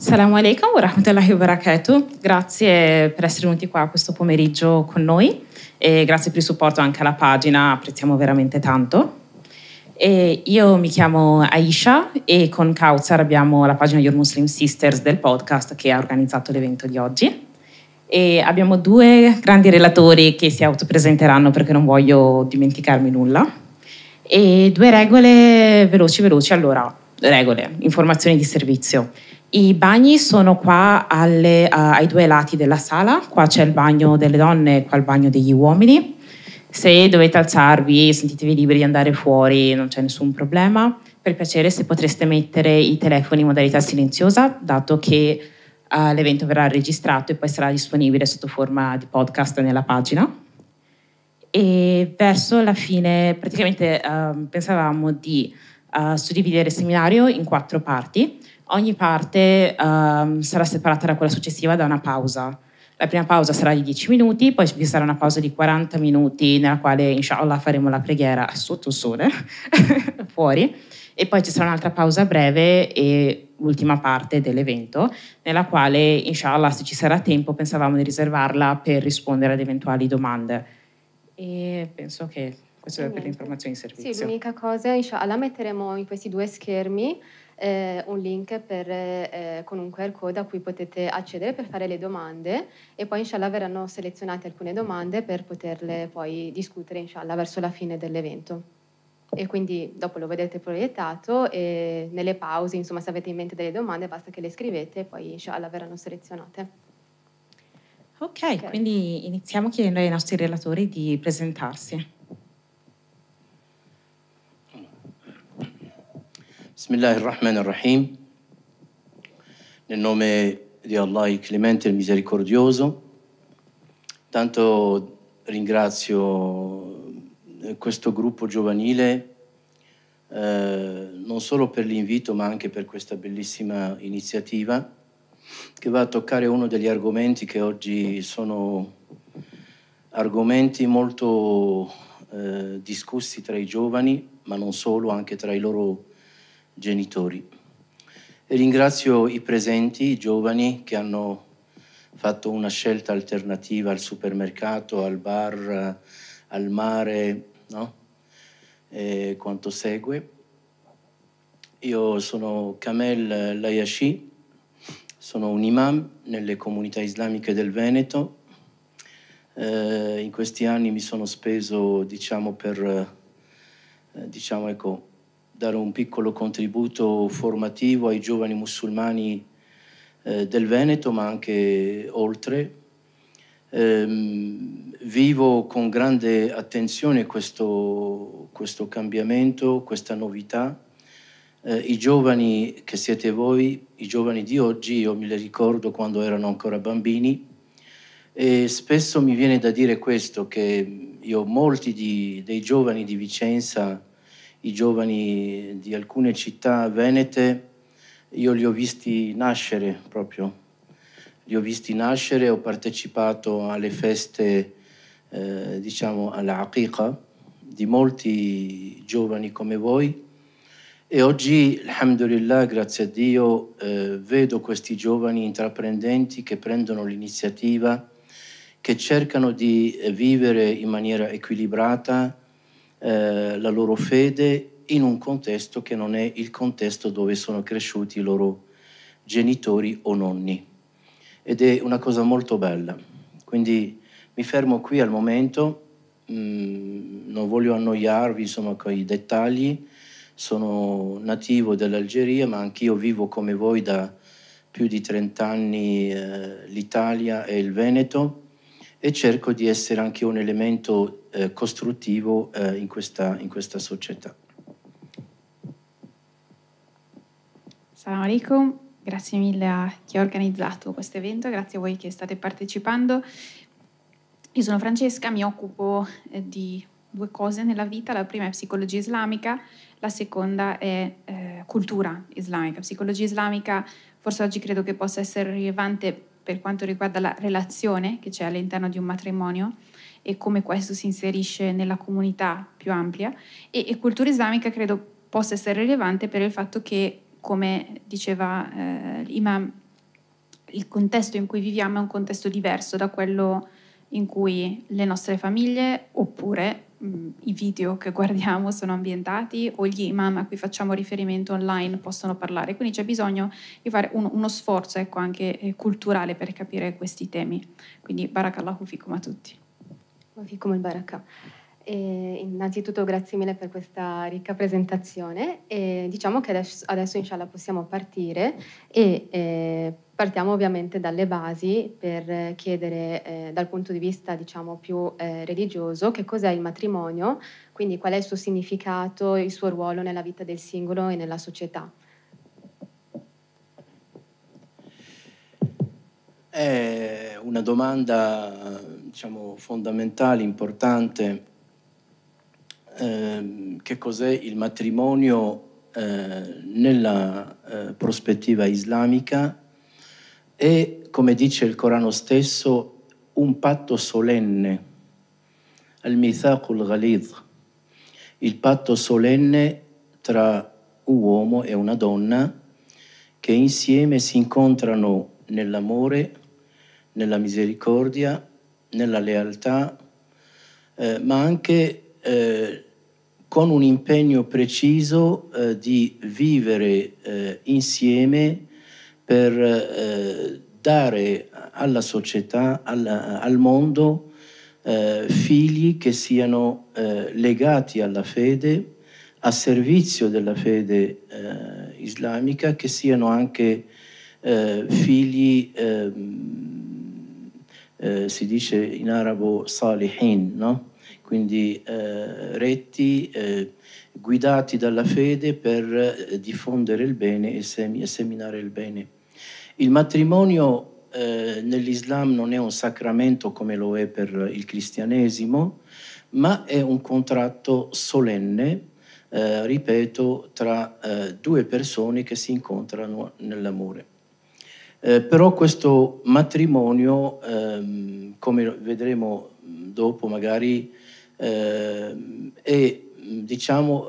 Assalamu alaikum wa rahmatullahi wa barakatuh. Grazie per essere venuti qua questo pomeriggio con noi e grazie per il supporto anche alla pagina, apprezziamo veramente tanto. E io mi chiamo Aisha e con Kautsar abbiamo la pagina Your Muslim Sisters del podcast che ha organizzato l'evento di oggi. E abbiamo due grandi relatori che si autopresenteranno perché non voglio dimenticarmi nulla. E due regole veloci. Allora, regole, informazioni di servizio. I bagni sono qua ai due lati della sala, qua c'è il bagno delle donne e qua il bagno degli uomini. Se dovete alzarvi, sentitevi liberi di andare fuori, non c'è nessun problema. Per piacere, se potreste mettere i telefoni in modalità silenziosa, dato che l'evento verrà registrato e poi sarà disponibile sotto forma di podcast nella pagina. E verso la fine, praticamente pensavamo di suddividere il seminario in 4 parti. Ogni parte sarà separata da quella successiva da una pausa. La prima pausa sarà di 10 minuti, poi vi sarà una pausa di 40 minuti nella quale inshallah faremo la preghiera sotto il sole, fuori, e poi ci sarà un'altra pausa breve e l'ultima parte dell'evento, nella quale inshallah se ci sarà tempo pensavamo di riservarla per rispondere ad eventuali domande. E penso che questo è per le informazioni di servizio. Sì, l'unica cosa, inshallah, metteremo in questi 2 schermi un link con un QR code a cui potete accedere per fare le domande e poi inshallah verranno selezionate alcune domande per poterle poi discutere inshallah verso la fine dell'evento. E quindi dopo lo vedete proiettato e nelle pause, insomma, se avete in mente delle domande basta che le scrivete e poi inshallah verranno selezionate. Ok, quindi iniziamo chiedendo ai nostri relatori di presentarsi. Bismillahirrahmanirrahim. Nel nome di Allah il Clemente e il Misericordioso, tanto ringrazio questo gruppo giovanile non solo per l'invito ma anche per questa bellissima iniziativa che va a toccare uno degli argomenti che oggi sono argomenti molto discussi tra i giovani, ma non solo, anche tra i loro genitori. E ringrazio i presenti, i giovani che hanno fatto una scelta alternativa al supermercato, al bar, al mare, no? E quanto segue. Io sono Kamel Layashi, sono un imam nelle comunità islamiche del Veneto. In questi anni mi sono speso, per dare un piccolo contributo formativo ai giovani musulmani del Veneto, ma anche oltre. Vivo con grande attenzione questo cambiamento, questa novità. I giovani che siete voi, i giovani di oggi, io me li ricordo quando erano ancora bambini e spesso mi viene da dire questo, che io molti dei giovani di Vicenza, i giovani di alcune città venete, io li ho visti nascere proprio. Li ho visti nascere, ho partecipato alle feste, all'Aqiqa di molti giovani come voi e oggi, alhamdulillah, grazie a Dio, vedo questi giovani intraprendenti che prendono l'iniziativa, che cercano di vivere in maniera equilibrata la loro fede in un contesto che non è il contesto dove sono cresciuti i loro genitori o nonni. Ed è una cosa molto bella. Quindi mi fermo qui al momento, non voglio annoiarvi insomma con i dettagli. Sono nativo dell'Algeria, ma anch'io vivo come voi da più di 30 anni l'Italia e il Veneto e cerco di essere anche un elemento costruttivo in questa società. Assalamu alaikum, grazie mille a chi ha organizzato questo evento, grazie a voi che state partecipando. Io sono Francesca, mi occupo di 2 cose nella vita, la prima è psicologia islamica, la seconda è cultura islamica. Psicologia islamica forse oggi credo che possa essere rilevante per quanto riguarda la relazione che c'è all'interno di un matrimonio e come questo si inserisce nella comunità più ampia e cultura islamica credo possa essere rilevante per il fatto che, come diceva l'imam, il contesto in cui viviamo è un contesto diverso da quello in cui le nostre famiglie oppure i video che guardiamo sono ambientati o gli imam a cui facciamo riferimento online possono parlare. Quindi c'è bisogno di fare uno sforzo, ecco, anche culturale per capire questi temi. Quindi barakallahu fikum a tutti. Wa fikum al-baraka. Innanzitutto grazie mille per questa ricca presentazione e diciamo che adesso inshallah possiamo partire e partiamo ovviamente dalle basi per chiedere dal punto di vista diciamo più religioso che cos'è il matrimonio, quindi qual è il suo significato, il suo ruolo nella vita del singolo e nella società. È una domanda diciamo fondamentale, importante. Che cos'è il matrimonio nella prospettiva islamica? È, come dice il Corano stesso, un patto solenne, al-mithaqul ghalidh, il patto solenne tra un uomo e una donna che insieme si incontrano nell'amore, nella misericordia, nella lealtà, ma anche con un impegno preciso di vivere insieme per dare alla società, al mondo, figli che siano legati alla fede, a servizio della fede islamica, che siano anche figli, si dice in arabo salihin, no? Quindi retti, guidati dalla fede per diffondere il bene e seminare il bene. Il matrimonio nell'Islam non è un sacramento come lo è per il cristianesimo, ma è un contratto solenne, ripeto, tra due persone che si incontrano nell'amore. Però questo matrimonio, come vedremo dopo magari, e diciamo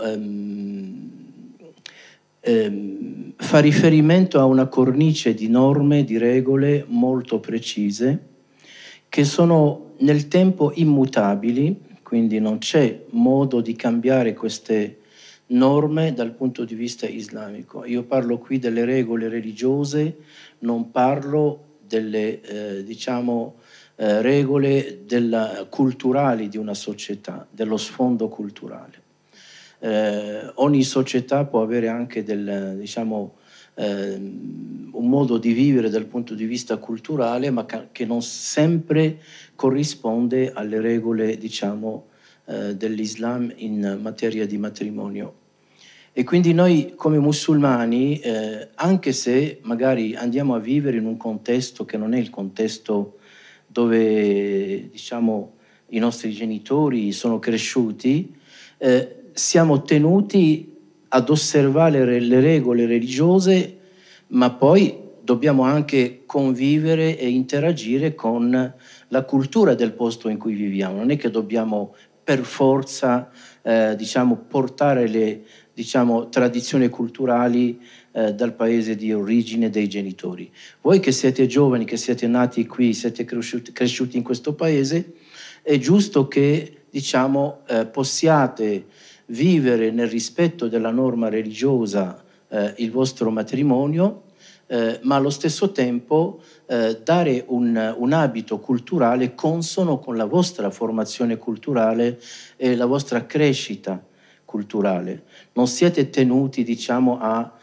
fa riferimento a una cornice di norme, di regole molto precise che sono nel tempo immutabili, quindi non c'è modo di cambiare queste norme dal punto di vista islamico. Io parlo qui delle regole religiose, non parlo delle diciamo regole culturali di una società, dello sfondo culturale. Ogni società può avere anche diciamo, un modo di vivere dal punto di vista culturale, ma che non sempre corrisponde alle regole, diciamo, dell'Islam in materia di matrimonio. E quindi noi come musulmani, anche se magari andiamo a vivere in un contesto che non è il contesto dove diciamo i nostri genitori sono cresciuti, siamo tenuti ad osservare le regole religiose, ma poi dobbiamo anche convivere e interagire con la cultura del posto in cui viviamo. Non è che dobbiamo per forza diciamo, portare le diciamo, tradizioni culturali dal paese di origine dei genitori. Voi che siete giovani, che siete nati qui, siete cresciuti in questo paese, è giusto che diciamo, possiate vivere nel rispetto della norma religiosa il vostro matrimonio, ma allo stesso tempo dare un abito culturale consono con la vostra formazione culturale e la vostra crescita culturale. Non siete tenuti, diciamo, a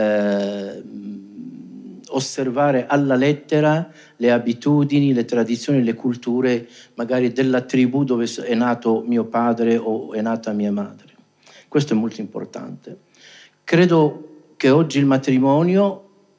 osservare alla lettera le abitudini, le tradizioni, le culture magari della tribù dove è nato mio padre o è nata mia madre. Questo è molto importante. Credo che oggi il matrimonio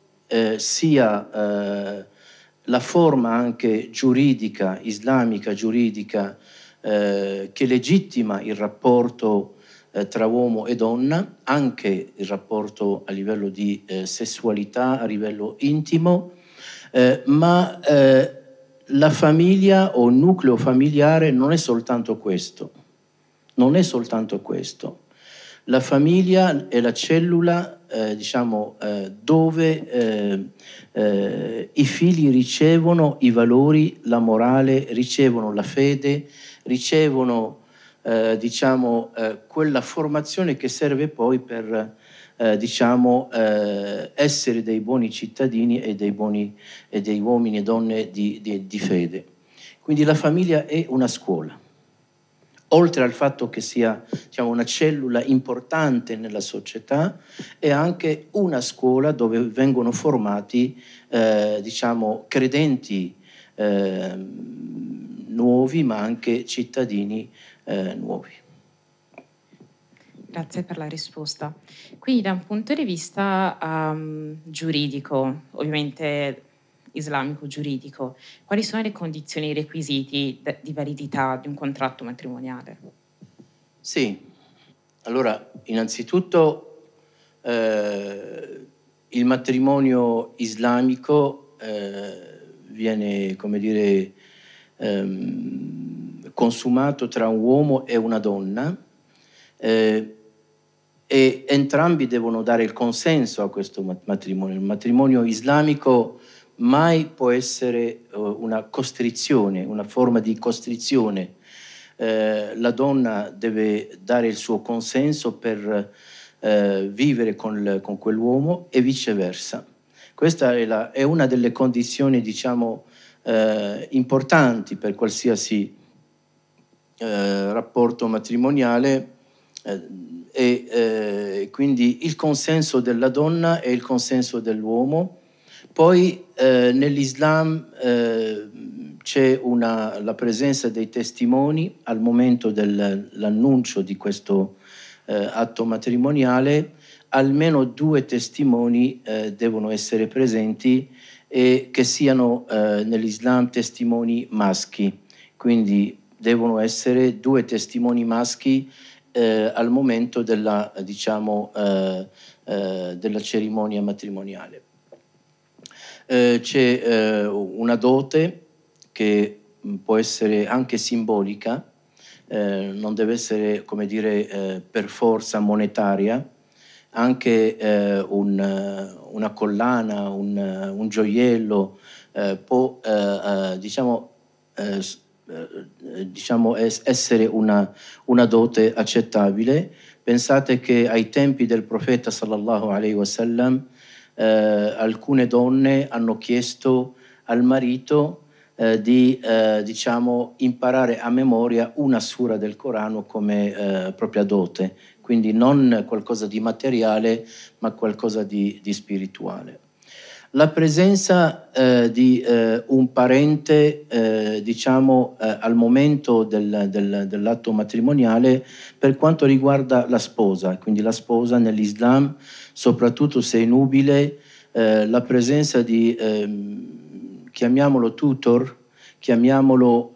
sia la forma anche giuridica, islamica giuridica, che legittima il rapporto tra uomo e donna, anche il rapporto a livello di sessualità, a livello intimo, ma la famiglia o il nucleo familiare non è soltanto questo. Non è soltanto questo. La famiglia è la cellula, dove i figli ricevono i valori, la morale, ricevono la fede, ricevono quella formazione che serve poi per essere dei buoni cittadini e dei uomini e donne di fede. Quindi la famiglia è una scuola, oltre al fatto che sia una cellula importante nella società, è anche una scuola dove vengono formati credenti nuovi, ma anche cittadini nuovi. Grazie per la risposta. Quindi da un punto di vista giuridico, ovviamente islamico giuridico, quali sono le condizioni e i requisiti di validità di un contratto matrimoniale? Sì, allora innanzitutto il matrimonio islamico viene, come dire, consumato tra un uomo e una donna, e entrambi devono dare il consenso a questo matrimonio. Il matrimonio islamico mai può essere una costrizione, una forma di costrizione. La donna deve dare il suo consenso per vivere con quell'uomo e viceversa. Questa è una delle condizioni, importanti per qualsiasi rapporto matrimoniale, e quindi il consenso della donna e il consenso dell'uomo. Poi nell'Islam c'è la presenza dei testimoni al momento dell'annuncio di questo atto matrimoniale. Almeno 2 testimoni devono essere presenti, e che siano nell'Islam testimoni maschi, quindi devono essere 2 testimoni maschi al momento della cerimonia matrimoniale. C'è una dote che può essere anche simbolica, non deve essere, come dire, per forza monetaria, anche una collana, un gioiello può essere una dote accettabile. Pensate che ai tempi del profeta sallallahu alaihi wasallam alcune donne hanno chiesto al marito di imparare a memoria una sura del Corano come propria dote, quindi non qualcosa di materiale ma qualcosa di spirituale. La presenza di un parente al momento dell'atto matrimoniale per quanto riguarda la sposa, quindi la sposa nell'Islam, soprattutto se è nubile, la presenza di, chiamiamolo tutor, chiamiamolo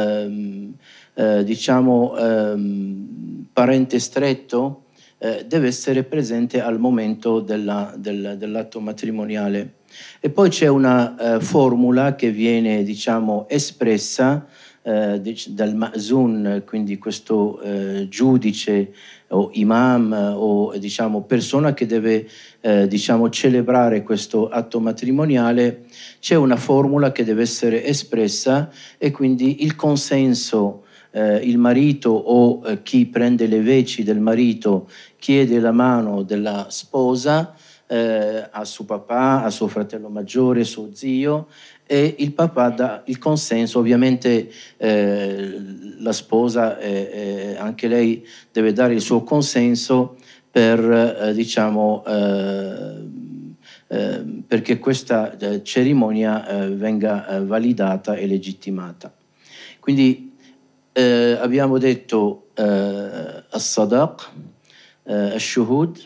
parente stretto, deve essere presente al momento dell'atto matrimoniale. E poi c'è una formula che viene, espressa dal ma'zun, quindi questo giudice o imam o persona che deve celebrare questo atto matrimoniale. C'è una formula che deve essere espressa, e quindi il consenso, il marito o chi prende le veci del marito chiede la mano della sposa a suo papà, a suo fratello maggiore, suo zio, e il papà dà il consenso. Ovviamente la sposa anche lei deve dare il suo consenso perché questa cerimonia venga validata e legittimata. Quindi abbiamo detto as-sadaq, al-shuhud,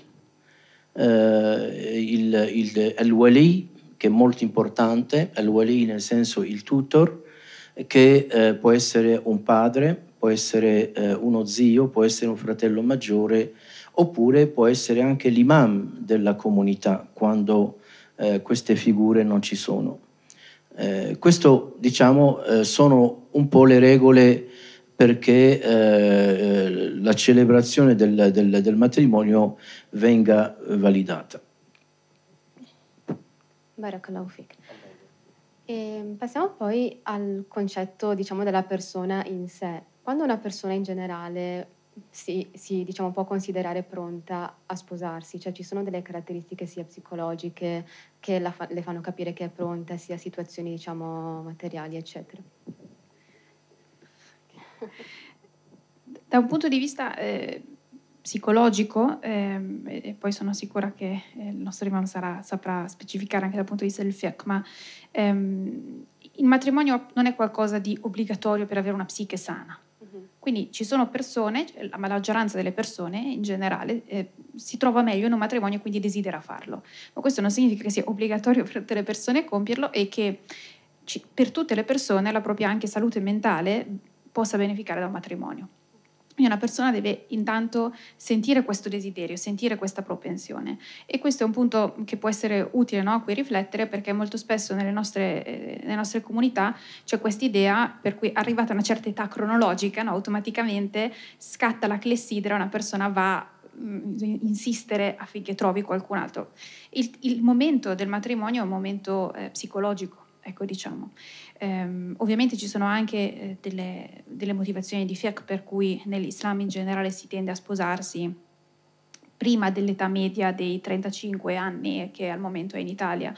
il wali, che è molto importante, il wali nel senso il tutor, che può essere un padre, può essere uno zio, può essere un fratello maggiore, oppure può essere anche l'imam della comunità quando queste figure non ci sono. Questo, sono un po' le regole perché la celebrazione del matrimonio venga validata. Barakallahu fik. E passiamo poi al concetto, diciamo, della persona in sé. Quando una persona in generale diciamo, può considerare pronta a sposarsi, cioè ci sono delle caratteristiche sia psicologiche che le fanno capire che è pronta, sia situazioni, diciamo, materiali, eccetera. Da un punto di vista psicologico, e poi sono sicura che il nostro imam saprà specificare anche dal punto di vista del fiqh, ma il matrimonio non è qualcosa di obbligatorio per avere una psiche sana. Quindi ci sono persone, la maggioranza delle persone in generale si trova meglio in un matrimonio e quindi desidera farlo. Ma questo non significa che sia obbligatorio per tutte le persone compierlo e che per tutte le persone la propria anche salute mentale possa beneficiare da un matrimonio. Quindi una persona deve intanto sentire questo desiderio, sentire questa propensione. E questo è un punto che può essere utile, no, a cui riflettere, perché molto spesso nelle nostre comunità c'è questa idea per cui arrivata a una certa età cronologica, no, automaticamente scatta la clessidra, una persona va a insistere affinché trovi qualcun altro. Il momento del matrimonio è un momento psicologico, ecco, diciamo. Ovviamente ci sono anche delle motivazioni di fiqh per cui nell'Islam in generale si tende a sposarsi prima dell'età media dei 35 anni che al momento è in Italia,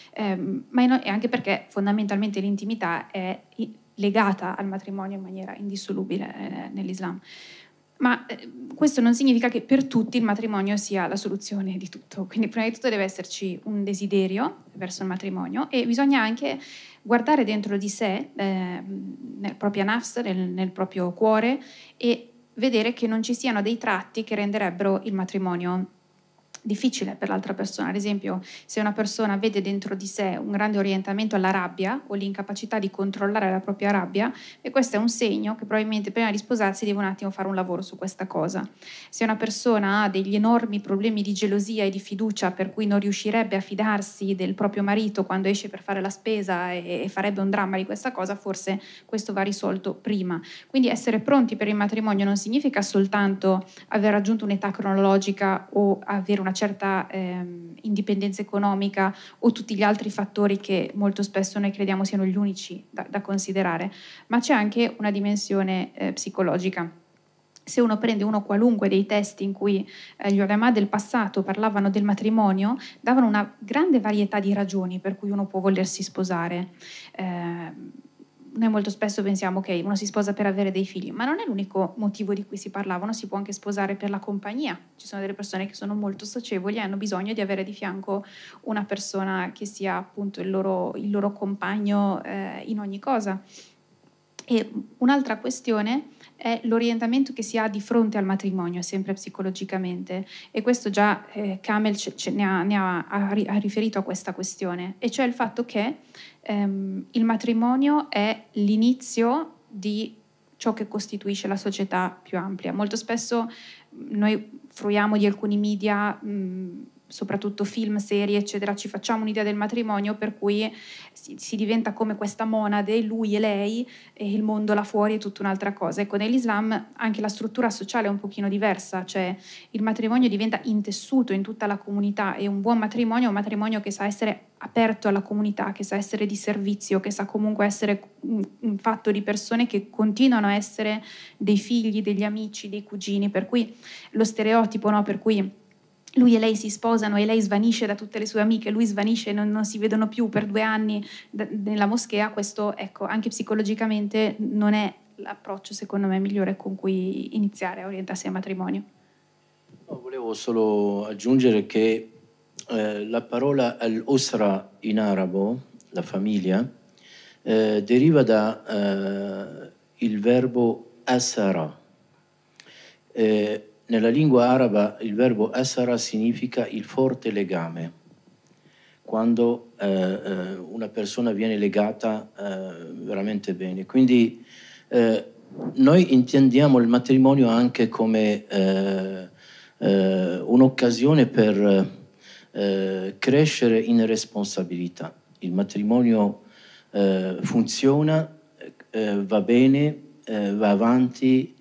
ma è anche perché fondamentalmente l'intimità è legata al matrimonio in maniera indissolubile nell'Islam. Ma questo non significa che per tutti il matrimonio sia la soluzione di tutto. Quindi prima di tutto deve esserci un desiderio verso il matrimonio e bisogna anche guardare dentro di sé, nel proprio nafs, nel proprio cuore, e vedere che non ci siano dei tratti che renderebbero il matrimonio difficile per l'altra persona. Ad esempio, se una persona vede dentro di sé un grande orientamento alla rabbia o l'incapacità di controllare la propria rabbia, e questo è un segno che probabilmente prima di sposarsi deve un attimo fare un lavoro su questa cosa. Se una persona ha degli enormi problemi di gelosia e di fiducia per cui non riuscirebbe a fidarsi del proprio marito quando esce per fare la spesa e farebbe un dramma di questa cosa, forse questo va risolto prima. Quindi essere pronti per il matrimonio non significa soltanto aver raggiunto un'età cronologica o avere una certa indipendenza economica o tutti gli altri fattori che molto spesso noi crediamo siano gli unici da considerare, ma c'è anche una dimensione psicologica. Se uno prende uno qualunque dei testi in cui gli ulama del passato parlavano del matrimonio, davano una grande varietà di ragioni per cui uno può volersi sposare. Noi molto spesso pensiamo che uno si sposa per avere dei figli, ma non è l'unico motivo di cui si parlava. Uno si può anche sposare per la compagnia. Ci sono delle persone che sono molto socievoli e hanno bisogno di avere di fianco una persona che sia appunto il loro compagno in ogni cosa. E un'altra questione è l'orientamento che si ha di fronte al matrimonio, sempre psicologicamente, e questo già Kamel ha riferito a questa questione, e cioè il fatto che il matrimonio è l'inizio di ciò che costituisce la società più ampia. Molto spesso noi fruiamo di alcuni media, soprattutto film, serie, eccetera, ci facciamo un'idea del matrimonio per cui si diventa come questa monade, lui e lei, e il mondo là fuori è tutta un'altra cosa. Ecco, nell'Islam anche la struttura sociale è un pochino diversa, cioè il matrimonio diventa intessuto in tutta la comunità, e un buon matrimonio è un matrimonio che sa essere aperto alla comunità, che sa essere di servizio, che sa comunque essere un fatto di persone che continuano a essere dei figli, degli amici, dei cugini, per cui lo stereotipo, no, per cui lui e lei si sposano e lei svanisce da tutte le sue amiche, lui svanisce e non si vedono più per 2 anni nella moschea, questo, ecco, anche psicologicamente non è l'approccio secondo me migliore con cui iniziare a orientarsi al matrimonio. No, volevo solo aggiungere che la parola al-usra in arabo, la famiglia, deriva da il verbo asara. Nella lingua araba il verbo asara significa il forte legame. Quando una persona viene legata veramente bene. Quindi noi intendiamo il matrimonio anche come un'occasione per crescere in responsabilità. Il matrimonio funziona, va bene, va avanti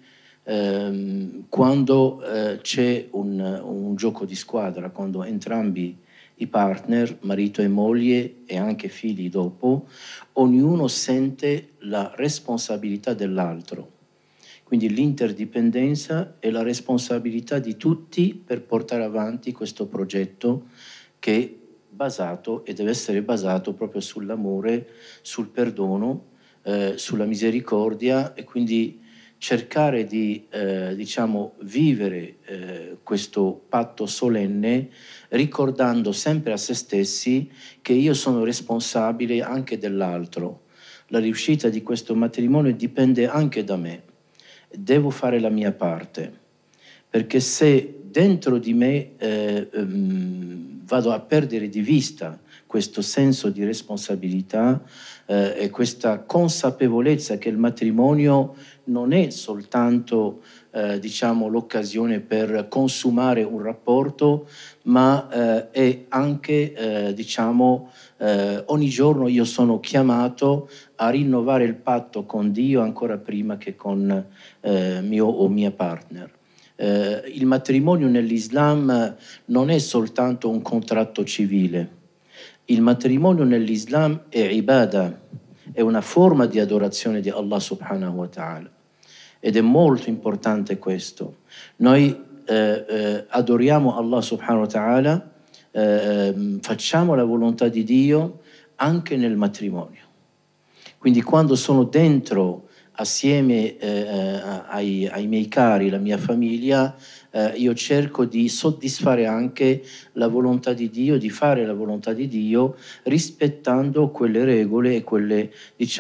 quando c'è un gioco di squadra, quando entrambi i partner, marito e moglie e anche figli dopo, ognuno sente la responsabilità dell'altro. Quindi l'interdipendenza e la responsabilità di tutti per portare avanti questo progetto che è basato e deve essere basato proprio sull'amore, sul perdono, sulla misericordia, e quindi cercare di vivere questo patto solenne, ricordando sempre a se stessi che io sono responsabile anche dell'altro. La riuscita di questo matrimonio dipende anche da me. Devo fare la mia parte, perché se dentro di me vado a perdere di vista questo senso di responsabilità e questa consapevolezza che il matrimonio non è soltanto l'occasione per consumare un rapporto, ma è anche ogni giorno io sono chiamato a rinnovare il patto con Dio ancora prima che con mio o mia partner. Il matrimonio nell'Islam non è soltanto un contratto civile. Il matrimonio nell'Islam è ibadah, è una forma di adorazione di Allah subhanahu wa ta'ala. Ed è molto importante questo. Noi adoriamo Allah subhanahu wa ta'ala, facciamo la volontà di Dio anche nel matrimonio. Quindi quando sono dentro assieme ai miei cari, la mia famiglia, io cerco di soddisfare anche la volontà di Dio, di fare la volontà di Dio, rispettando quelle regole e quelle,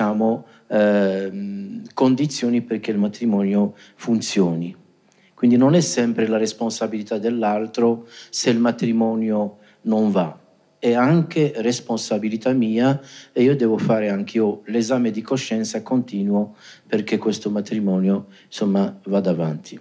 condizioni perché il matrimonio funzioni. Quindi non è sempre la responsabilità dell'altro se il matrimonio non va. È anche responsabilità mia e io devo fare anch'io l'esame di coscienza continuo perché questo matrimonio, vada avanti.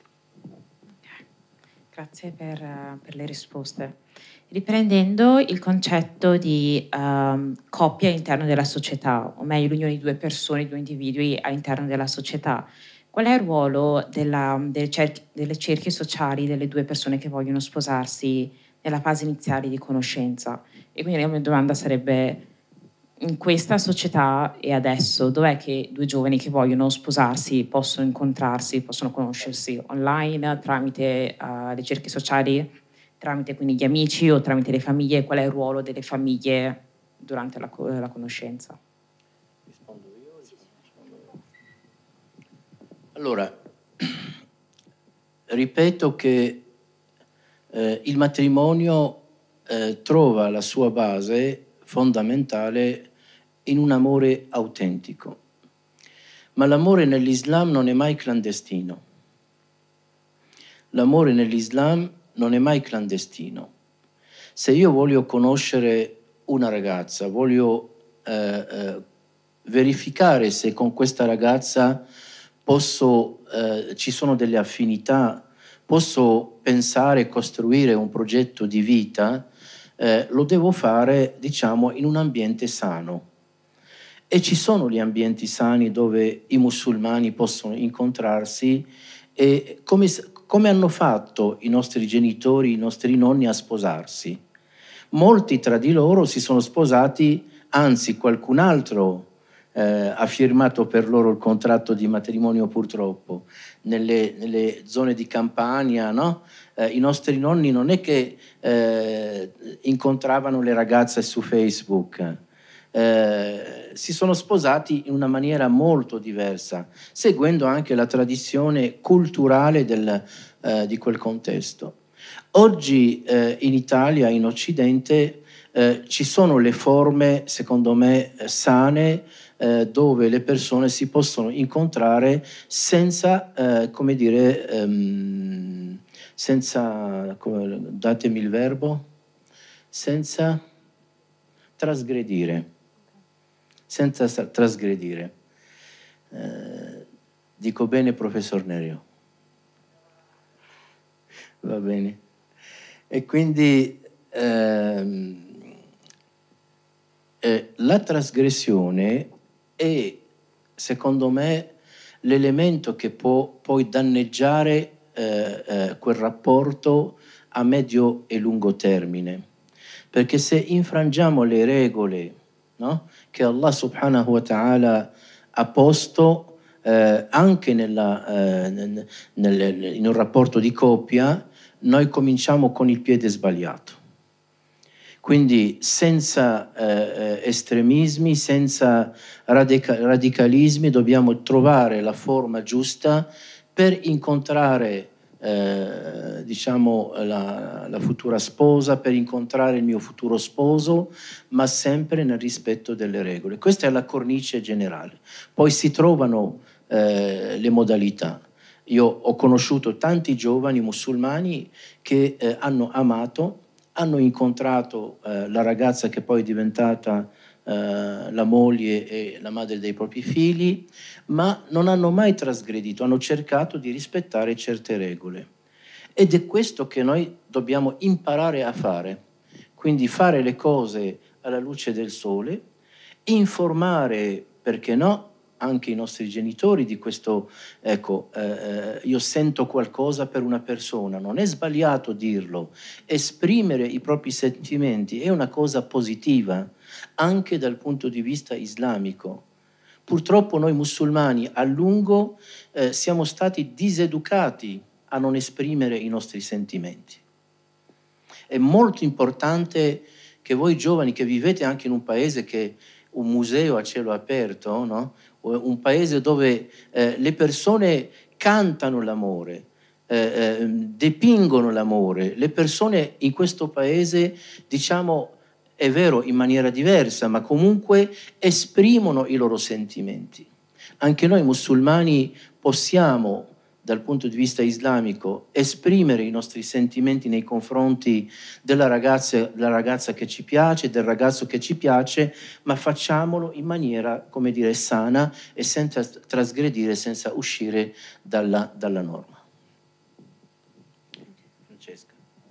Grazie per le risposte. Riprendendo il concetto di coppia all'interno della società, o meglio l'unione di due persone, due individui all'interno della società, qual è il ruolo delle cerchie sociali delle due persone che vogliono sposarsi nella fase iniziale di conoscenza? E quindi la mia domanda sarebbe: in questa società e adesso, dov'è che due giovani che vogliono sposarsi possono incontrarsi, possono conoscersi? Online, tramite le cerchie sociali, tramite quindi gli amici o tramite le famiglie? Qual è il ruolo delle famiglie durante la conoscenza? Rispondo io? Rispondo io. Allora, ripeto che il matrimonio trova la sua base fondamentale in un amore autentico. Ma l'amore nell'Islam non è mai clandestino. L'amore nell'Islam non è mai clandestino. Se io voglio conoscere una ragazza, voglio verificare se con questa ragazza ci sono delle affinità, posso pensare e costruire un progetto di vita, lo devo fare, in un ambiente sano. E ci sono gli ambienti sani dove i musulmani possono incontrarsi e come hanno fatto i nostri genitori, i nostri nonni a sposarsi. Molti tra di loro si sono sposati, anzi qualcun altro ha firmato per loro il contratto di matrimonio, purtroppo, nelle zone di campagna, no? I nostri nonni non è che incontravano le ragazze su Facebook, si sono sposati in una maniera molto diversa, seguendo anche la tradizione culturale di quel contesto. Oggi in Italia, in Occidente, ci sono le forme, secondo me, sane, dove le persone si possono incontrare senza, datemi il verbo, senza trasgredire. Senza trasgredire. Dico bene, professor Nerio? Va bene. E quindi la trasgressione è, secondo me, l'elemento che può poi danneggiare quel rapporto a medio e lungo termine. Perché se infrangiamo le regole, no, che Allah subhanahu wa ta'ala ha posto anche in un rapporto di coppia, noi cominciamo con il piede sbagliato. Quindi senza estremismi, senza radicalismi, dobbiamo trovare la forma giusta per incontrare diciamo la futura sposa, per incontrare il mio futuro sposo, ma sempre nel rispetto delle regole. Questa è la cornice generale. Poi si trovano le modalità. Io ho conosciuto tanti giovani musulmani che hanno amato, hanno incontrato la ragazza che poi è diventata la moglie e la madre dei propri figli, ma non hanno mai trasgredito, hanno cercato di rispettare certe regole. Ed è questo che noi dobbiamo imparare a fare, quindi fare le cose alla luce del sole, informare, perché no, anche i nostri genitori di questo, ecco, io sento qualcosa per una persona, non è sbagliato dirlo, esprimere i propri sentimenti è una cosa positiva, anche dal punto di vista islamico. Purtroppo noi musulmani a lungo siamo stati diseducati a non esprimere i nostri sentimenti. È molto importante che voi giovani che vivete anche in un paese che è un museo a cielo aperto, no? Un paese dove le persone cantano l'amore, dipingono l'amore, le persone in questo paese, diciamo, è vero in maniera diversa, ma comunque esprimono i loro sentimenti. Anche noi musulmani possiamo, dal punto di vista islamico, esprimere i nostri sentimenti nei confronti della ragazza che ci piace, del ragazzo che ci piace, ma facciamolo in maniera, come dire, sana e senza trasgredire, senza uscire dalla norma. Francesca.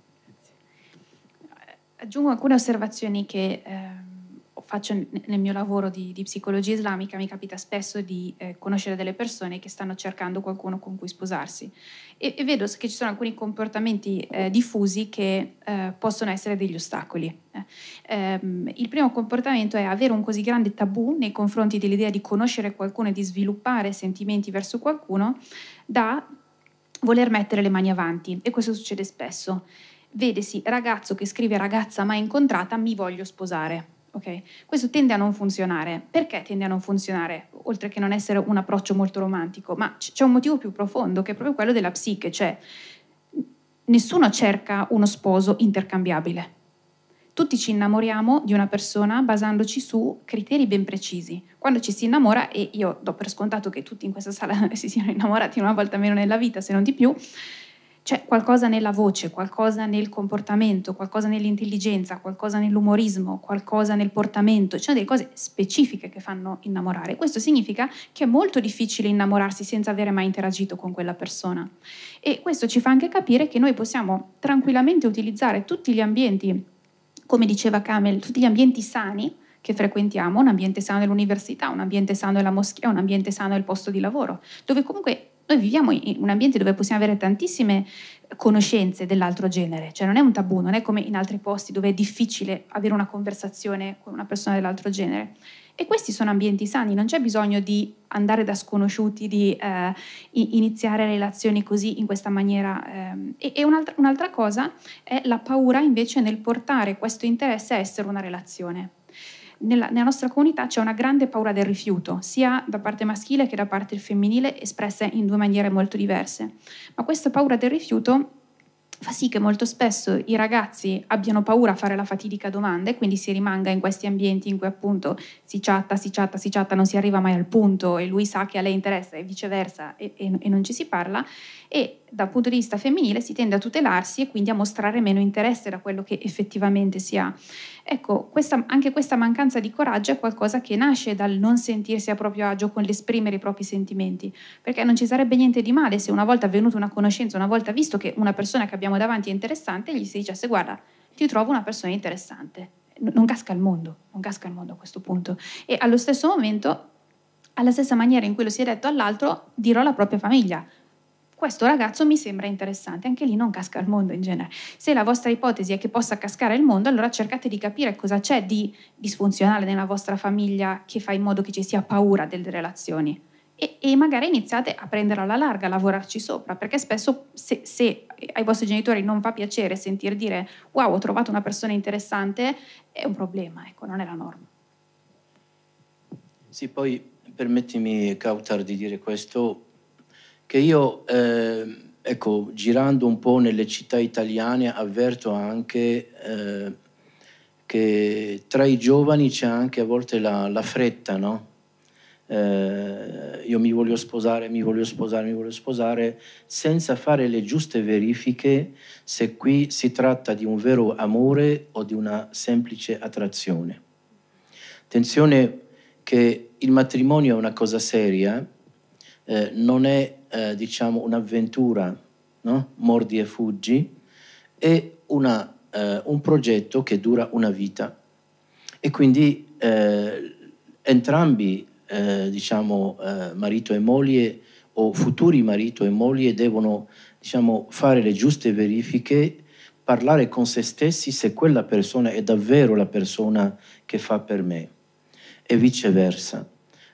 Aggiungo alcune osservazioni che faccio nel mio lavoro di psicologia islamica. Mi capita spesso di conoscere delle persone che stanno cercando qualcuno con cui sposarsi e vedo che ci sono alcuni comportamenti diffusi che possono essere degli ostacoli. Il primo comportamento è avere un così grande tabù nei confronti dell'idea di conoscere qualcuno e di sviluppare sentimenti verso qualcuno da voler mettere le mani avanti, e questo succede spesso. Vedesi ragazzo che scrive ragazza mai incontrata, mi voglio sposare. Okay? Questo tende a non funzionare. Perché tende a non funzionare? Oltre che non essere un approccio molto romantico, ma c'è un motivo più profondo, che è proprio quello della psiche, cioè nessuno cerca uno sposo intercambiabile. Tutti ci innamoriamo di una persona basandoci su criteri ben precisi. Quando ci si innamora, e io do per scontato che tutti in questa sala si siano innamorati una volta almeno nella vita, se non di più, c'è qualcosa nella voce, qualcosa nel comportamento, qualcosa nell'intelligenza, qualcosa nell'umorismo, qualcosa nel portamento. Ci sono delle cose specifiche che fanno innamorare. Questo significa che è molto difficile innamorarsi senza avere mai interagito con quella persona. E questo ci fa anche capire che noi possiamo tranquillamente utilizzare tutti gli ambienti, come diceva Kamel, tutti gli ambienti sani che frequentiamo, un ambiente sano dell'università, un ambiente sano della moschea, un ambiente sano del posto di lavoro, dove comunque noi viviamo in un ambiente dove possiamo avere tantissime conoscenze dell'altro genere, cioè non è un tabù, non è come in altri posti dove è difficile avere una conversazione con una persona dell'altro genere. E questi sono ambienti sani, non c'è bisogno di andare da sconosciuti, di iniziare relazioni così, in questa maniera. E un'altra cosa è la paura invece nel portare questo interesse a essere una relazione. Nella nostra comunità c'è una grande paura del rifiuto, sia da parte maschile che da parte femminile, espressa in due maniere molto diverse. Ma questa paura del rifiuto fa sì che molto spesso i ragazzi abbiano paura a fare la fatidica domanda e quindi si rimanga in questi ambienti in cui appunto si chatta, non si arriva mai al punto e lui sa che a lei interessa e viceversa e non ci si parla, e dal punto di vista femminile si tende a tutelarsi e quindi a mostrare meno interesse da quello che effettivamente si ha. Ecco, anche questa mancanza di coraggio è qualcosa che nasce dal non sentirsi a proprio agio con l'esprimere i propri sentimenti, perché non ci sarebbe niente di male se una volta avvenuta una conoscenza, una volta visto che una persona che abbiamo davanti è interessante, gli si dicesse: guarda, ti trovo una persona interessante. Non casca il mondo a questo punto. E allo stesso momento alla stessa maniera in cui lo si è detto all'altro, dirò alla propria famiglia: questo ragazzo mi sembra interessante, anche lì non casca il mondo in genere. Se la vostra ipotesi è che possa cascare il mondo, allora cercate di capire cosa c'è di disfunzionale nella vostra famiglia che fa in modo che ci sia paura delle relazioni. E magari iniziate a prenderla alla larga, a lavorarci sopra, perché spesso se ai vostri genitori non fa piacere sentir dire wow, ho trovato una persona interessante, è un problema, ecco, non è la norma. Sì, poi permettimi, Kautar, di dire questo, che io, ecco, girando un po' nelle città italiane, avverto anche che tra i giovani c'è anche a volte la fretta, no? Io mi voglio sposare, senza fare le giuste verifiche se qui si tratta di un vero amore o di una semplice attrazione. Attenzione che il matrimonio è una cosa seria, non è diciamo un'avventura, no? Mordi e fuggi, è un progetto che dura una vita e quindi entrambi diciamo marito e moglie o futuri marito e moglie devono diciamo fare le giuste verifiche, parlare con se stessi se quella persona è davvero la persona che fa per me e viceversa,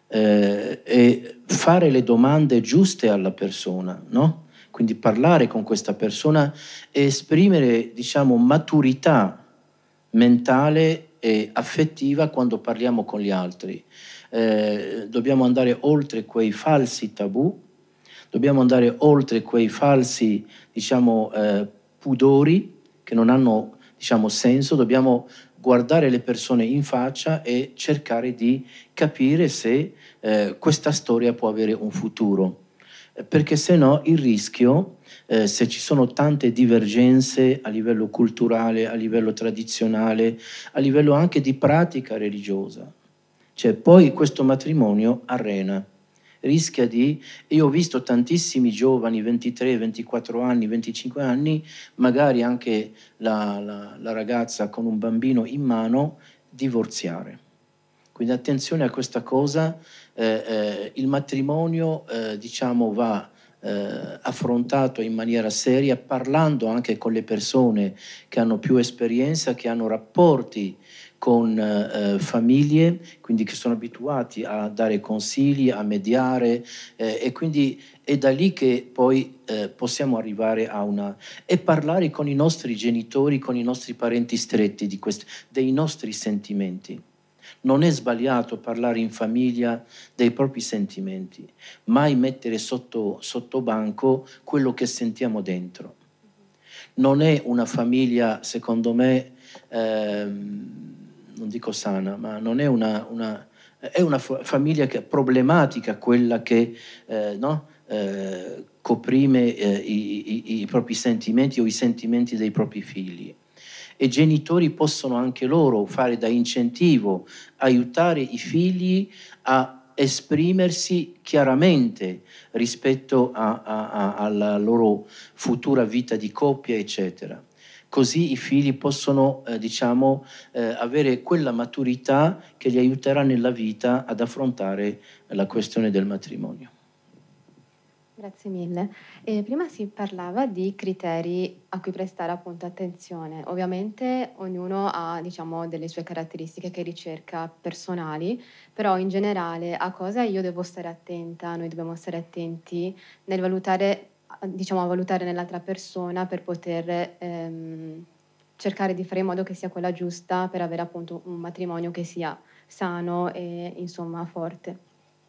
e fare le domande giuste alla persona, no? Quindi parlare con questa persona e esprimere diciamo maturità mentale e affettiva quando parliamo con gli altri. Dobbiamo andare oltre quei falsi tabù, dobbiamo andare oltre quei falsi diciamo pudori che non hanno diciamo senso, dobbiamo guardare le persone in faccia e cercare di capire se questa storia può avere un futuro, perché se no il rischio, se ci sono tante divergenze a livello culturale, a livello tradizionale, a livello anche di pratica religiosa, cioè poi questo matrimonio arrena, rischia di... Io ho visto tantissimi giovani, 23, 24 anni, 25 anni, magari anche la ragazza con un bambino in mano, divorziare. Quindi attenzione a questa cosa, il matrimonio diciamo va affrontato in maniera seria, parlando anche con le persone che hanno più esperienza, che hanno rapporti con famiglie, quindi che sono abituati a dare consigli, a mediare, e quindi è da lì che poi possiamo arrivare a una... e parlare con i nostri genitori, con i nostri parenti stretti dei nostri sentimenti. Non è sbagliato parlare in famiglia dei propri sentimenti, mai mettere sotto banco quello che sentiamo dentro. Non è una famiglia, secondo me, non dico sana, ma non è è una famiglia che è problematica, quella che copprime i propri sentimenti o i sentimenti dei propri figli. E i genitori possono anche loro fare da incentivo, aiutare i figli a esprimersi chiaramente rispetto alla loro futura vita di coppia, eccetera. Così i figli possono, diciamo, avere quella maturità che li aiuterà nella vita ad affrontare la questione del matrimonio. Grazie mille. Prima si parlava di criteri a cui prestare appunto attenzione. Ovviamente ognuno ha, diciamo, delle sue caratteristiche che ricerca personali, però in generale a cosa io devo stare attenta, noi dobbiamo stare attenti nel valutare, diciamo, a valutare nell'altra persona per poter cercare di fare in modo che sia quella giusta per avere appunto un matrimonio che sia sano e insomma forte.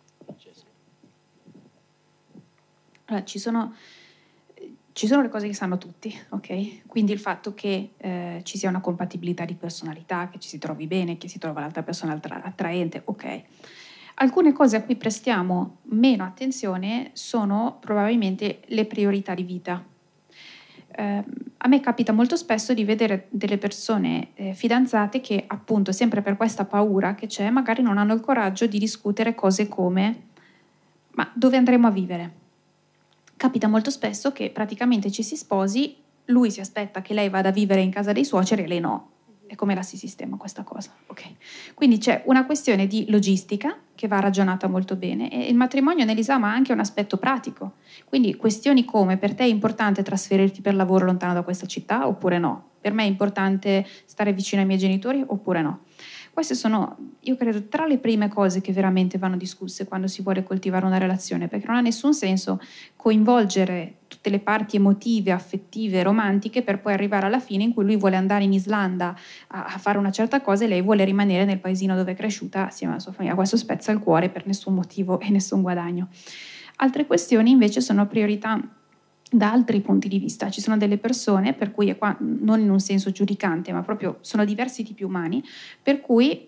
Allora, ci sono le cose che sanno tutti, ok? Quindi il fatto che ci sia una compatibilità di personalità, che ci si trovi bene, che si trova l'altra persona attraente, ok. Alcune cose a cui prestiamo meno attenzione sono probabilmente le priorità di vita. A me capita molto spesso di vedere delle persone fidanzate che appunto sempre per questa paura che c'è magari non hanno il coraggio di discutere cose come ma dove andremo a vivere? Capita molto spesso che praticamente ci si sposi, lui si aspetta che lei vada a vivere in casa dei suoceri e lei no. E come la si sistema questa cosa? Okay. Quindi c'è una questione di logistica che va ragionata molto bene. E il matrimonio nell'Islam ha anche un aspetto pratico, quindi questioni come: per te è importante trasferirti per lavoro lontano da questa città oppure no? Per me è importante stare vicino ai miei genitori oppure no? Queste sono, io credo, tra le prime cose che veramente vanno discusse quando si vuole coltivare una relazione, perché non ha nessun senso coinvolgere tutte le parti emotive, affettive, romantiche per poi arrivare alla fine in cui lui vuole andare in Islanda a fare una certa cosa e lei vuole rimanere nel paesino dove è cresciuta assieme alla sua famiglia. Questo spezza il cuore per nessun motivo e nessun guadagno. Altre questioni invece sono priorità da altri punti di vista. Ci sono delle persone per cui, e qua non in un senso giudicante, ma proprio sono diversi tipi umani, per cui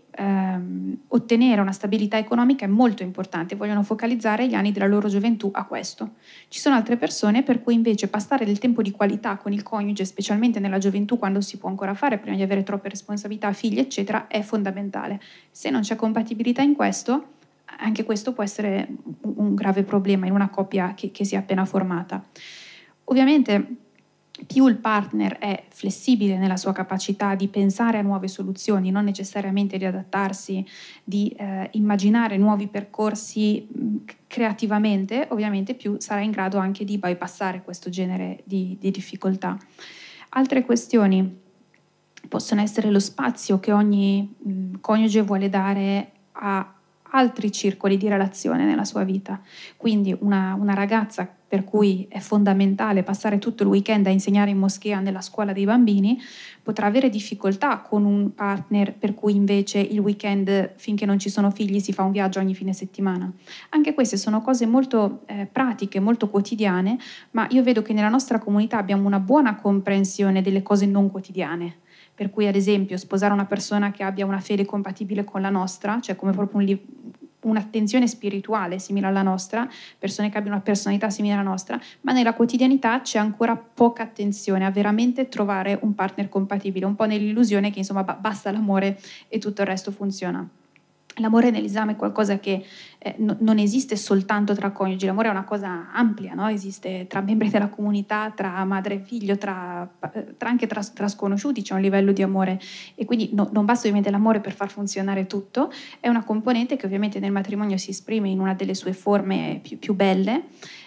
ottenere una stabilità economica è molto importante, vogliono focalizzare gli anni della loro gioventù a questo. Ci sono altre persone per cui invece passare del tempo di qualità con il coniuge, specialmente nella gioventù, quando si può ancora fare, prima di avere troppe responsabilità, figli eccetera, è fondamentale. Se non c'è compatibilità in questo, anche questo può essere un grave problema in una coppia che si è appena formata. Ovviamente più il partner è flessibile nella sua capacità di pensare a nuove soluzioni, non necessariamente di adattarsi, di immaginare nuovi percorsi creativamente, ovviamente più sarà in grado anche di bypassare questo genere di difficoltà. Altre questioni possono essere lo spazio che ogni coniuge vuole dare a altri circoli di relazione nella sua vita. Quindi una ragazza per cui è fondamentale passare tutto il weekend a insegnare in moschea nella scuola dei bambini, potrà avere difficoltà con un partner per cui invece il weekend, finché non ci sono figli, si fa un viaggio ogni fine settimana. Anche queste sono cose molto pratiche, molto quotidiane, ma io vedo che nella nostra comunità abbiamo una buona comprensione delle cose non quotidiane. Per cui, ad esempio, sposare una persona che abbia una fede compatibile con la nostra, cioè come proprio un'attenzione spirituale simile alla nostra, persone che abbiano una personalità simile alla nostra, ma nella quotidianità c'è ancora poca attenzione a veramente trovare un partner compatibile, un po' nell'illusione che insomma basta l'amore e tutto il resto funziona. L'amore nell'Islam è qualcosa che non esiste soltanto tra coniugi, l'amore è una cosa ampia, no? Esiste tra membri della comunità, tra madre e figlio, anche tra sconosciuti c'è un livello di amore, e quindi non basta ovviamente l'amore per far funzionare tutto, è una componente che ovviamente nel matrimonio si esprime in una delle sue forme più belle,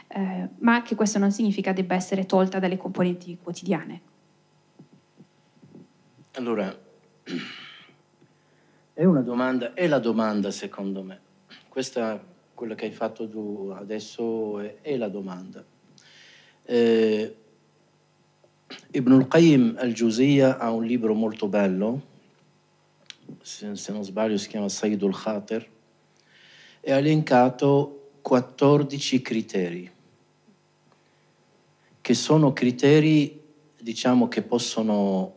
ma che questo non significa debba essere tolta dalle componenti quotidiane. Allora, è la domanda secondo me. Questa, quello che hai fatto tu adesso, è la domanda. Ibn al-Qayyim al-Juziyya ha un libro molto bello, se non sbaglio si chiama Sayyid al-Khatir, e ha elencato 14 criteri, che sono criteri, diciamo, che possono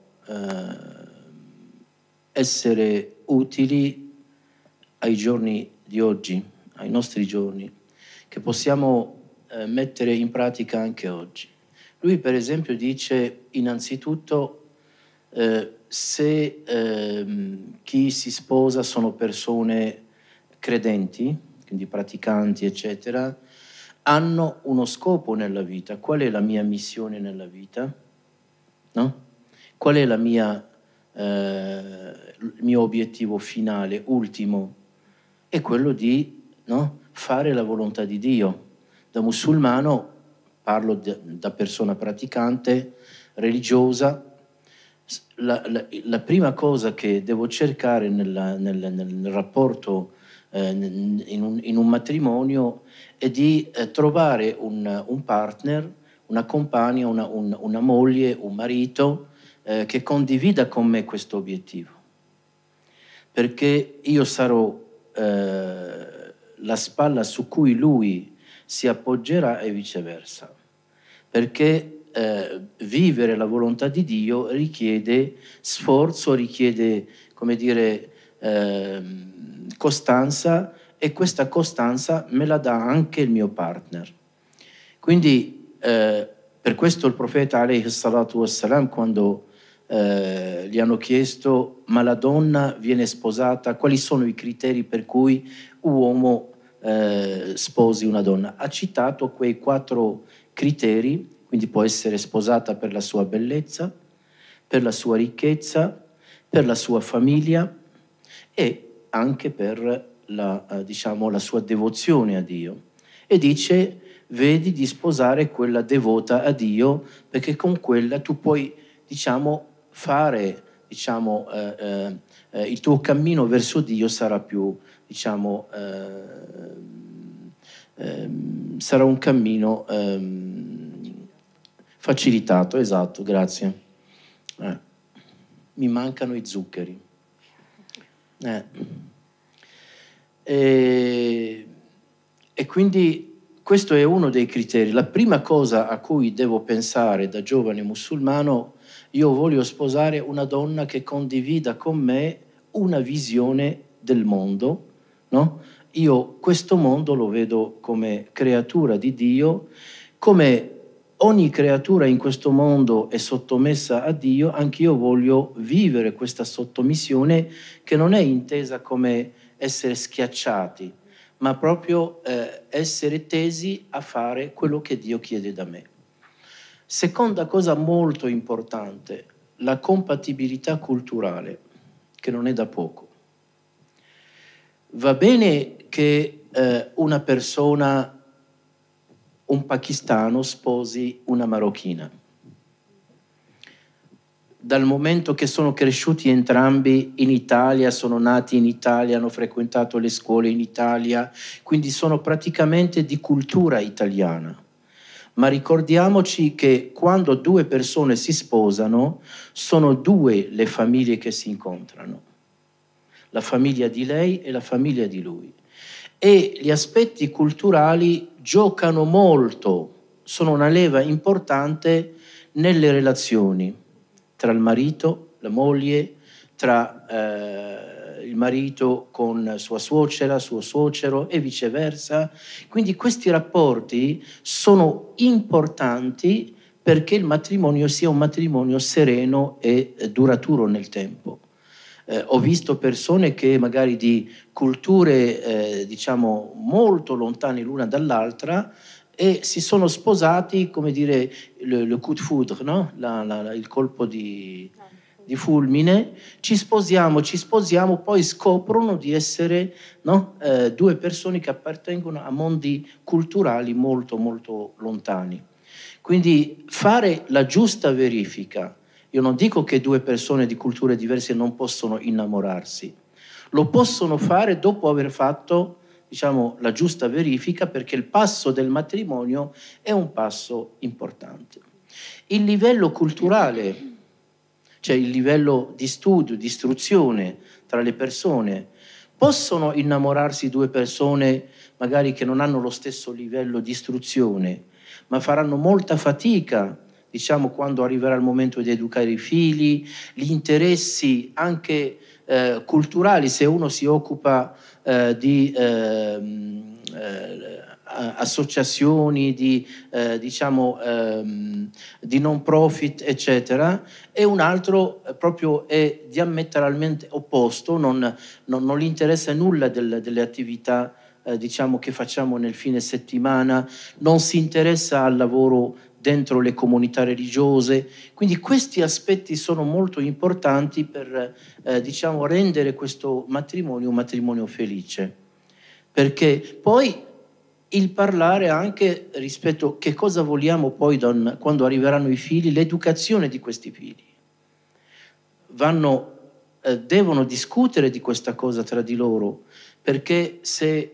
essere utili ai giorni di oggi, ai nostri giorni, che possiamo mettere in pratica anche oggi. Lui per esempio dice innanzitutto se chi si sposa sono persone credenti, quindi praticanti eccetera, hanno uno scopo nella vita. Qual è la mia missione nella vita? No? Qual è il mio obiettivo finale, ultimo? È quello di fare la volontà di Dio. Da musulmano, parlo da persona praticante, religiosa, la prima cosa che devo cercare nel rapporto, in un matrimonio, è di trovare un partner, una compagna, una moglie, un marito che condivida con me questo obiettivo, perché io sarò la spalla su cui lui si appoggerà e viceversa, perché vivere la volontà di Dio richiede sforzo, richiede, come dire, costanza, e questa costanza me la dà anche il mio partner. Quindi per questo il profeta alaihi salatu wassalam, quando gli hanno chiesto ma la donna viene sposata, quali sono i criteri per cui un uomo sposi una donna, ha citato quei 4 criteri. Quindi può essere sposata per la sua bellezza, per la sua ricchezza, per la sua famiglia e anche per diciamo, la sua devozione a Dio e dice: vedi di sposare quella devota a Dio, perché con quella tu puoi, diciamo, fare, diciamo, il tuo cammino verso Dio sarà più, diciamo, sarà un cammino facilitato. Esatto, grazie. Mi mancano i zuccheri. E quindi questo è uno dei criteri. La prima cosa a cui devo pensare da giovane musulmano: io voglio sposare una donna che condivida con me una visione del mondo, no? Io questo mondo lo vedo come creatura di Dio, come ogni creatura in questo mondo è sottomessa a Dio, anch'io voglio vivere questa sottomissione, che non è intesa come essere schiacciati, ma proprio essere tesi a fare quello che Dio chiede da me. Seconda cosa molto importante, la compatibilità culturale, che non è da poco. Va bene che una persona, un pakistano, sposi una marocchina. Dal momento che sono cresciuti entrambi in Italia, sono nati in Italia, hanno frequentato le scuole in Italia, quindi sono praticamente di cultura italiana. Ma ricordiamoci che quando due persone si sposano, sono due le famiglie che si incontrano. La famiglia di lei e la famiglia di lui. E gli aspetti culturali giocano molto, sono una leva importante nelle relazioni tra il marito, la moglie, tra il marito con sua suocera, suo suocero e viceversa. Quindi questi rapporti sono importanti perché il matrimonio sia un matrimonio sereno e duraturo nel tempo. Ho visto persone che magari di culture diciamo molto lontane l'una dall'altra e si sono sposati, come dire, le coup de foudre, no? Il colpo di fulmine, ci sposiamo, poi scoprono di essere, no? Due persone che appartengono a mondi culturali molto molto lontani. Quindi fare la giusta verifica. Io non dico che due persone di culture diverse non possono innamorarsi, lo possono fare dopo aver fatto, diciamo, la giusta verifica, perché il passo del matrimonio è un passo importante. Il livello culturale, cioè il livello di studio, di istruzione tra le persone, possono innamorarsi due persone magari che non hanno lo stesso livello di istruzione, ma faranno molta fatica, diciamo, quando arriverà il momento di educare i figli, gli interessi anche culturali, se uno si occupa di associazioni, diciamo, di non profit, eccetera, e un altro proprio è diametralmente opposto, non gli interessa nulla delle attività diciamo che facciamo nel fine settimana, non si interessa al lavoro dentro le comunità religiose. Quindi questi aspetti sono molto importanti per diciamo rendere questo matrimonio un matrimonio felice, perché poi il parlare anche rispetto a che cosa vogliamo poi quando arriveranno i figli, l'educazione di questi figli. Devono discutere di questa cosa tra di loro, perché se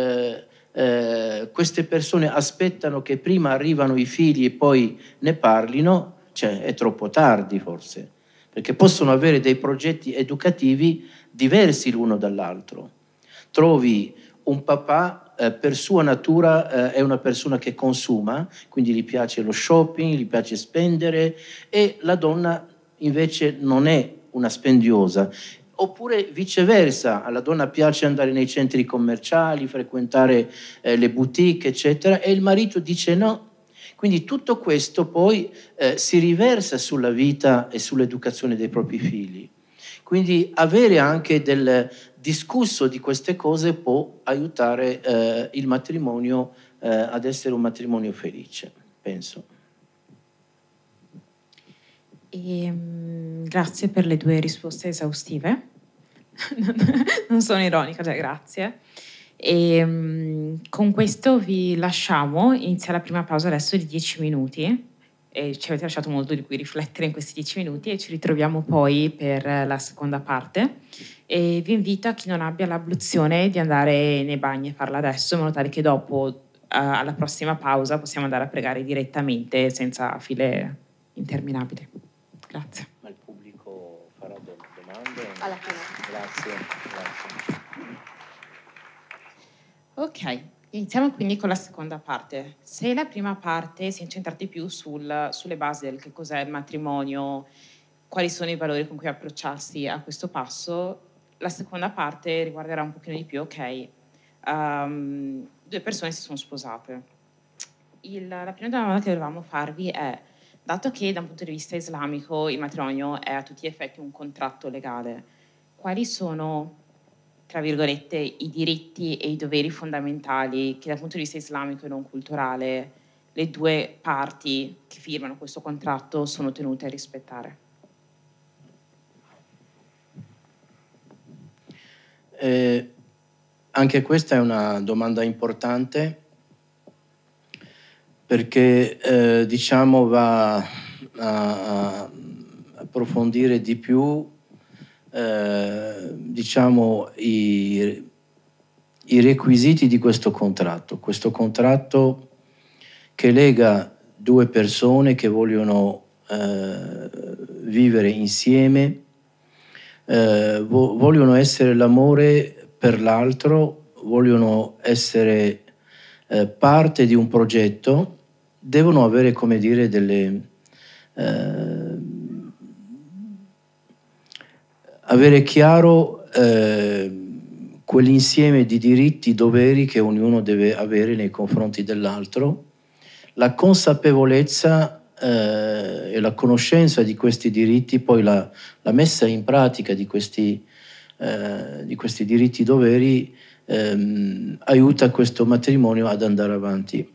queste persone aspettano che prima arrivano i figli e poi ne parlino, cioè è troppo tardi forse, perché possono avere dei progetti educativi diversi l'uno dall'altro. Trovi un papà per sua natura è una persona che consuma, quindi gli piace lo shopping, gli piace spendere, e la donna invece non è una spendiosa. Oppure viceversa, alla donna piace andare nei centri commerciali, frequentare le boutique, eccetera, e il marito dice no. Quindi tutto questo poi si riversa sulla vita e sull'educazione dei propri figli. Quindi avere anche del discusso di queste cose può aiutare il matrimonio ad essere un matrimonio felice, penso. Grazie per le due risposte esaustive. non sono ironica, cioè grazie. E con questo vi lasciamo, inizia la prima pausa adesso di 10 minuti e ci avete lasciato molto di cui riflettere in questi 10 minuti e ci ritroviamo poi per la seconda parte e vi invito a chi non abbia l'abluzione di andare nei bagni e farla adesso in modo tale che dopo alla prossima pausa possiamo andare a pregare direttamente senza file interminabili. Grazie. Ma il pubblico farà domande? Alla fine. Grazie. Ok, iniziamo quindi con la seconda parte. Se la prima parte si è incentrata di più sulle basi del che cos'è il matrimonio, quali sono i valori con cui approcciarsi a questo passo, la seconda parte riguarderà un pochino di più, ok, due persone si sono sposate. La prima domanda che volevamo farvi è, dato che da un punto di vista islamico il matrimonio è a tutti gli effetti un contratto legale, quali sono, tra virgolette, i diritti e i doveri fondamentali che dal punto di vista islamico e non culturale le due parti che firmano questo contratto sono tenute a rispettare? Anche questa è una domanda importante perché diciamo va a approfondire di più diciamo i requisiti di questo contratto che lega due persone che vogliono vivere insieme, vogliono essere l'amore per l'altro, vogliono essere parte di un progetto, devono avere, come dire, avere chiaro quell'insieme di diritti, doveri che ognuno deve avere nei confronti dell'altro, la consapevolezza e la conoscenza di questi diritti, poi la messa in pratica di questi diritti doveri aiuta questo matrimonio ad andare avanti.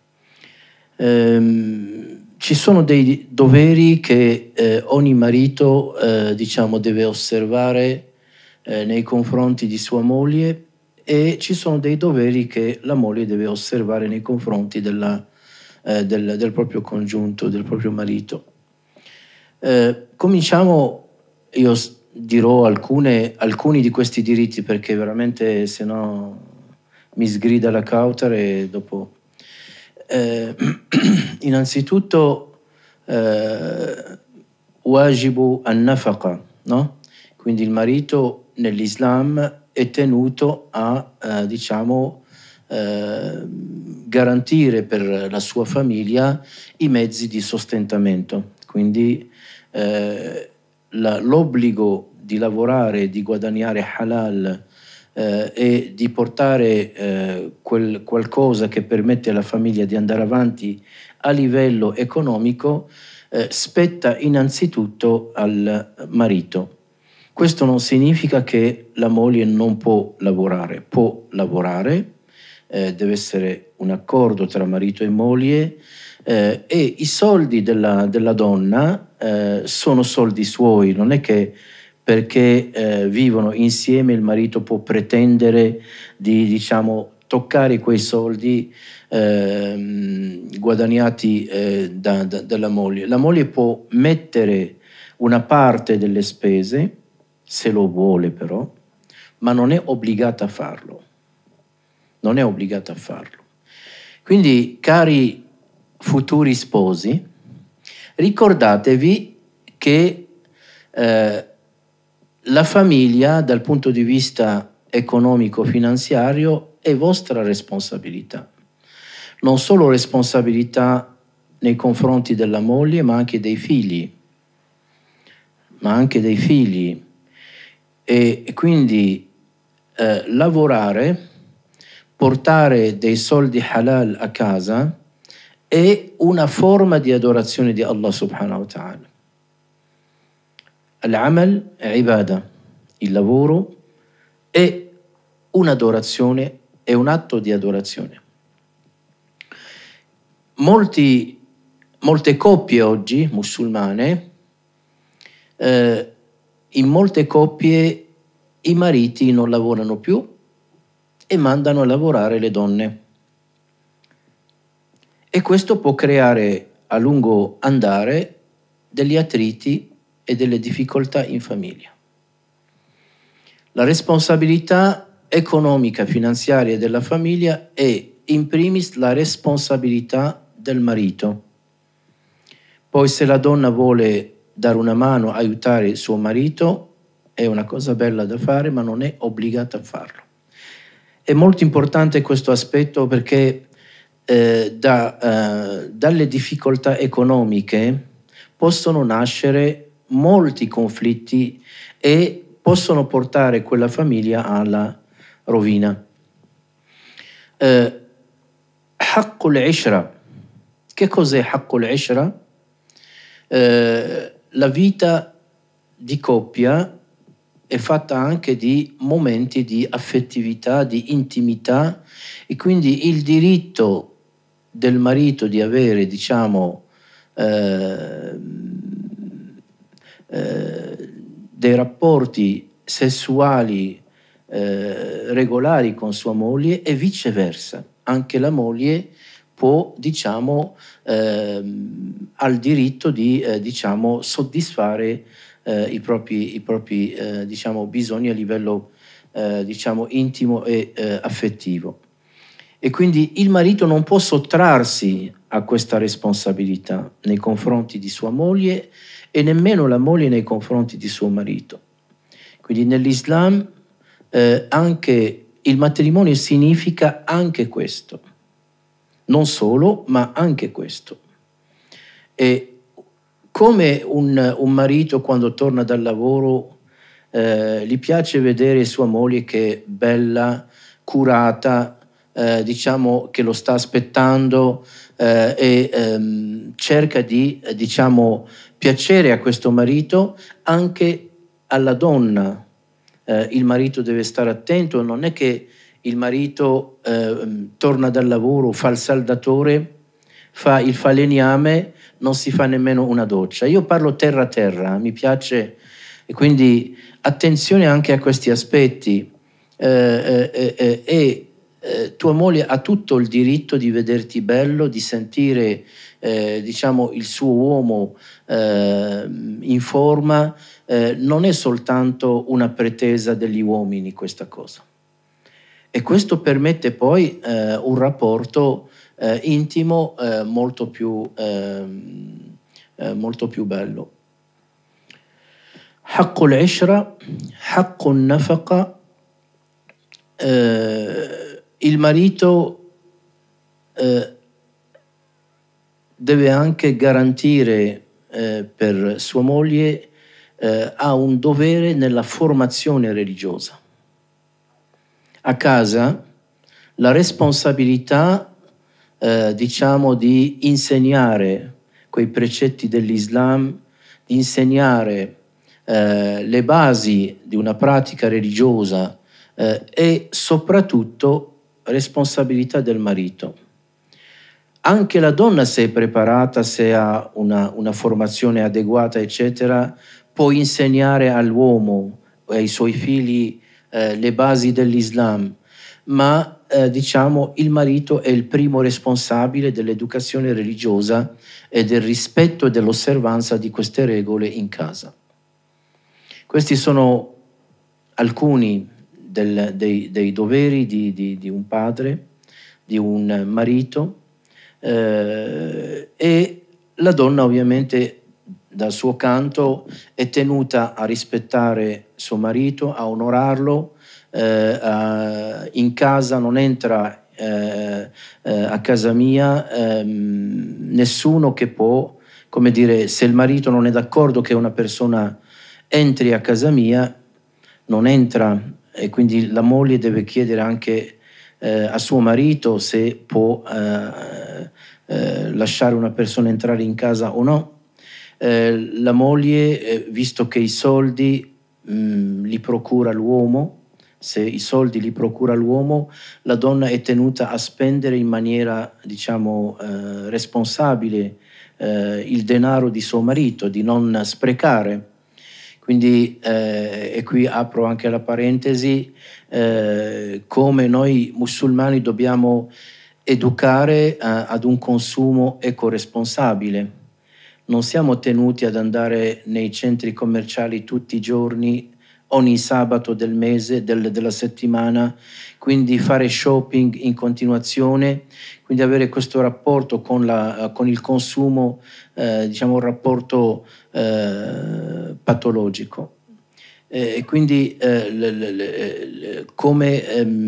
Ci sono dei doveri che ogni marito diciamo deve osservare nei confronti di sua moglie e ci sono dei doveri che la moglie deve osservare nei confronti del proprio congiunto, del proprio marito. Cominciamo, io dirò alcuni di questi diritti perché veramente se no mi sgrida la Kautar e dopo... innanzitutto wajibu an-nafaqa, no? Quindi il marito nell'Islam è tenuto a diciamo garantire per la sua famiglia i mezzi di sostentamento, quindi l'obbligo di lavorare, di guadagnare halal e di portare qualcosa che permette alla famiglia di andare avanti a livello economico spetta innanzitutto al marito. Questo non significa che la moglie non può lavorare, deve essere un accordo tra marito e moglie e i soldi della donna sono soldi suoi, non è che perché vivono insieme il marito può pretendere di diciamo toccare quei soldi guadagnati dalla moglie. La moglie può mettere una parte delle spese se lo vuole però, ma non è obbligata a farlo. Non è obbligata a farlo. Quindi, cari futuri sposi, ricordatevi che la famiglia, dal punto di vista economico-finanziario, è vostra responsabilità. Non solo responsabilità nei confronti della moglie, ma anche dei figli. E quindi lavorare, portare dei soldi halal a casa è una forma di adorazione di Allah subhanahu wa ta'ala. Al-amal è ibada, il lavoro è un'adorazione, è un atto di adorazione. Molte coppie oggi musulmane, in molte coppie i mariti non lavorano più e mandano a lavorare le donne. E questo può creare a lungo andare degli attriti e delle difficoltà in famiglia. La responsabilità economica, finanziaria della famiglia è in primis la responsabilità del marito. Poi se la donna vuole dare una mano, aiutare il suo marito, è una cosa bella da fare, ma non è obbligata a farlo. È molto importante questo aspetto perché dalle difficoltà economiche possono nascere molti conflitti e possono portare quella famiglia alla rovina. Haqqul Ishra. Che cos'è Haqqul Ishra? La vita di coppia è fatta anche di momenti di affettività, di intimità, e quindi il diritto del marito di avere, diciamo, dei rapporti sessuali regolari con sua moglie e viceversa. Anche la moglie può, diciamo, ha il diritto di, diciamo, soddisfare i propri diciamo, bisogni a livello, diciamo, intimo e affettivo. E quindi il marito non può sottrarsi a questa responsabilità nei confronti di sua moglie e nemmeno la moglie nei confronti di suo marito. Quindi nell'Islam anche il matrimonio significa anche questo. Non solo, ma anche questo. E come un marito quando torna dal lavoro gli piace vedere sua moglie che è bella, curata, diciamo che lo sta aspettando e cerca di, diciamo, piacere a questo marito, anche alla donna il marito deve stare attento. Non è che il marito torna dal lavoro, fa il saldatore, fa il falegname, non si fa nemmeno una doccia. Io parlo terra a terra, mi piace, e quindi attenzione anche a questi aspetti. Tua moglie ha tutto il diritto di vederti bello, di sentire diciamo il suo uomo in forma, non è soltanto una pretesa degli uomini questa cosa. E questo permette poi un rapporto intimo molto più bello. Haqqul Ishra, Haqqun Nafaqa. Il marito deve anche garantire per sua moglie, ha un dovere nella formazione religiosa. A casa la responsabilità diciamo di insegnare quei precetti dell'Islam, di insegnare le basi di una pratica religiosa e soprattutto responsabilità del marito. Anche la donna, se è preparata, se ha una formazione adeguata, eccetera, può insegnare all'uomo e ai suoi figli le basi dell'Islam, ma diciamo il marito è il primo responsabile dell'educazione religiosa e del rispetto e dell'osservanza di queste regole in casa. Questi sono alcuni dei doveri di un padre, di un marito, e la donna ovviamente dal suo canto è tenuta a rispettare suo marito, a onorarlo, in casa non entra a casa mia nessuno che può, come dire, se il marito non è d'accordo che una persona entri a casa mia, non entra, e quindi la moglie deve chiedere anche a suo marito se può lasciare una persona entrare in casa o no. La moglie, visto che i soldi li procura l'uomo, se i soldi li procura l'uomo, la donna è tenuta a spendere in maniera, diciamo, responsabile il denaro di suo marito, di non sprecare. Quindi, e qui apro anche la parentesi, come noi musulmani dobbiamo educare ad un consumo ecoresponsabile. Non siamo tenuti ad andare nei centri commerciali tutti i giorni, ogni sabato del mese, della settimana, quindi fare shopping in continuazione, quindi avere questo rapporto con il consumo, diciamo un rapporto patologico. E quindi come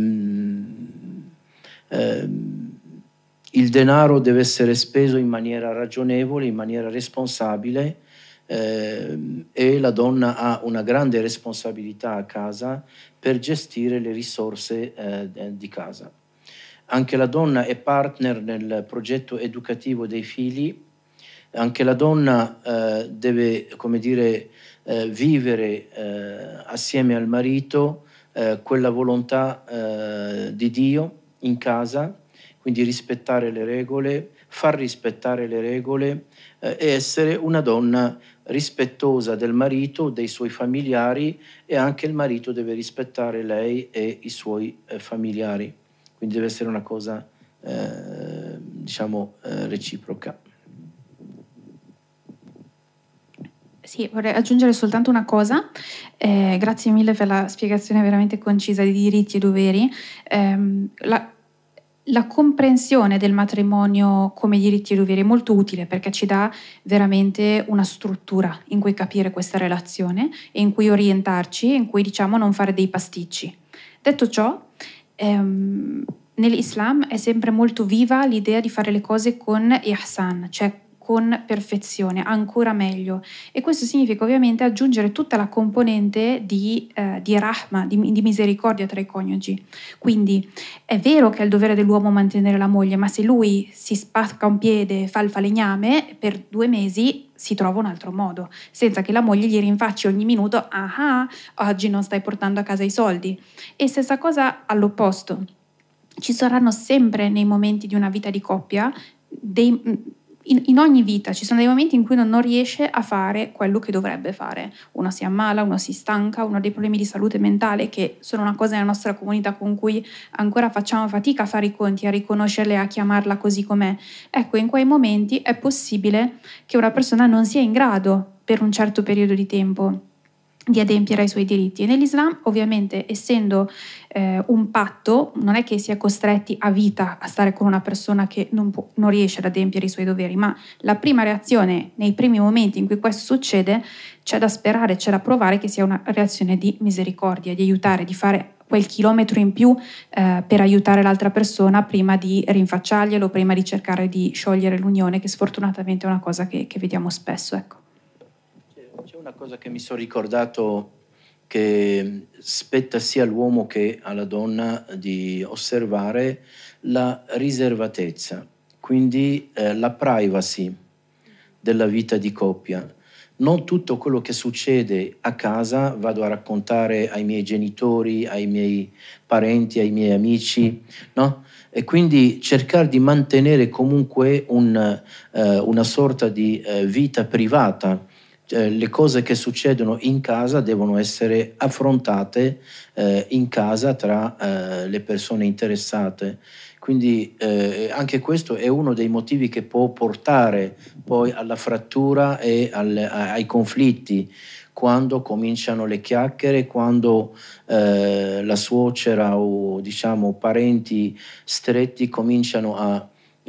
il denaro deve essere speso in maniera ragionevole, in maniera responsabile, e la donna ha una grande responsabilità a casa per gestire le risorse di casa. Anche la donna è partner nel progetto educativo dei figli, anche la donna deve, come dire, vivere assieme al marito quella volontà di Dio in casa, quindi rispettare le regole, far rispettare le regole e essere una donna rispettosa del marito, dei suoi familiari, e anche il marito deve rispettare lei e i suoi familiari. Quindi deve essere una cosa, diciamo, reciproca. Sì, vorrei aggiungere soltanto una cosa. Grazie mille per la spiegazione veramente concisa di diritti e doveri. La comprensione del matrimonio come diritti e doveri è molto utile perché ci dà veramente una struttura in cui capire questa relazione e in cui orientarci, in cui diciamo non fare dei pasticci. Detto ciò, nell'Islam è sempre molto viva l'idea di fare le cose con ihsan, cioè con perfezione, ancora meglio. E questo significa ovviamente aggiungere tutta la componente di rahma, di misericordia tra i coniugi. Quindi è vero che è il dovere dell'uomo mantenere la moglie, ma se lui si spacca un piede, fa il falegname, per 2 mesi si trova un altro modo, senza che la moglie gli rinfacci ogni minuto: ah, oggi non stai portando a casa i soldi. E stessa cosa all'opposto. Ci saranno sempre nei momenti di una vita di coppia in ogni vita ci sono dei momenti in cui uno non riesce a fare quello che dovrebbe fare. Uno si ammala, uno si stanca, uno ha dei problemi di salute mentale che sono una cosa nella nostra comunità con cui ancora facciamo fatica a fare i conti, a riconoscerle, a chiamarla così com'è. Ecco, in quei momenti è possibile che una persona non sia in grado per un certo periodo di tempo di adempiere ai suoi diritti. E nell'Islam, ovviamente, essendo un patto, non è che si è costretti a vita a stare con una persona che non riesce ad adempiere i suoi doveri, ma la prima reazione nei primi momenti in cui questo succede, c'è da sperare, c'è da provare che sia una reazione di misericordia, di aiutare, di fare quel chilometro in più per aiutare l'altra persona prima di rinfacciarglielo, prima di cercare di sciogliere l'unione, che sfortunatamente è una cosa che vediamo spesso, ecco. C'è una cosa che mi sono ricordato, che spetta sia all'uomo che alla donna di osservare: la riservatezza, quindi la privacy della vita di coppia. Non tutto quello che succede a casa vado a raccontare ai miei genitori, ai miei parenti, ai miei amici, no? E quindi cercare di mantenere comunque una sorta di vita privata. Le cose che succedono in casa devono essere affrontate in casa tra le persone interessate. Quindi anche questo è uno dei motivi che può portare poi alla frattura e ai conflitti, quando cominciano le chiacchiere, quando la suocera o diciamo parenti stretti cominciano a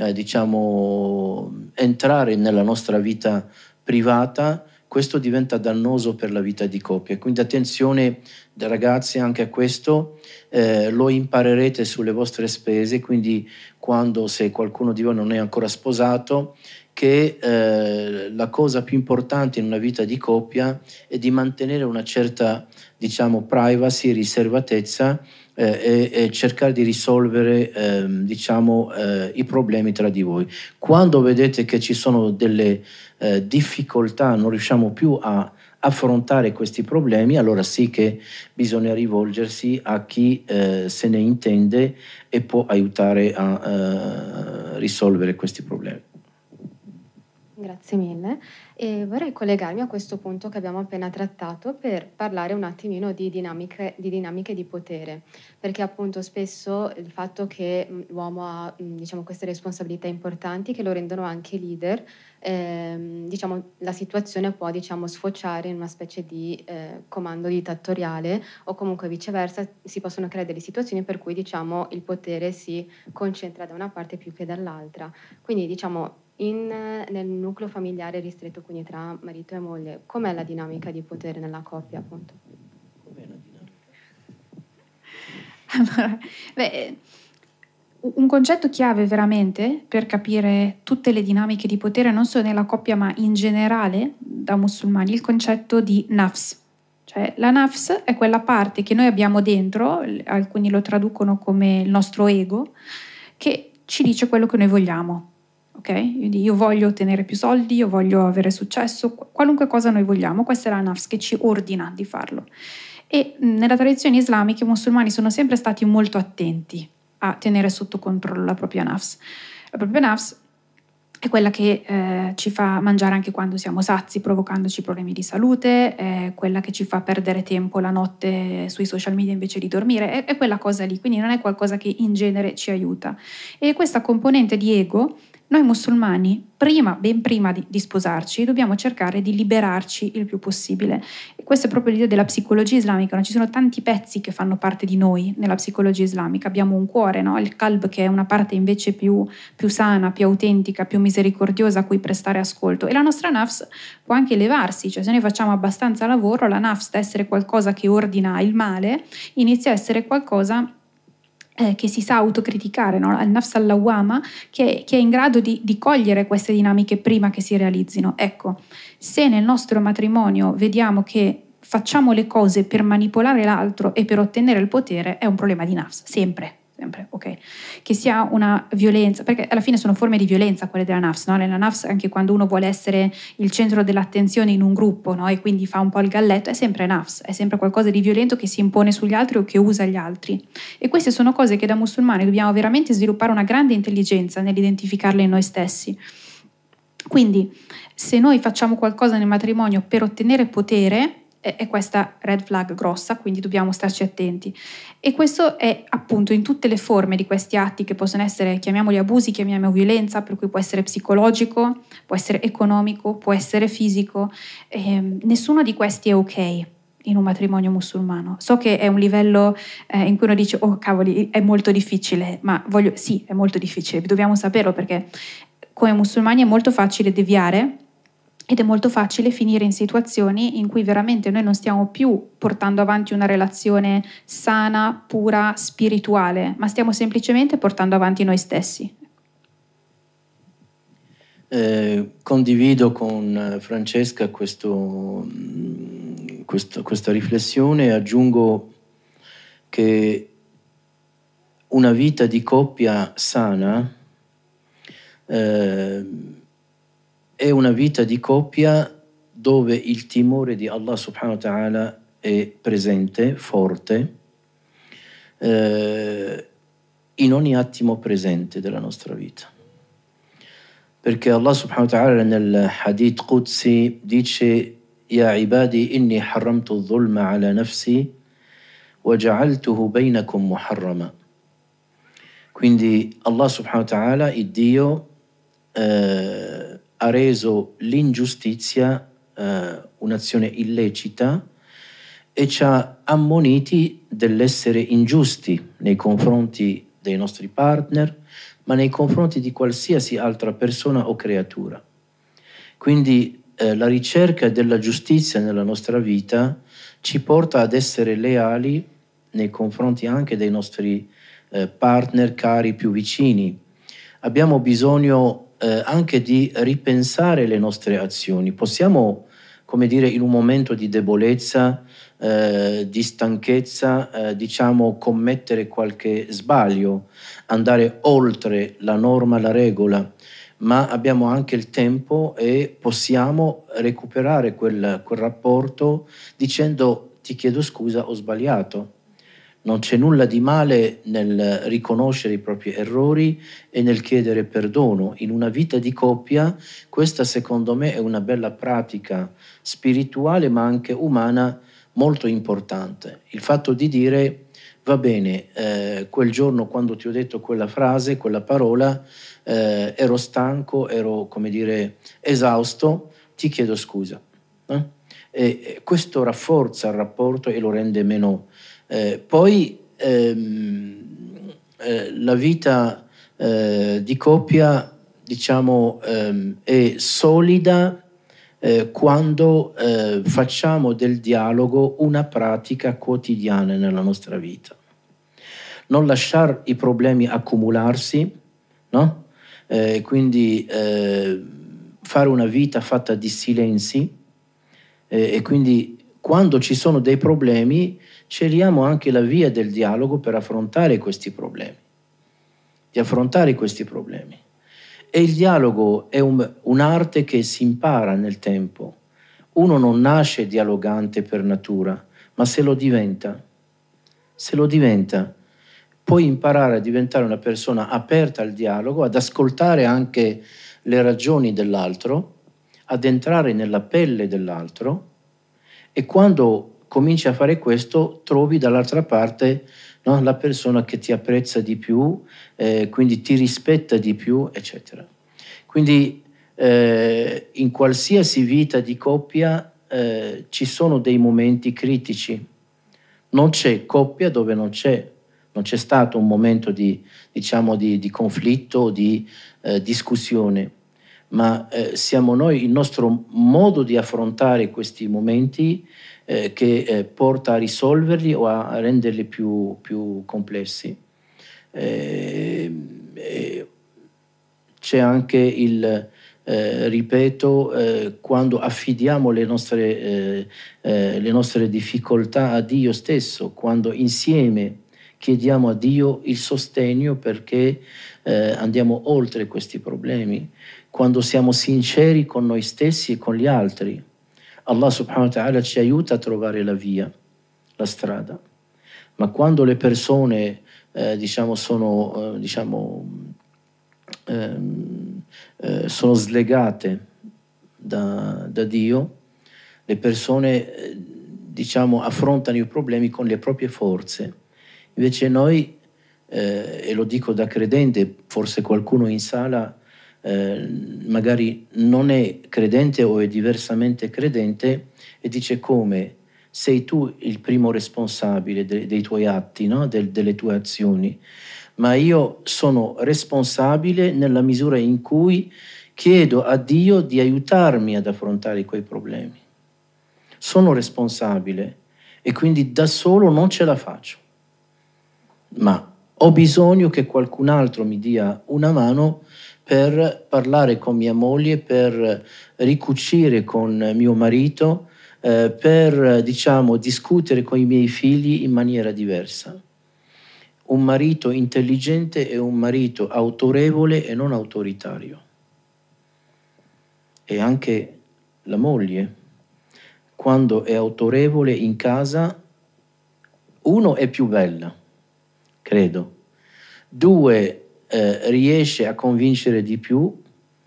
diciamo entrare nella nostra vita privata. Questo diventa dannoso per la vita di coppia, quindi attenzione ragazzi anche a questo, lo imparerete sulle vostre spese, quindi se qualcuno di voi non è ancora sposato, che la cosa più importante in una vita di coppia è di mantenere una certa, diciamo, privacy, riservatezza e cercare di risolvere, diciamo, i problemi tra di voi. Quando vedete che ci sono delle difficoltà, non riusciamo più a affrontare questi problemi, allora sì che bisogna rivolgersi a chi se ne intende e può aiutare a risolvere questi problemi. Grazie mille. E vorrei collegarmi a questo punto che abbiamo appena trattato per parlare un attimino di dinamiche di potere, perché appunto spesso il fatto che l'uomo ha diciamo, queste responsabilità importanti che lo rendono anche leader, diciamo, la situazione può diciamo, sfociare in una specie di comando dittatoriale o comunque viceversa si possono creare delle situazioni per cui diciamo, il potere si concentra da una parte più che dall'altra. Quindi diciamo nel nucleo familiare ristretto, quindi tra marito e moglie, com'è la dinamica di potere nella coppia, appunto? Com'è la dinamica? Allora, un concetto chiave veramente per capire tutte le dinamiche di potere, non solo nella coppia ma in generale da musulmani, il concetto di nafs. Cioè la nafs è quella parte che noi abbiamo dentro, alcuni lo traducono come il nostro ego, che ci dice quello che noi vogliamo. Okay? Io voglio ottenere più soldi, io voglio avere successo, qualunque cosa noi vogliamo, questa è la nafs che ci ordina di farlo. E nella tradizione islamica i musulmani sono sempre stati molto attenti a tenere sotto controllo la propria nafs. La propria nafs è quella che ci fa mangiare anche quando siamo sazi, provocandoci problemi di salute, è quella che ci fa perdere tempo la notte sui social media invece di dormire, è quella cosa lì, quindi non è qualcosa che in genere ci aiuta. E questa componente di ego noi musulmani, ben prima di sposarci, dobbiamo cercare di liberarci il più possibile. E questa è proprio l'idea della psicologia islamica, no? Ci sono tanti pezzi che fanno parte di noi nella psicologia islamica. Abbiamo un cuore, no? Il qalb, che è una parte invece più sana, più autentica, più misericordiosa a cui prestare ascolto. E la nostra nafs può anche elevarsi, cioè se noi facciamo abbastanza lavoro, la nafs da essere qualcosa che ordina il male, inizia a essere qualcosa che si sa autocriticare, no? Il nafs al-lawwama, che è in grado di cogliere queste dinamiche prima che si realizzino. Ecco, se nel nostro matrimonio vediamo che facciamo le cose per manipolare l'altro e per ottenere il potere, è un problema di nafs, sempre, ok? Che sia una violenza, perché alla fine sono forme di violenza quelle della nafs, no? Nella nafs anche quando uno vuole essere il centro dell'attenzione in un gruppo, no? E quindi fa un po' il galletto, è sempre nafs, è sempre qualcosa di violento che si impone sugli altri o che usa gli altri. E queste sono cose che da musulmani dobbiamo veramente sviluppare una grande intelligenza nell'identificarle in noi stessi. Quindi se noi facciamo qualcosa nel matrimonio per ottenere potere, è questa red flag grossa, quindi dobbiamo starci attenti. E questo è appunto in tutte le forme di questi atti che possono essere, chiamiamoli abusi, chiamiamo violenza, per cui può essere psicologico, può essere economico, può essere fisico. Nessuno di questi è ok in un matrimonio musulmano. So che è un livello in cui uno dice oh cavoli è molto difficile, ma sì, è molto difficile, dobbiamo saperlo perché come musulmani è molto facile deviare ed è molto facile finire in situazioni in cui veramente noi non stiamo più portando avanti una relazione sana, pura, spirituale, ma stiamo semplicemente portando avanti noi stessi. Condivido con Francesca questa riflessione e aggiungo che una vita di coppia sana è una vita di coppia dove il timore di Allah subhanahu wa ta'ala è presente, forte, in ogni attimo presente della nostra vita. Perché Allah subhanahu wa ta'ala nel hadith Qudsi dice Ya ibadi inni harramtu dhulma ala nafsi wa ja'altuhu bainakum muharrama. Quindi Allah subhanahu wa ta'ala, il Dio, ha reso l'ingiustizia un'azione illecita e ci ha ammoniti dell'essere ingiusti nei confronti dei nostri partner, ma nei confronti di qualsiasi altra persona o creatura. Quindi la ricerca della giustizia nella nostra vita ci porta ad essere leali nei confronti anche dei nostri partner cari più vicini. Abbiamo bisogno anche di ripensare le nostre azioni. Possiamo, come dire, in un momento di debolezza, di stanchezza, diciamo, commettere qualche sbaglio, andare oltre la norma, la regola, ma abbiamo anche il tempo e possiamo recuperare quel rapporto dicendo ti chiedo scusa, ho sbagliato. Non c'è nulla di male nel riconoscere i propri errori e nel chiedere perdono. In una vita di coppia, questa secondo me è una bella pratica spirituale ma anche umana molto importante. Il fatto di dire, va bene, quel giorno quando ti ho detto quella frase, quella parola, ero stanco, ero, come dire, esausto, ti chiedo scusa. E questo rafforza il rapporto e lo rende meno... la vita di coppia, diciamo, è solida quando facciamo del dialogo una pratica quotidiana nella nostra vita. Non lasciare i problemi accumularsi, no? Quindi fare una vita fatta di silenzi e quindi quando ci sono dei problemi scegliamo anche la via del dialogo per affrontare questi problemi, di affrontare questi problemi. E il dialogo è un'arte che si impara nel tempo. Uno non nasce dialogante per natura, ma se lo diventa, puoi imparare a diventare una persona aperta al dialogo, ad ascoltare anche le ragioni dell'altro, ad entrare nella pelle dell'altro, e quando cominci a fare questo trovi dall'altra parte, no, la persona che ti apprezza di più, quindi ti rispetta di più, eccetera. Quindi in qualsiasi vita di coppia ci sono dei momenti critici. Non c'è coppia dove non c'è stato un momento di conflitto, di discussione, ma siamo noi, il nostro modo di affrontare questi momenti che porta a risolverli o a renderli più complessi. C'è anche il, ripeto, quando affidiamo le nostre difficoltà a Dio stesso, quando insieme chiediamo a Dio il sostegno perché andiamo oltre questi problemi, quando siamo sinceri con noi stessi e con gli altri. Allah subhanahu wa ta'ala ci aiuta a trovare la via, la strada. Ma quando le persone sono slegate da Dio, le persone affrontano i problemi con le proprie forze. Invece noi, e lo dico da credente, forse qualcuno in sala magari non è credente o è diversamente credente e dice: come? Sei tu il primo responsabile dei tuoi atti, no? Delle tue azioni, ma io sono responsabile nella misura in cui chiedo a Dio di aiutarmi ad affrontare quei problemi. Sono responsabile e quindi da solo non ce la faccio, ma ho bisogno che qualcun altro mi dia una mano per parlare con mia moglie, per ricucire con mio marito, per discutere con i miei figli in maniera diversa. Un marito intelligente è un marito autorevole e non autoritario. E anche la moglie, quando è autorevole in casa, uno, è più bella, credo. Due, riesce a convincere di più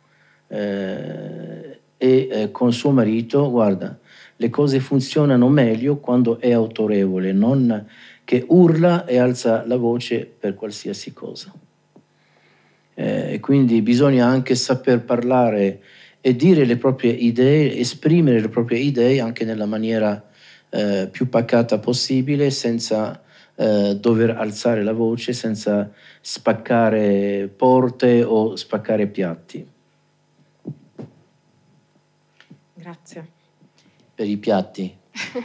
e con suo marito, guarda, le cose funzionano meglio quando è autorevole, non che urla e alza la voce per qualsiasi cosa. Quindi bisogna anche saper parlare e dire le proprie idee, esprimere le proprie idee anche nella maniera più pacata possibile, senza dover alzare la voce, senza spaccare porte o spaccare piatti. Grazie. Per i piatti.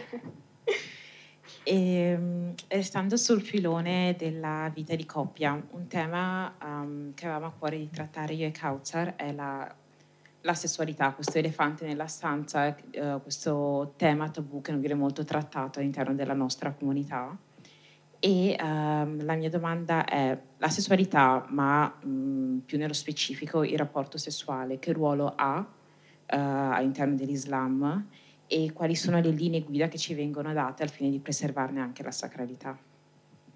E, restando sul filone della vita di coppia, un tema che avevamo a cuore di trattare io e Kautsar è la sessualità, questo elefante nella stanza, questo tema tabù che non viene molto trattato all'interno della nostra comunità. E la mia domanda è: la sessualità, ma più nello specifico il rapporto sessuale, che ruolo ha all'interno dell'Islam e quali sono le linee guida che ci vengono date al fine di preservarne anche la sacralità?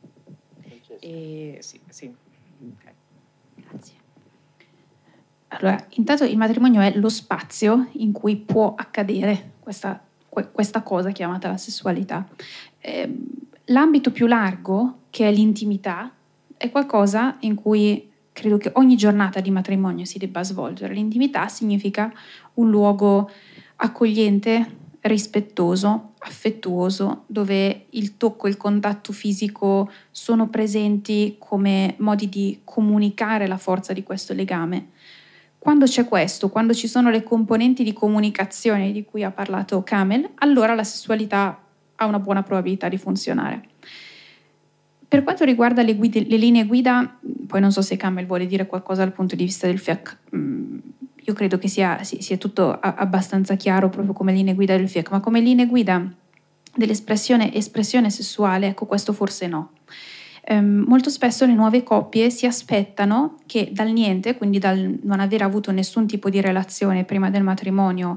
E sì. Okay. Grazie. Allora, intanto il matrimonio è lo spazio in cui può accadere questa cosa chiamata la sessualità. L'ambito più largo, che è l'intimità, è qualcosa in cui credo che ogni giornata di matrimonio si debba svolgere. L'intimità significa un luogo accogliente, rispettoso, affettuoso, dove il tocco e il contatto fisico sono presenti come modi di comunicare la forza di questo legame. Quando c'è questo, quando ci sono le componenti di comunicazione di cui ha parlato Kamel, allora la sessualità ha una buona probabilità di funzionare. Per quanto riguarda le linee guida, poi non so se Kamel vuole dire qualcosa dal punto di vista del fiqh, io credo che sia tutto abbastanza chiaro proprio come linee guida del fiqh, ma come linee guida dell'espressione sessuale, ecco, questo forse no. Molto spesso le nuove coppie si aspettano che dal niente, quindi dal non aver avuto nessun tipo di relazione prima del matrimonio,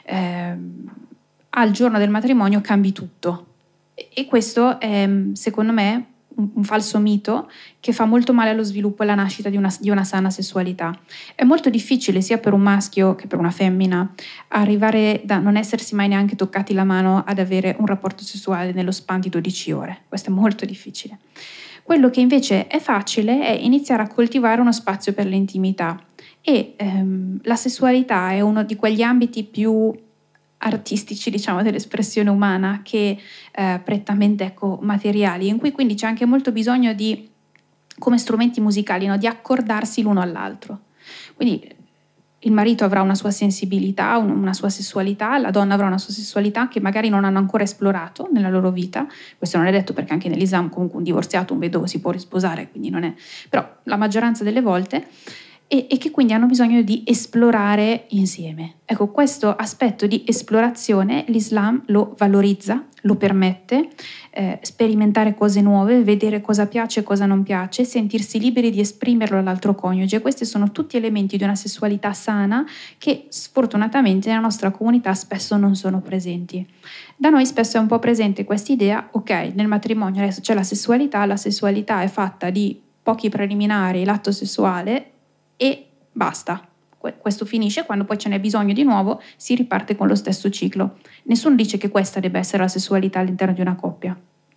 al giorno del matrimonio cambi tutto. E questo è, secondo me, un falso mito che fa molto male allo sviluppo e alla nascita di una sana sessualità. È molto difficile sia per un maschio che per una femmina arrivare da non essersi mai neanche toccati la mano ad avere un rapporto sessuale nello span di 12 ore. Questo è molto difficile. Quello che invece è facile è iniziare a coltivare uno spazio per l'intimità e la sessualità è uno di quegli ambiti più artistici, diciamo, dell'espressione umana che prettamente materiali, in cui quindi c'è anche molto bisogno di, come strumenti musicali, no? Di accordarsi l'uno all'altro. Quindi il marito avrà una sua sensibilità, una sua sessualità, la donna avrà una sua sessualità che magari non hanno ancora esplorato nella loro vita. Questo non è detto, perché anche nell'Islam comunque un divorziato, un vedovo si può risposare, quindi non è... Però la maggioranza delle volte... E che quindi hanno bisogno di esplorare insieme. Ecco, questo aspetto di esplorazione l'Islam lo valorizza, lo permette, sperimentare cose nuove, vedere cosa piace e cosa non piace, sentirsi liberi di esprimerlo all'altro coniuge. Questi sono tutti elementi di una sessualità sana che sfortunatamente nella nostra comunità spesso non sono presenti. Da noi spesso è un po' presente questa idea, ok, nel matrimonio adesso c'è la sessualità è fatta di pochi preliminari, l'atto sessuale, e basta. Questo finisce, quando poi ce n'è bisogno di nuovo si riparte con lo stesso ciclo. Nessuno dice che questa debba essere la sessualità all'interno di una coppia.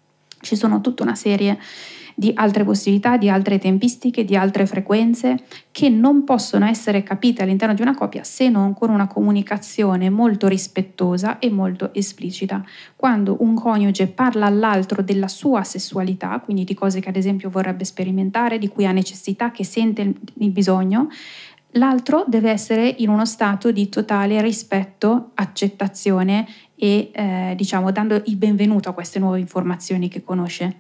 Ci sono tutta una serie di altre possibilità, di altre tempistiche, di altre frequenze che non possono essere capite all'interno di una coppia se non con una comunicazione molto rispettosa e molto esplicita. Quando un coniuge parla all'altro della sua sessualità, quindi di cose che ad esempio vorrebbe sperimentare, di cui ha necessità, che sente il bisogno, l'altro deve essere in uno stato di totale rispetto, accettazione e diciamo dando il benvenuto a queste nuove informazioni che conosce.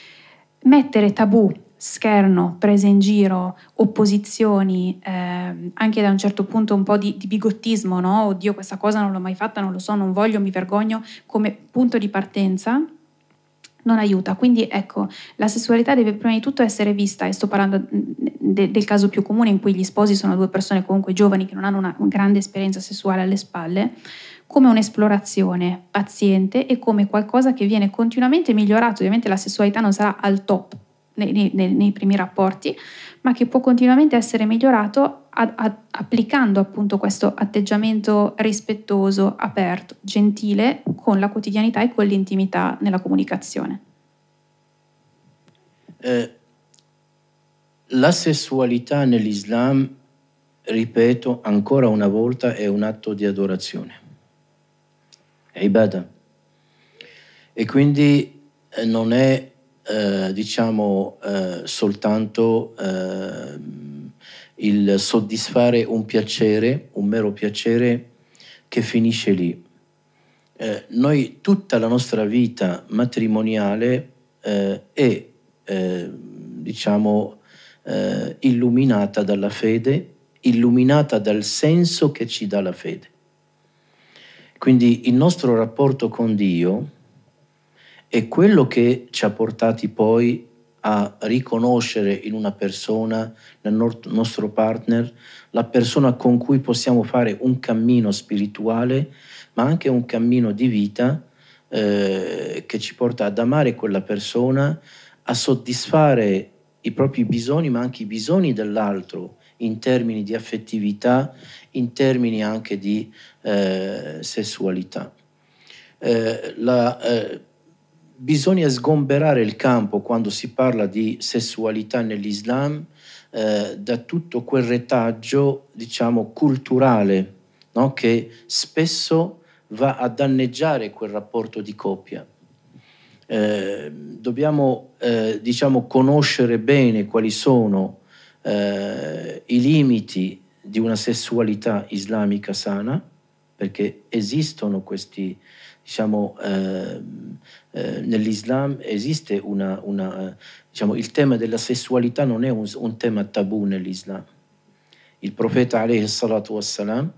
Mettere tabù, scherno, prese in giro, opposizioni, anche da un certo punto un po' di bigottismo, no? Oddio, questa cosa non l'ho mai fatta, non lo so, non voglio, mi vergogno, come punto di partenza non aiuta. Quindi ecco, la sessualità deve prima di tutto essere vista, e sto parlando del caso più comune in cui gli sposi sono due persone comunque giovani che non hanno una grande esperienza sessuale alle spalle, come un'esplorazione paziente e come qualcosa che viene continuamente migliorato. Ovviamente la sessualità non sarà al top nei primi rapporti, ma che può continuamente essere migliorato applicando appunto questo atteggiamento rispettoso, aperto, gentile con la quotidianità e con l'intimità nella comunicazione. La sessualità nell'Islam, ripeto ancora una volta, è un atto di adorazione. È ibadah. E quindi non è soltanto il soddisfare un piacere, un mero piacere che finisce lì. Noi tutta la nostra vita matrimoniale è illuminata dalla fede, illuminata dal senso che ci dà la fede. Quindi il nostro rapporto con Dio è quello che ci ha portati poi a riconoscere in una persona, nel nostro partner, la persona con cui possiamo fare un cammino spirituale, ma anche un cammino di vita che ci porta ad amare quella persona, a soddisfare i propri bisogni, ma anche i bisogni dell'altro, in termini di affettività, in termini anche di sessualità. Bisogna sgomberare il campo quando si parla di sessualità nell'Islam da tutto quel retaggio, diciamo, culturale, no? Che spesso va a danneggiare quel rapporto di coppia. Dobbiamo diciamo, conoscere bene quali sono i limiti di una sessualità islamica sana, perché esistono questi, diciamo, nell'Islam esiste diciamo, il tema della sessualità non è un tema tabù nell'Islam. Il profeta alayhi salatu wassalam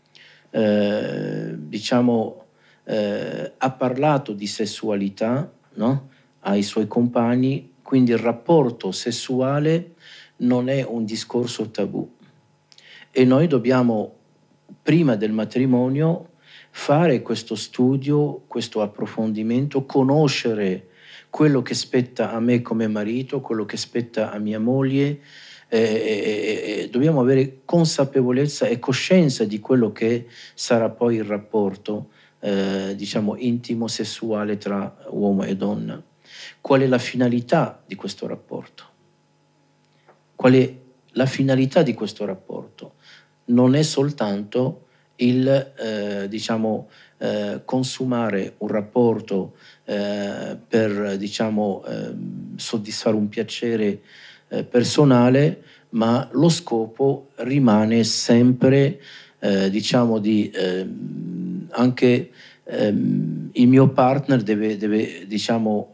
diciamo ha parlato di sessualità, no? Ai suoi compagni, quindi il rapporto sessuale non è un discorso tabù e noi dobbiamo prima del matrimonio fare questo studio, questo approfondimento, conoscere quello che spetta a me come marito, quello che spetta a mia moglie, dobbiamo avere consapevolezza e coscienza di quello che sarà poi il rapporto diciamo intimo sessuale tra uomo e donna. Qual è la finalità di questo rapporto? Qual è la finalità di questo rapporto? Non è soltanto il diciamo consumare un rapporto per diciamo soddisfare un piacere personale, ma lo scopo rimane sempre diciamo di anche il mio partner deve diciamo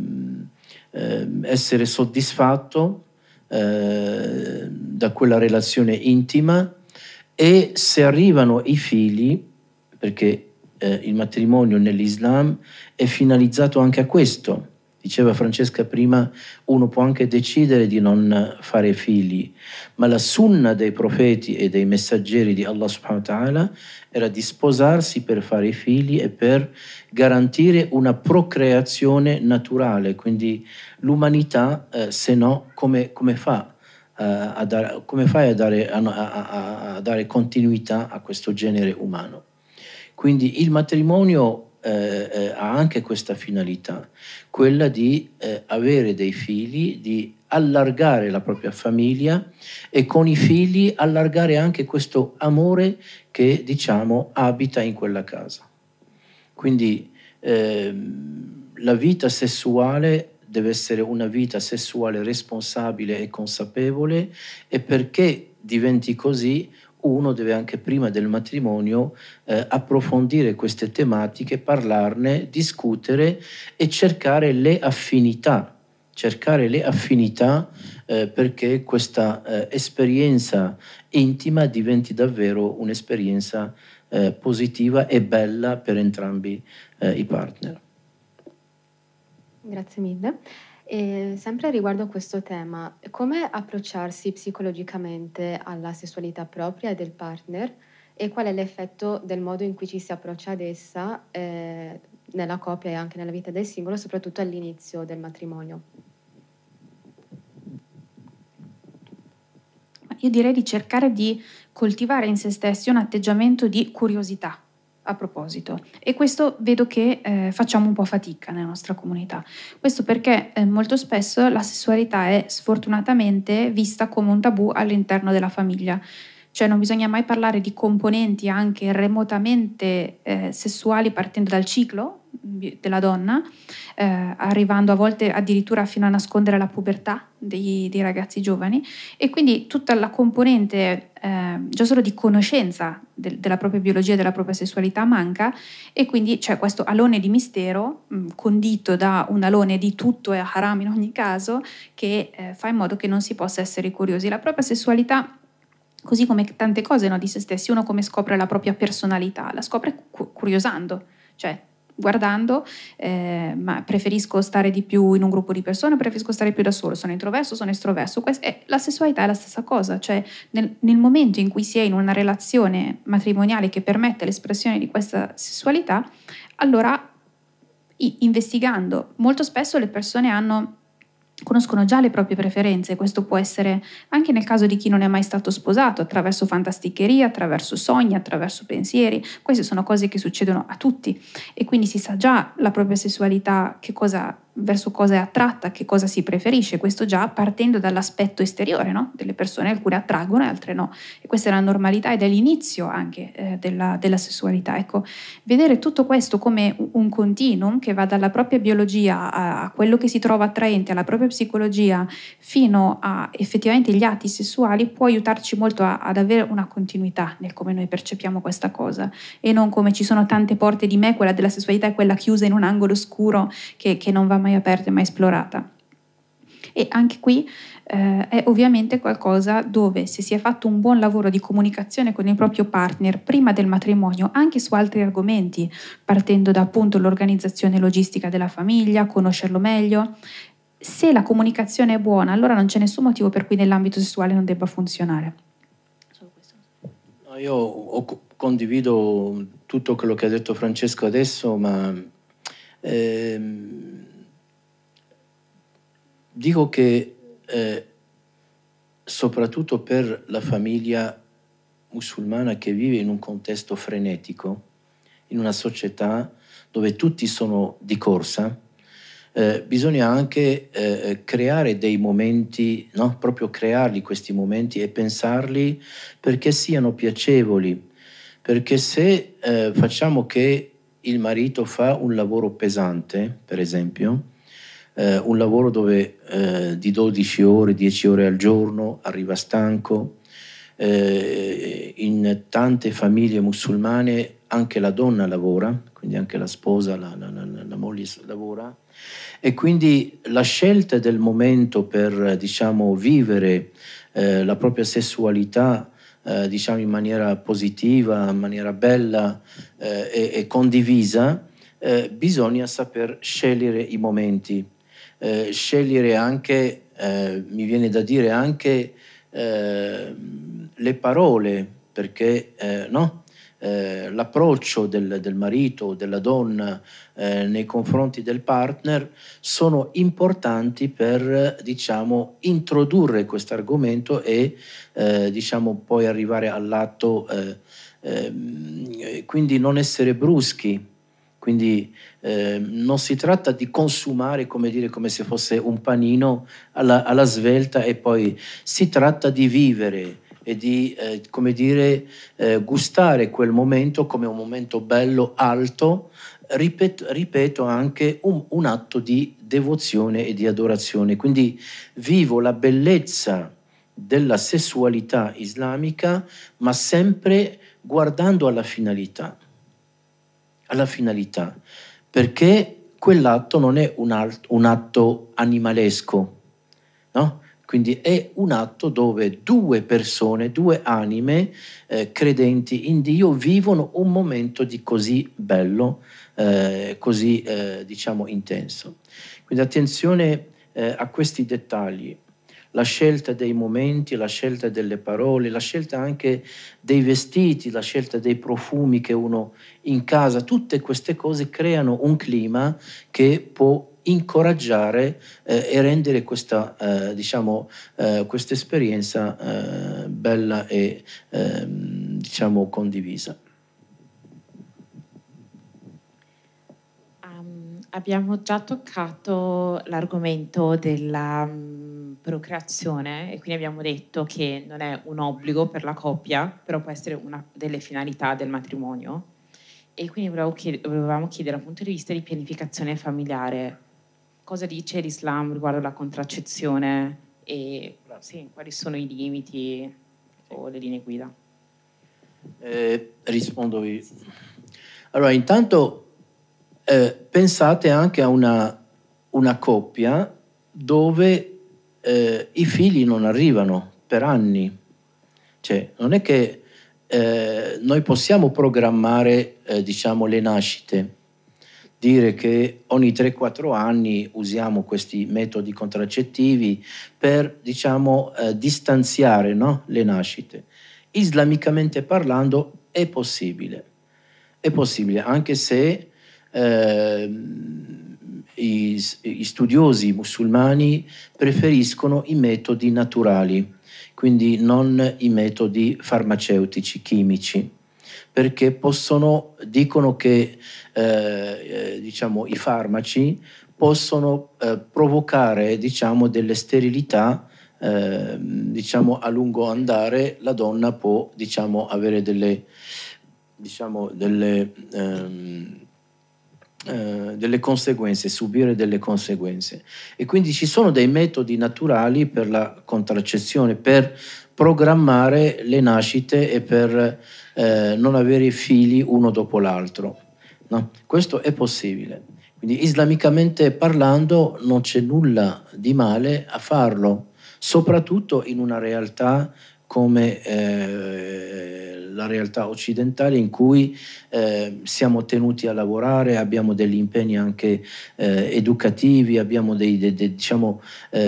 essere soddisfatto da quella relazione intima, e se arrivano i figli, perché il matrimonio nell'Islam è finalizzato anche a questo. Diceva Francesca prima, uno può anche decidere di non fare figli, ma la sunna dei profeti e dei messaggeri di Allah subhanahu wa ta'ala era di sposarsi per fare i figli e per garantire una procreazione naturale. Quindi l'umanità, se no, come fa? Come fai a dare continuità a questo genere umano? Quindi il matrimonio ha anche questa finalità, quella di avere dei figli, di allargare la propria famiglia e con i figli allargare anche questo amore che diciamo abita in quella casa. Quindi la vita sessuale deve essere una vita sessuale responsabile e consapevole, e perché diventi così uno deve anche prima del matrimonio approfondire queste tematiche, parlarne, discutere e cercare le affinità perché questa esperienza intima diventi davvero un'esperienza positiva e bella per entrambi i partner. Grazie mille. E sempre riguardo a questo tema, come approcciarsi psicologicamente alla sessualità propria e del partner, e qual è l'effetto del modo in cui ci si approccia ad essa nella coppia e anche nella vita del singolo, soprattutto all'inizio del matrimonio? Io direi di cercare di coltivare in se stessi un atteggiamento di curiosità a proposito, e questo vedo che facciamo un po' fatica nella nostra comunità. Questo perché molto spesso la sessualità è sfortunatamente vista come un tabù all'interno della famiglia. Cioè non bisogna mai parlare di componenti anche remotamente sessuali partendo dal ciclo della donna, arrivando a volte addirittura fino a nascondere la pubertà dei ragazzi giovani, e quindi tutta la componente già solo di conoscenza della propria biologia e della propria sessualità manca, e quindi c'è questo alone di mistero condito da un alone di tutto e haram in ogni caso, che fa in modo che non si possa essere curiosi. La propria sessualità, così come tante cose, no, di se stessi, uno come scopre la propria personalità? La scopre curiosando, cioè guardando, ma preferisco stare di più in un gruppo di persone, preferisco stare più da solo, sono introverso, sono estroverso. La sessualità è la stessa cosa, cioè nel momento in cui si è in una relazione matrimoniale che permette l'espressione di questa sessualità, allora investigando, molto spesso le persone hanno conoscono già le proprie preferenze. Questo può essere anche nel caso di chi non è mai stato sposato, attraverso fantasticherie, attraverso sogni, attraverso pensieri. Queste sono cose che succedono a tutti e quindi si sa già la propria sessualità, verso cosa è attratta, che cosa si preferisce, questo già partendo dall'aspetto esteriore, no? Delle persone, alcune attraggono e altre no, e questa è la normalità ed è l'inizio anche della sessualità. Ecco, vedere tutto questo come un continuum che va dalla propria biologia a quello che si trova attraente, alla propria psicologia, fino a effettivamente gli atti sessuali, può aiutarci molto ad avere una continuità nel come noi percepiamo questa cosa, e non come ci sono tante porte di me, quella della sessualità è quella chiusa in un angolo scuro che non va mai aperta e mai esplorata. E anche qui è ovviamente qualcosa dove, se si è fatto un buon lavoro di comunicazione con il proprio partner prima del matrimonio, anche su altri argomenti, partendo da appunto l'organizzazione logistica della famiglia, conoscerlo meglio, se la comunicazione è buona, allora non c'è nessun motivo per cui nell'ambito sessuale non debba funzionare. Io condivido tutto quello che ha detto Francesco adesso, ma dico che soprattutto per la famiglia musulmana che vive in un contesto frenetico, in una società dove tutti sono di corsa, bisogna anche creare dei momenti, no? Proprio crearli questi momenti e pensarli perché siano piacevoli, perché se facciamo che il marito fa un lavoro pesante, per esempio, un lavoro dove di 12 ore, 10 ore al giorno, arriva stanco, in tante famiglie musulmane anche la donna lavora, quindi anche la sposa, la moglie lavora, e quindi la scelta del momento per, diciamo, vivere la propria sessualità, diciamo, in maniera positiva, in maniera bella e condivisa, bisogna saper scegliere i momenti, scegliere anche, mi viene da dire anche le parole, perché no? L'approccio del marito o della donna nei confronti del partner sono importanti per, diciamo, introdurre questo argomento e diciamo poi arrivare all'atto, quindi non essere bruschi. Quindi non si tratta di consumare, come dire, come se fosse un panino alla svelta, e poi si tratta di vivere e di, come dire, gustare quel momento come un momento bello, alto, ripeto anche un atto di devozione e di adorazione. Quindi vivo la bellezza della sessualità islamica, ma sempre guardando alla finalità, perché quell'atto non è un atto animalesco, no? Quindi è un atto dove due persone, due anime credenti in Dio vivono un momento di così bello, così diciamo intenso. Quindi attenzione a questi dettagli. La scelta dei momenti, la scelta delle parole, la scelta anche dei vestiti, la scelta dei profumi che uno in casa, tutte queste cose creano un clima che può incoraggiare e rendere questa, diciamo, questa esperienza bella e diciamo condivisa. Abbiamo già toccato l'argomento della procreazione, e quindi abbiamo detto che non è un obbligo per la coppia, però può essere una delle finalità del matrimonio. E quindi volevamo chiedere, dal punto di vista di pianificazione familiare, cosa dice l'Islam riguardo la contraccezione e sì, quali sono i limiti o le linee guida? Rispondo io. Allora, intanto pensate anche a una coppia dove i figli non arrivano per anni. Cioè, non è che noi possiamo programmare, diciamo, le nascite, dire che ogni 3-4 anni usiamo questi metodi contraccettivi per, diciamo, distanziare, no? Le nascite. Islamicamente parlando è possibile, anche se i studiosi musulmani preferiscono i metodi naturali, quindi non i metodi farmaceutici, chimici, perché dicono che diciamo, i farmaci possono provocare, diciamo, delle sterilità, diciamo, a lungo andare. La donna può, diciamo, avere delle conseguenze, subire delle conseguenze. E quindi ci sono dei metodi naturali per la contraccezione, per programmare le nascite e per non avere figli uno dopo l'altro. No? Questo è possibile. Quindi islamicamente parlando non c'è nulla di male a farlo, soprattutto in una realtà come la realtà occidentale, in cui siamo tenuti a lavorare, abbiamo degli impegni anche educativi, abbiamo diciamo,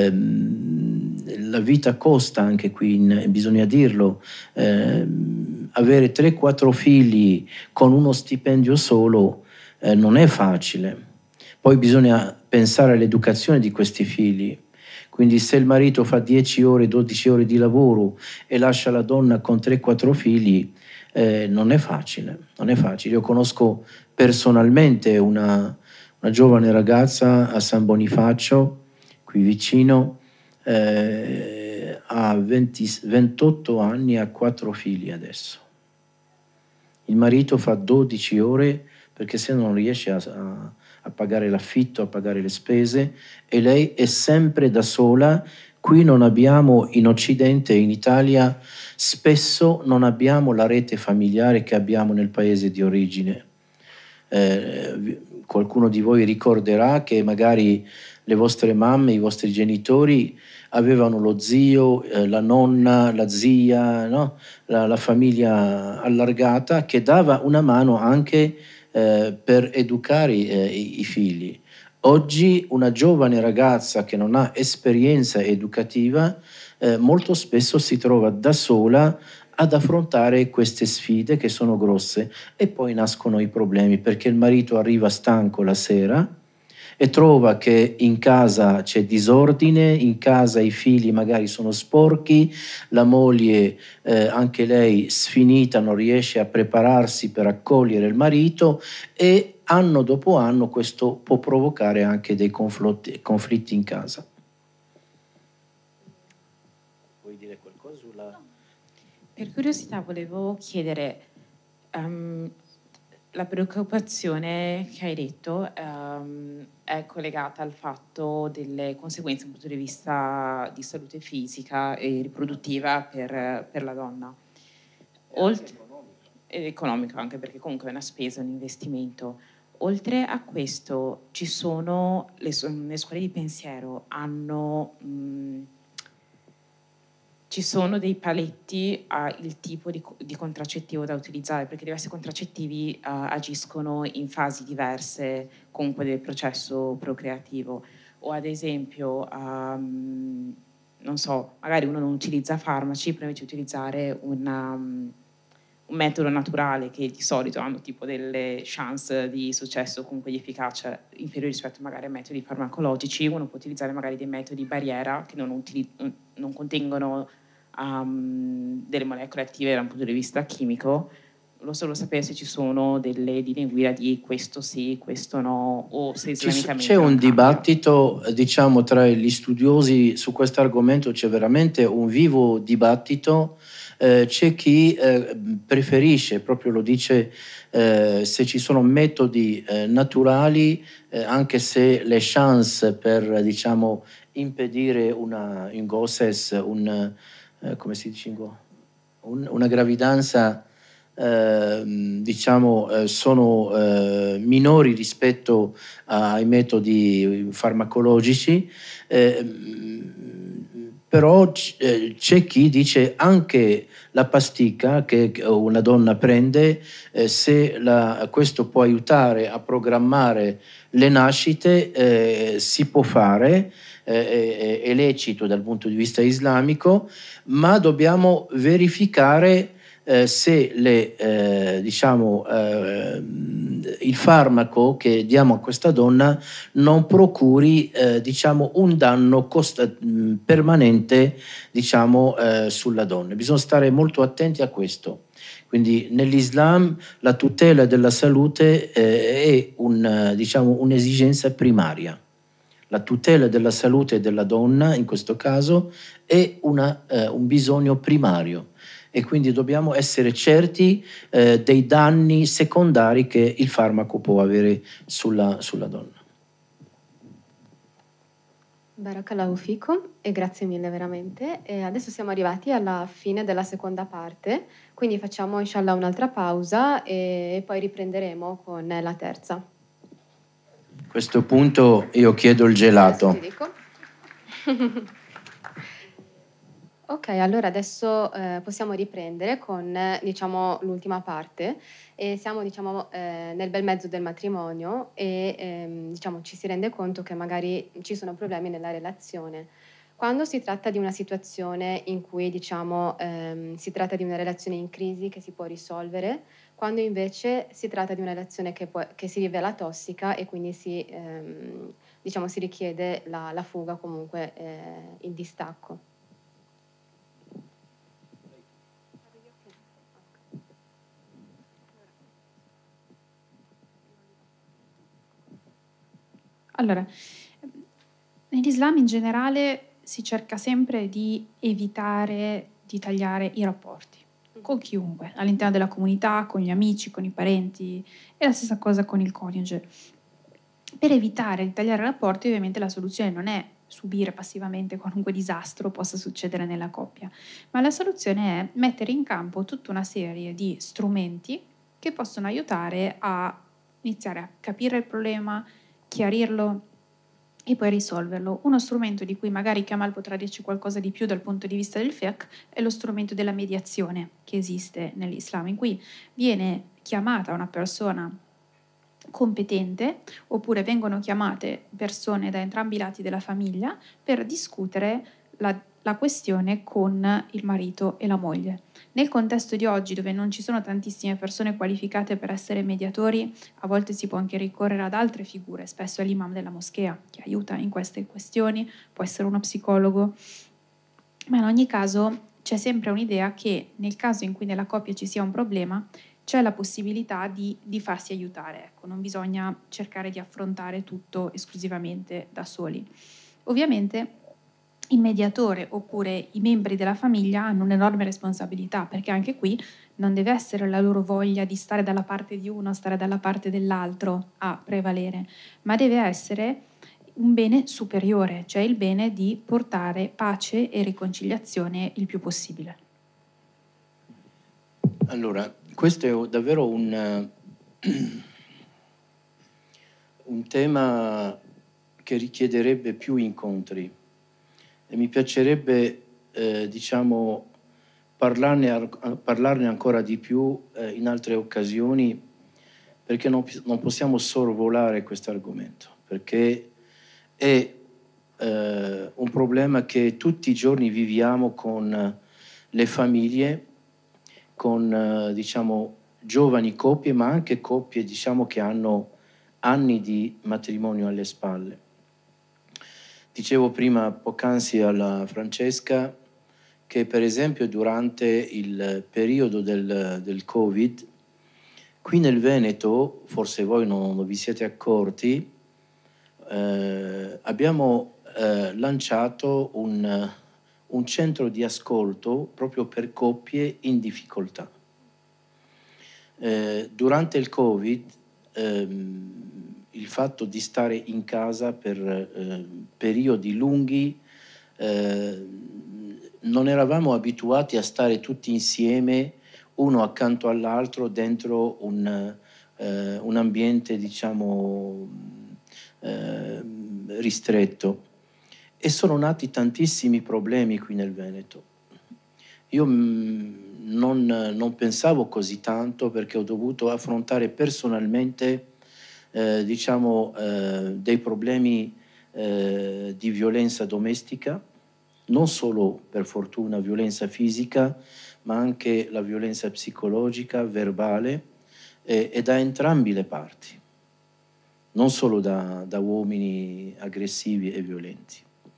la vita costa anche qui, bisogna dirlo, avere 3-4 figli con uno stipendio solo non è facile. Poi bisogna pensare all'educazione di questi figli. Quindi se il marito fa 10 ore, 12 ore di lavoro e lascia la donna con 3-4 figli, non è facile, non è facile. Io conosco personalmente una giovane ragazza a San Bonifacio, qui vicino, ha 28 anni e ha 4 figli adesso. Il marito fa 12 ore perché se no non riesce a pagare l'affitto, a pagare le spese, e lei è sempre da sola. Qui non abbiamo, in Occidente, in Italia, spesso non abbiamo la rete familiare che abbiamo nel paese di origine. Qualcuno di voi ricorderà che magari le vostre mamme, i vostri genitori avevano lo zio, la nonna, la zia, no? la famiglia allargata che dava una mano anche per educare i figli. Oggi una giovane ragazza che non ha esperienza educativa molto spesso si trova da sola ad affrontare queste sfide che sono grosse, e poi nascono i problemi perché il marito arriva stanco la sera e trova che in casa c'è disordine, in casa i figli magari sono sporchi, la moglie anche lei sfinita non riesce a prepararsi per accogliere il marito, e anno dopo anno questo può provocare anche dei conflitti in casa. Vuoi dire qualcosa sulla... Per curiosità volevo chiedere, la preoccupazione che hai detto è collegata al fatto delle conseguenze dal punto di vista di salute fisica e riproduttiva per la donna. Ed economico anche, perché comunque è una spesa, un investimento. Oltre a questo, ci sono le scuole di pensiero ci sono dei paletti al tipo di contraccettivo da utilizzare, perché diversi contraccettivi agiscono in fasi diverse comunque del processo procreativo. O ad esempio, non so, magari uno non utilizza farmaci, però invece utilizzare un metodo naturale che di solito hanno tipo delle chance di successo, comunque di efficacia inferiori rispetto magari a metodi farmacologici. Uno può utilizzare magari dei metodi barriera che non contengono delle molecole attive dal punto di vista chimico. Volevo solo sapere se ci sono delle linee guida di questo sì, questo no, o se islamicamente c'è un dibattito, diciamo, tra gli studiosi su questo argomento, c'è veramente un vivo dibattito. C'è chi preferisce, proprio lo dice, se ci sono metodi naturali, anche se le chance per, diciamo, impedire un gosses, come si dice, una gravidanza, diciamo, sono minori rispetto ai metodi farmacologici, però c'è chi dice anche la pasticca che una donna prende, se questo può aiutare a programmare le nascite, si può fare, è lecito dal punto di vista islamico, ma dobbiamo verificare se diciamo, il farmaco che diamo a questa donna non procuri diciamo, un danno permanente diciamo, sulla donna. Bisogna stare molto attenti a questo. Quindi nell'Islam la tutela della salute è diciamo, un'esigenza primaria. La tutela della salute della donna, in questo caso, è un bisogno primario e quindi dobbiamo essere certi dei danni secondari che il farmaco può avere sulla donna. Barakallahu fikum e grazie mille veramente. E adesso siamo arrivati alla fine della seconda parte, quindi facciamo inshallah un'altra pausa e poi riprenderemo con la terza. A questo punto io chiedo il gelato. Adesso ti dico. Ok, allora adesso possiamo riprendere con diciamo, l'ultima parte e siamo diciamo, nel bel mezzo del matrimonio e diciamo, ci si rende conto che magari ci sono problemi nella relazione. Quando si tratta di una situazione in cui diciamo, si tratta di una relazione in crisi che si può risolvere, quando invece si tratta di una relazione che si rivela tossica e quindi diciamo, si richiede la fuga, comunque il distacco. Allora, nell'Islam in generale si cerca sempre di evitare di tagliare i rapporti con chiunque, all'interno della comunità, con gli amici, con i parenti e la stessa cosa con il coniuge. Per evitare di tagliare i rapporti, ovviamente la soluzione non è subire passivamente qualunque disastro possa succedere nella coppia, ma la soluzione è mettere in campo tutta una serie di strumenti che possono aiutare a iniziare a capire il problema, chiarirlo e poi risolverlo. Uno strumento di cui magari Kamal potrà dirci qualcosa di più dal punto di vista del fiqh è lo strumento della mediazione che esiste nell'Islam, in cui viene chiamata una persona competente oppure vengono chiamate persone da entrambi i lati della famiglia per discutere la questione con il marito e la moglie. Nel contesto di oggi, dove non ci sono tantissime persone qualificate per essere mediatori, a volte si può anche ricorrere ad altre figure, spesso è l'imam della moschea che aiuta in queste questioni, può essere uno psicologo, ma in ogni caso c'è sempre un'idea che nel caso in cui nella coppia ci sia un problema, c'è la possibilità di farsi aiutare, ecco, non bisogna cercare di affrontare tutto esclusivamente da soli. Ovviamente il mediatore oppure i membri della famiglia hanno un'enorme responsabilità, perché anche qui non deve essere la loro voglia di stare dalla parte di uno, stare dalla parte dell'altro a prevalere, ma deve essere un bene superiore, cioè il bene di portare pace e riconciliazione il più possibile. Allora, questo è davvero un tema che richiederebbe più incontri e mi piacerebbe, diciamo, parlarne ancora di più in altre occasioni, perché non possiamo sorvolare questo argomento, perché è un problema che tutti i giorni viviamo con le famiglie, con diciamo, giovani coppie, ma anche coppie diciamo, che hanno anni di matrimonio alle spalle. Dicevo prima, poc'anzi alla Francesca, che per esempio durante il periodo del Covid, qui nel Veneto, forse voi non vi siete accorti, abbiamo lanciato un centro di ascolto proprio per coppie in difficoltà. Durante il Covid, il fatto di stare in casa per periodi lunghi, non eravamo abituati a stare tutti insieme, uno accanto all'altro, dentro un ambiente, diciamo, ristretto. E sono nati tantissimi problemi qui nel Veneto. Io non pensavo così tanto, perché ho dovuto affrontare personalmente diciamo, dei problemi di violenza domestica non solo per fortuna violenza fisica, ma anche la violenza psicologica, verbale, e da entrambi le parti, non solo da uomini aggressivi e violenti.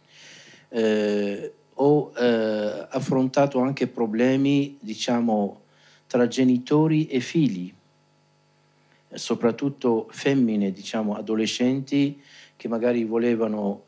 Ho affrontato anche problemi, diciamo, tra genitori e figli, soprattutto femmine, diciamo, adolescenti che magari volevano,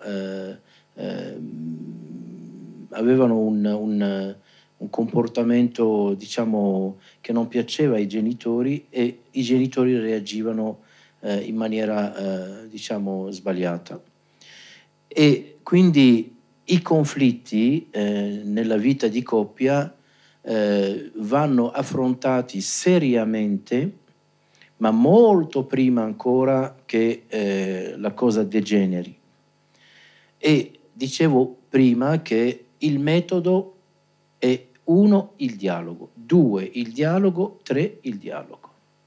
avevano un comportamento, diciamo, che non piaceva ai genitori e i genitori reagivano in maniera, diciamo, sbagliata. E quindi i conflitti nella vita di coppia vanno affrontati seriamente, ma molto prima ancora che la cosa degeneri. E dicevo prima che il metodo è 1, il dialogo, 2, il dialogo, 3, il dialogo.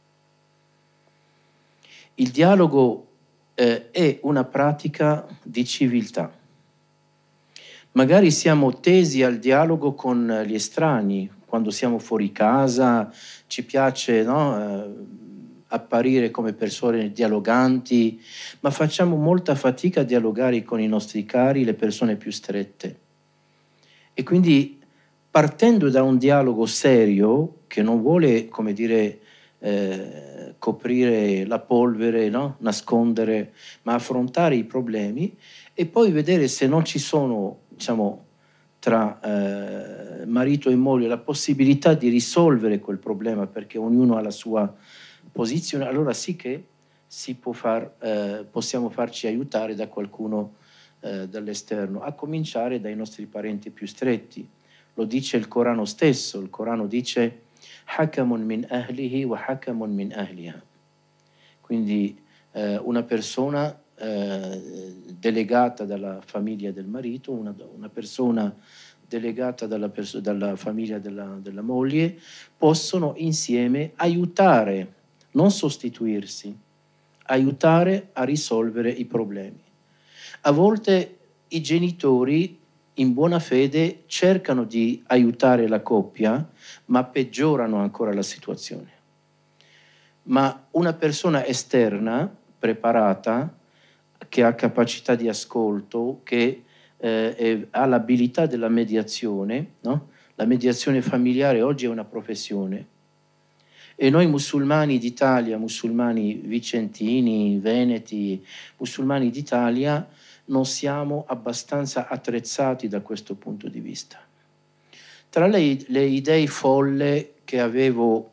Il dialogo è una pratica di civiltà. Magari siamo tesi al dialogo con gli estranei, quando siamo fuori casa, ci piace, no, apparire come persone dialoganti, ma facciamo molta fatica a dialogare con i nostri cari, le persone più strette. E quindi partendo da un dialogo serio, che non vuole, come dire, coprire la polvere, no? Nascondere, ma affrontare i problemi e poi vedere se non ci sono, diciamo, tra marito e moglie la possibilità di risolvere quel problema perché ognuno ha la sua posizione, allora sì che si può possiamo farci aiutare da qualcuno dall'esterno, a cominciare dai nostri parenti più stretti. Lo dice il Corano stesso, il Corano dice hakamun min ahlihi wa hakamun min ahliha. Quindi una persona delegata dalla famiglia del marito, una persona delegata dalla famiglia della moglie, possono insieme aiutare, non sostituirsi, aiutare a risolvere i problemi. A volte i genitori in buona fede cercano di aiutare la coppia, ma peggiorano ancora la situazione. Ma una persona esterna, preparata, che ha capacità di ascolto, che ha l'abilità della mediazione, no? La mediazione familiare oggi è una professione. E noi musulmani d'Italia, musulmani vicentini, veneti, musulmani d'Italia, non siamo abbastanza attrezzati da questo punto di vista. Tra le idee folle che avevo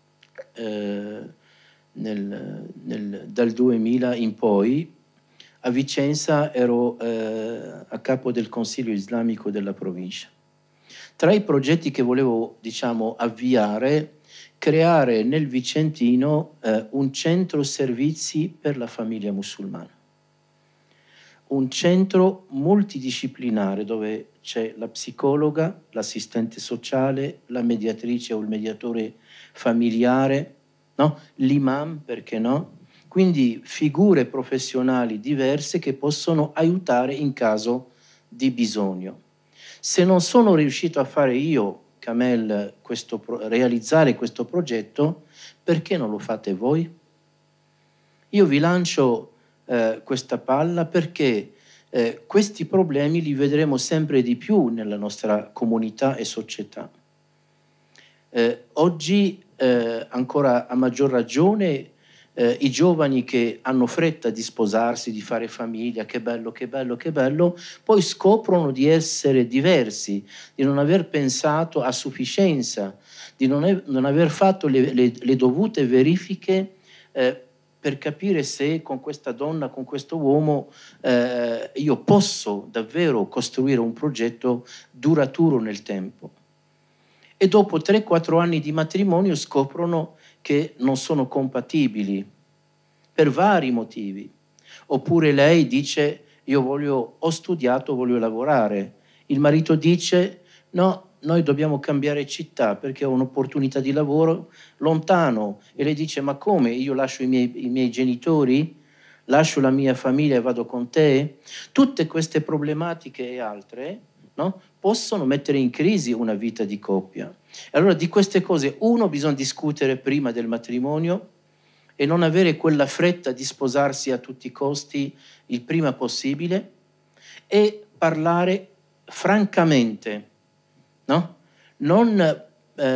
dal 2000 in poi, a Vicenza ero a capo del Consiglio Islamico della provincia. Tra i progetti che volevo, diciamo, avviare, creare nel Vicentino un centro servizi per la famiglia musulmana. Un centro multidisciplinare dove c'è la psicologa, l'assistente sociale, la mediatrice o il mediatore familiare, no? L'imam, perché no? Quindi figure professionali diverse che possono aiutare in caso di bisogno. Se non sono riuscito a fare io, Kamel, realizzare questo progetto, perché non lo fate voi? Io vi lancio questa palla perché questi problemi li vedremo sempre di più nella nostra comunità e società. Oggi ancora a maggior ragione i giovani che hanno fretta di sposarsi, di fare famiglia, che bello, che bello, che bello, poi scoprono di essere diversi, di non aver pensato a sufficienza, di non aver fatto le dovute verifiche per capire se con questa donna, con questo uomo, io posso davvero costruire un progetto duraturo nel tempo. E dopo 3-4 anni di matrimonio scoprono che non sono compatibili per vari motivi. Oppure lei dice, ho studiato, voglio lavorare. Il marito dice, no, noi dobbiamo cambiare città perché ho un'opportunità di lavoro lontano. E lei dice, ma come? Io lascio i miei genitori? Lascio la mia famiglia e vado con te? Tutte queste problematiche e altre no? Possono mettere in crisi una vita di coppia. E allora di queste cose, uno, bisogna discutere prima del matrimonio e non avere quella fretta di sposarsi a tutti i costi il prima possibile, e parlare francamente, no? Non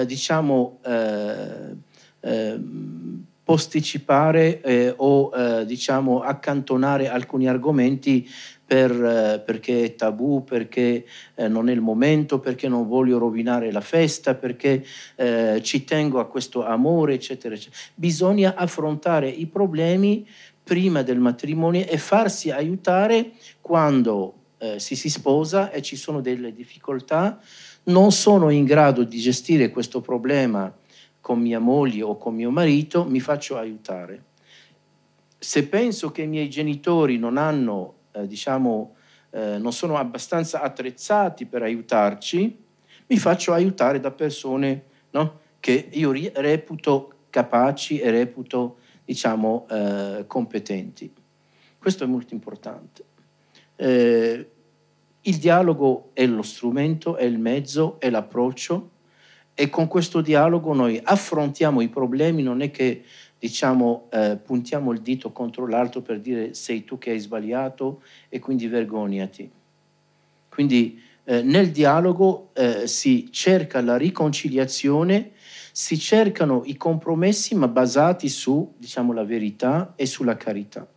posticipare o diciamo accantonare alcuni argomenti perché è tabù, perché non è il momento, perché non voglio rovinare la festa, perché ci tengo a questo amore, eccetera, eccetera. Bisogna affrontare i problemi prima del matrimonio e farsi aiutare quando si sposa e ci sono delle difficoltà. Non sono in grado di gestire questo problema con mia moglie o con mio marito, mi faccio aiutare. Se penso che i miei genitori non hanno, non sono abbastanza attrezzati per aiutarci, mi faccio aiutare da persone, no? Che io reputo capaci e reputo, competenti. Questo è molto importante. Il dialogo è lo strumento, è il mezzo, è l'approccio, e con questo dialogo noi affrontiamo i problemi, non è che puntiamo il dito contro l'altro per dire sei tu che hai sbagliato e quindi vergognati. Quindi nel dialogo si cerca la riconciliazione, si cercano i compromessi ma basati su, la verità e sulla carità.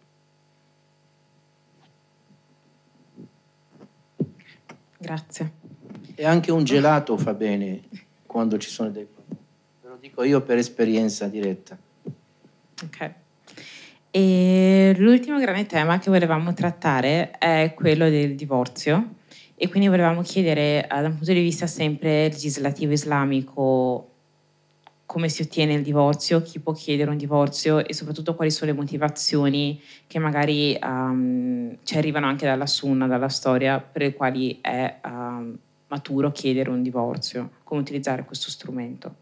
Grazie. E anche un gelato fa bene quando ci sono dei problemi. Ve lo dico io per esperienza diretta. Ok. E l'ultimo grande tema che volevamo trattare è quello del divorzio, e quindi volevamo chiedere, da un punto di vista sempre legislativo islamico, come si ottiene il divorzio, chi può chiedere un divorzio e soprattutto quali sono le motivazioni che magari ci arrivano anche dalla sunna, dalla storia, per le quali è maturo chiedere un divorzio, come utilizzare questo strumento.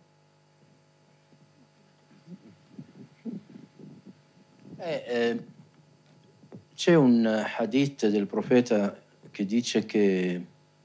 C'è un hadith del profeta che dice che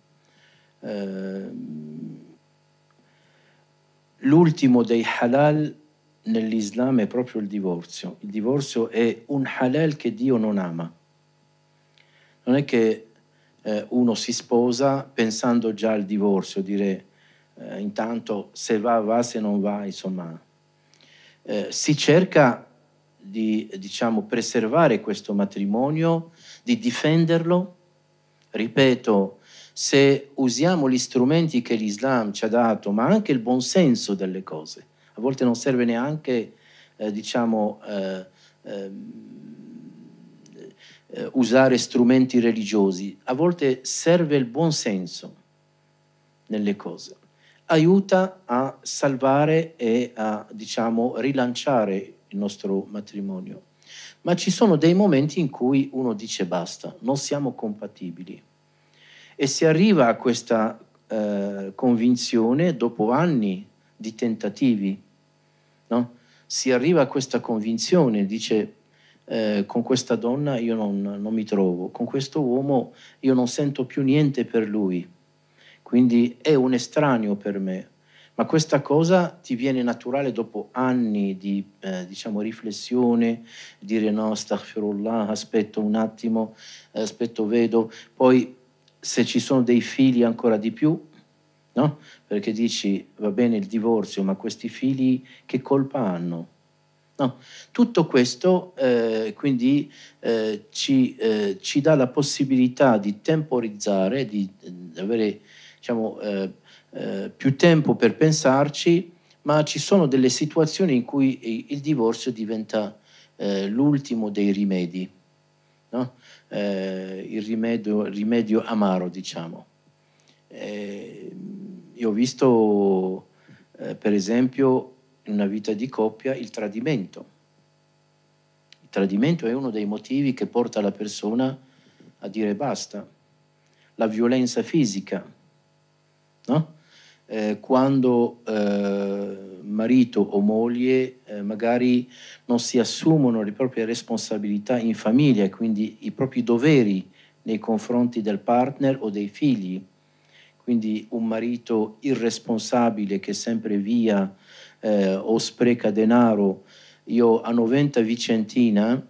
l'ultimo dei halal nell'Islam è proprio il divorzio. Il divorzio è un halal che Dio non ama. Non è che uno si sposa pensando già al divorzio, dire intanto se va, se non va, insomma. Si cerca di, preservare questo matrimonio, di difenderlo. Ripeto, se usiamo gli strumenti che l'Islam ci ha dato, ma anche il buonsenso delle cose, a volte non serve neanche, usare strumenti religiosi, a volte serve il buonsenso nelle cose. Aiuta a salvare e a, rilanciare il nostro matrimonio. Ma ci sono dei momenti in cui uno dice basta, non siamo compatibili. E si arriva a questa convinzione dopo anni di tentativi, no? Si arriva a questa convinzione, dice con questa donna io non mi trovo, con questo uomo io non sento più niente per lui, quindi è un estraneo per me. Ma questa cosa ti viene naturale dopo anni di riflessione, dire no, astaghfirullah, aspetto un attimo, vedo, poi se ci sono dei figli ancora di più, no? Perché dici va bene il divorzio, ma questi figli che colpa hanno? No. Tutto questo quindi ci dà la possibilità di temporizzare, di avere più tempo per pensarci, ma ci sono delle situazioni in cui il divorzio diventa l'ultimo dei rimedi, no? Il rimedio amaro, diciamo. Io ho visto, per esempio, in una vita di coppia, il tradimento. Il tradimento è uno dei motivi che porta la persona a dire basta. La violenza fisica, no? Quando marito o moglie magari non si assumono le proprie responsabilità in famiglia, quindi i propri doveri nei confronti del partner o dei figli, quindi un marito irresponsabile che è sempre via o spreca denaro. Io a Noventa Vicentina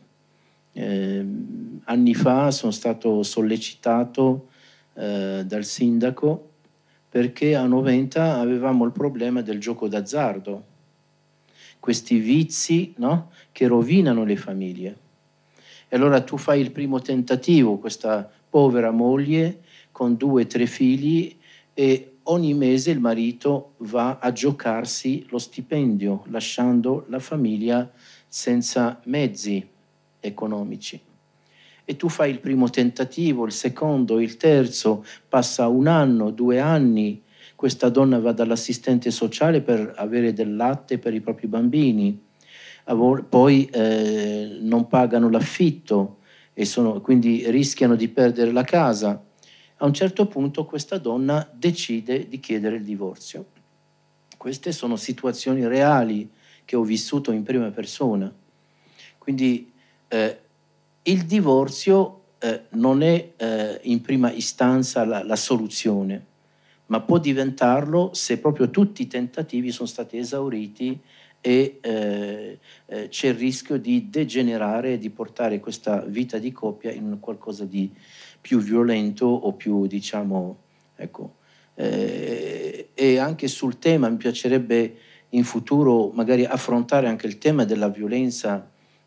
anni fa sono stato sollecitato dal sindaco perché a Noventa avevamo il problema del gioco d'azzardo, questi vizi, no? Che rovinano le famiglie. E allora tu fai il primo tentativo, questa povera moglie con 2 o 3 figli, e ogni mese il marito va a giocarsi lo stipendio, lasciando la famiglia senza mezzi economici. E tu fai il primo tentativo, il secondo, il terzo, passa 1 anno, 2 anni, questa donna va dall'assistente sociale per avere del latte per i propri bambini, poi non pagano l'affitto e quindi rischiano di perdere la casa. A un certo punto questa donna decide di chiedere il divorzio. Queste sono situazioni reali che ho vissuto in prima persona. Quindi il divorzio non è in prima istanza la soluzione, ma può diventarlo se proprio tutti i tentativi sono stati esauriti e c'è il rischio di degenerare e di portare questa vita di coppia in qualcosa di più violento o più, diciamo, ecco. E anche sul tema mi piacerebbe in futuro magari affrontare anche il tema della violenza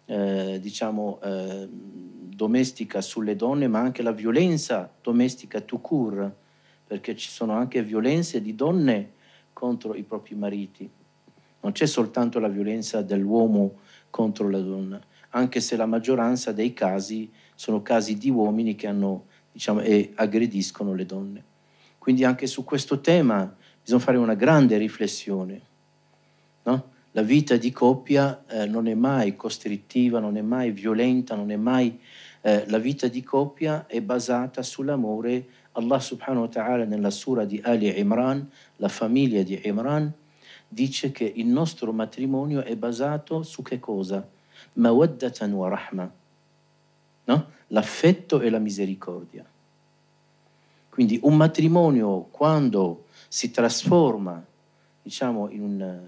domestica sulle donne, ma anche la violenza domestica tout court, perché ci sono anche violenze di donne contro i propri mariti. Non c'è soltanto la violenza dell'uomo contro la donna, anche se la maggioranza dei casi sono casi di uomini che aggrediscono le donne. Quindi anche su questo tema bisogna fare una grande riflessione, no? La vita di coppia non è mai costrittiva, non è mai violenta, non è mai... la vita di coppia è basata sull'amore. Allah subhanahu wa ta'ala nella sura di Ali Imran, la famiglia di Imran, dice che il nostro matrimonio è basato su che cosa? Mawaddatan wa rahma, no? L'affetto e la misericordia. Quindi un matrimonio, quando si trasforma, diciamo, in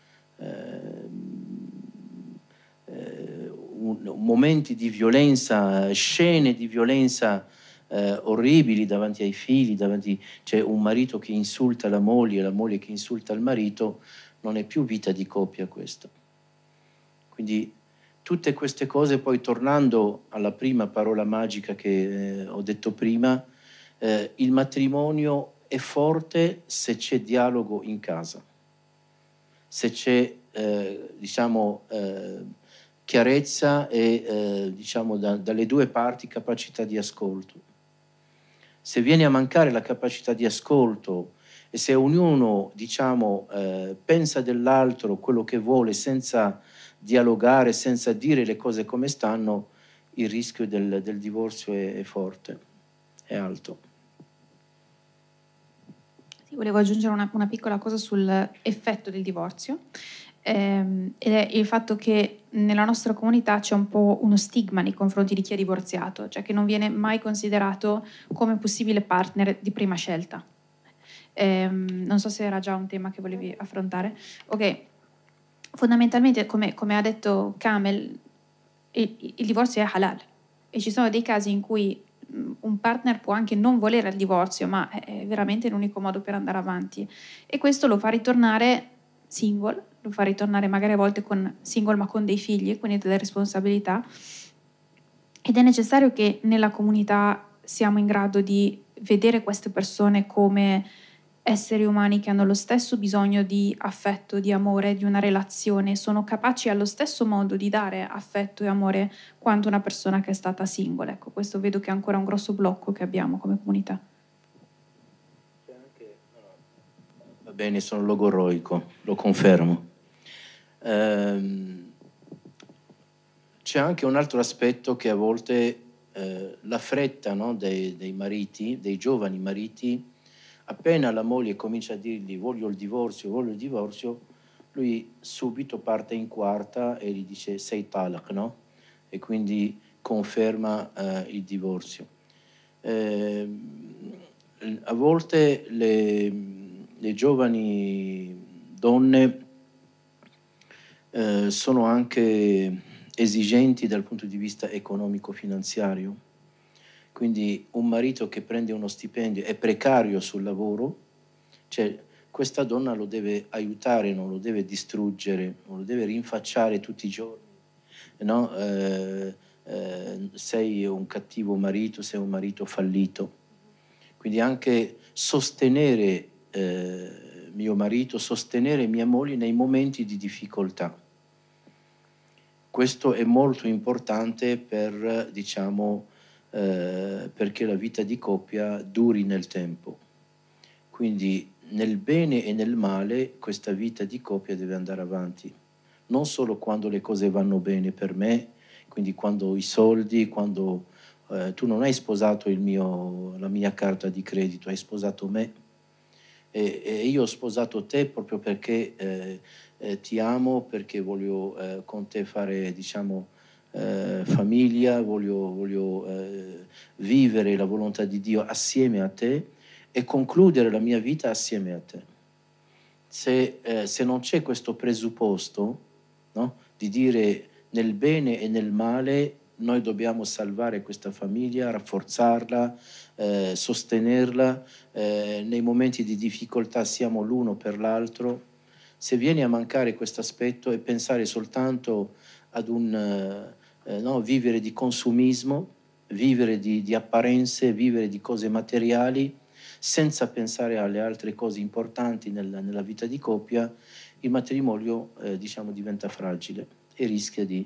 momenti di violenza, scene di violenza orribili davanti ai figli, c'è un marito che insulta la moglie che insulta il marito, non è più vita di coppia questo. Quindi tutte queste cose, poi tornando alla prima parola magica che ho detto prima, il matrimonio è forte se c'è dialogo in casa, se c'è chiarezza e dalle 2 parti capacità di ascolto. Se viene a mancare la capacità di ascolto e se ognuno pensa dell'altro quello che vuole senza dialogare, senza dire le cose come stanno, il rischio del divorzio è forte, è alto. Volevo aggiungere una piccola cosa sull'effetto del divorzio, ed è il fatto che nella nostra comunità c'è un po' uno stigma nei confronti di chi è divorziato, cioè che non viene mai considerato come possibile partner di prima scelta. Non so se era già un tema che volevi affrontare. Ok, fondamentalmente, come ha detto Kamel, il divorzio è halal e ci sono dei casi in cui un partner può anche non volere il divorzio, ma è veramente l'unico modo per andare avanti, e questo lo fa ritornare single, lo fa ritornare magari a volte single ma con dei figli, quindi delle responsabilità, ed è necessario che nella comunità siamo in grado di vedere queste persone come esseri umani che hanno lo stesso bisogno di affetto, di amore, di una relazione, sono capaci allo stesso modo di dare affetto e amore quanto una persona che è stata single. Ecco, questo vedo che è ancora un grosso blocco che abbiamo come comunità. Va bene, sono logorroico, lo confermo. C'è anche un altro aspetto che a volte la fretta, no, dei mariti, dei giovani mariti, appena la moglie comincia a dirgli voglio il divorzio, lui subito parte in quarta e gli dice sei talaq, no? E quindi conferma il divorzio. a volte le giovani donne sono anche esigenti dal punto di vista economico-finanziario. Quindi un marito che prende uno stipendio è precario sul lavoro, cioè questa donna lo deve aiutare, non lo deve distruggere, non lo deve rinfacciare tutti i giorni. No? Sei un cattivo marito, sei un marito fallito. Quindi anche sostenere mio marito, sostenere mia moglie nei momenti di difficoltà. Questo è molto importante per, diciamo, perché la vita di coppia duri nel tempo. Quindi nel bene e nel male questa vita di coppia deve andare avanti. Non solo quando le cose vanno bene per me, quindi quando ho i soldi, quando tu non hai sposato la mia carta di credito, hai sposato me. E io ho sposato te proprio perché ti amo, perché voglio con te fare, diciamo, famiglia, voglio vivere la volontà di Dio assieme a te e concludere la mia vita assieme a te. Se non c'è questo presupposto, no, di dire nel bene e nel male noi dobbiamo salvare questa famiglia, rafforzarla, sostenerla, nei momenti di difficoltà siamo l'uno per l'altro. Se viene a mancare questo aspetto e pensare soltanto ad no, vivere di consumismo, vivere di apparenze, vivere di cose materiali, senza pensare alle altre cose importanti nella vita di coppia, il matrimonio diciamo, diventa fragile e rischia di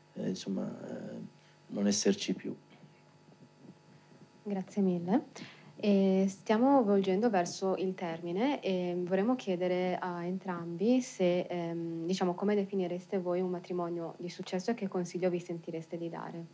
non esserci più. Grazie mille. Stiamo volgendo verso il termine e vorremmo chiedere a entrambi se, diciamo, come definireste voi un matrimonio di successo e che consiglio vi sentireste di dare.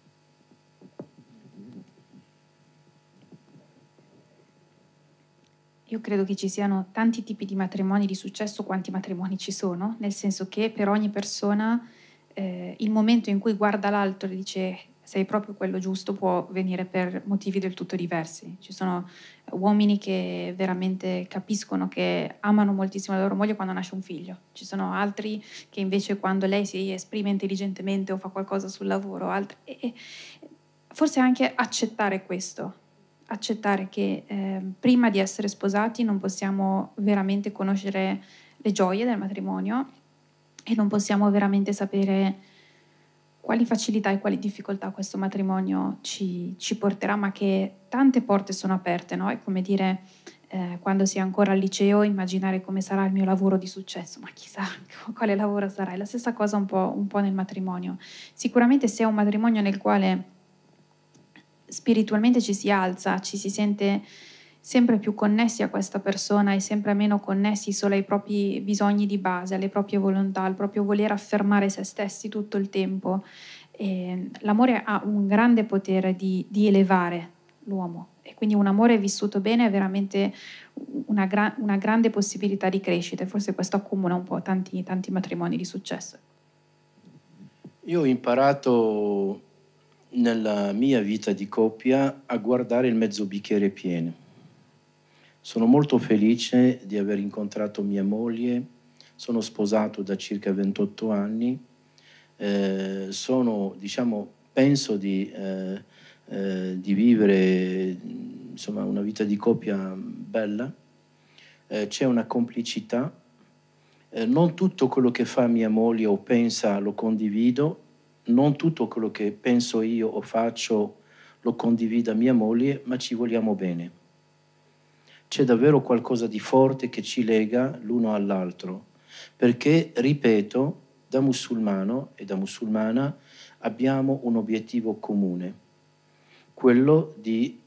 Io credo che ci siano tanti tipi di matrimoni di successo quanti matrimoni ci sono, nel senso che per ogni persona il momento in cui guarda l'altro e dice sei proprio quello giusto può venire per motivi del tutto diversi. Ci sono uomini che veramente capiscono che amano moltissimo la loro moglie quando nasce un figlio. Ci sono altri che invece quando lei si esprime intelligentemente o fa qualcosa sul lavoro, e forse anche accettare questo, accettare che prima di essere sposati non possiamo veramente conoscere le gioie del matrimonio e non possiamo veramente sapere quali facilità e quali difficoltà questo matrimonio ci porterà, ma che tante porte sono aperte, no? È come dire, quando si è ancora al liceo, immaginare come sarà il mio lavoro di successo, ma chissà quale lavoro sarà. È la stessa cosa un po' nel matrimonio. Sicuramente se è un matrimonio nel quale spiritualmente ci si alza, ci si sente sempre più connessi a questa persona e sempre meno connessi solo ai propri bisogni di base, alle proprie volontà, al proprio voler affermare se stessi tutto il tempo. L'amore ha un grande potere di elevare l'uomo e quindi un amore vissuto bene è veramente una grande possibilità di crescita e forse questo accomuna un po' tanti matrimoni di successo. Io ho imparato nella mia vita di coppia a guardare il mezzo bicchiere pieno. Sono molto felice di aver incontrato mia moglie, sono sposato da circa 28 anni, penso di vivere insomma, una vita di coppia bella, c'è una complicità, non tutto quello che fa mia moglie o pensa lo condivido, non tutto quello che penso io o faccio lo condivida mia moglie, ma ci vogliamo bene. C'è davvero qualcosa di forte che ci lega l'uno all'altro, perché, ripeto, da musulmano e da musulmana abbiamo un obiettivo comune, quello di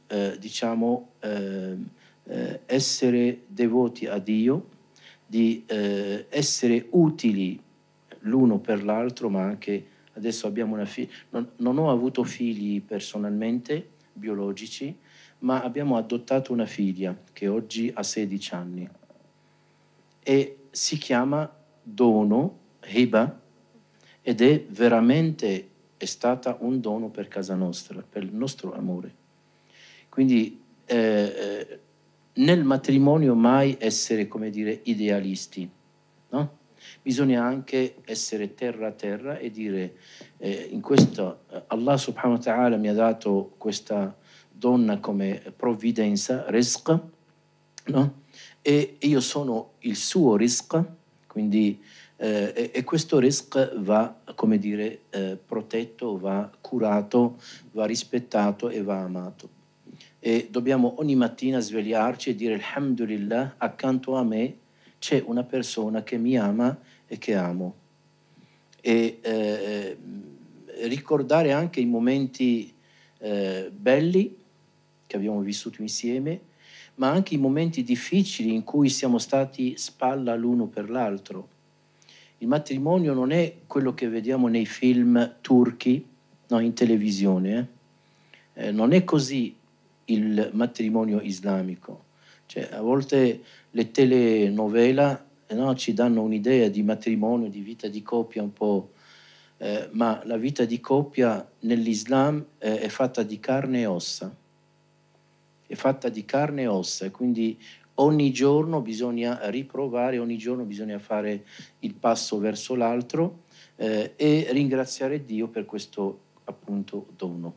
essere devoti a Dio, di essere utili l'uno per l'altro, ma anche adesso abbiamo una figlia. Non ho avuto figli personalmente, biologici, ma abbiamo adottato una figlia che oggi ha 16 anni e si chiama Dono, Hiba, ed è stata un dono per casa nostra, per il nostro amore. Quindi nel matrimonio mai essere, come dire, idealisti, no? Bisogna anche essere terra a terra e dire in questo Allah subhanahu wa ta'ala mi ha dato questa donna come provvidenza, rizq, no? E io sono il suo rizq, quindi e questo rizq va, come dire, protetto, va curato, va rispettato e va amato. E dobbiamo ogni mattina svegliarci e dire alhamdulillah, accanto a me c'è una persona che mi ama e che amo. E ricordare anche i momenti belli che abbiamo vissuto insieme, ma anche i momenti difficili in cui siamo stati spalla l'uno per l'altro. Il matrimonio non è quello che vediamo nei film turchi, no, in televisione. Non è così il matrimonio islamico. Cioè, a volte le telenovela no, ci danno un'idea di matrimonio, di vita di coppia un po', ma la vita di coppia nell'Islam è fatta di carne e ossa. È fatta di carne e ossa, e quindi ogni giorno bisogna riprovare, ogni giorno bisogna fare il passo verso l'altro e ringraziare Dio per questo appunto dono.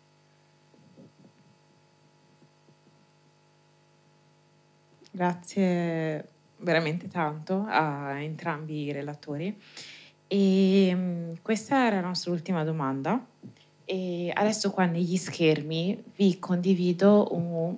Grazie veramente tanto a entrambi i relatori. E questa era la nostra ultima domanda. E adesso qua negli schermi vi condivido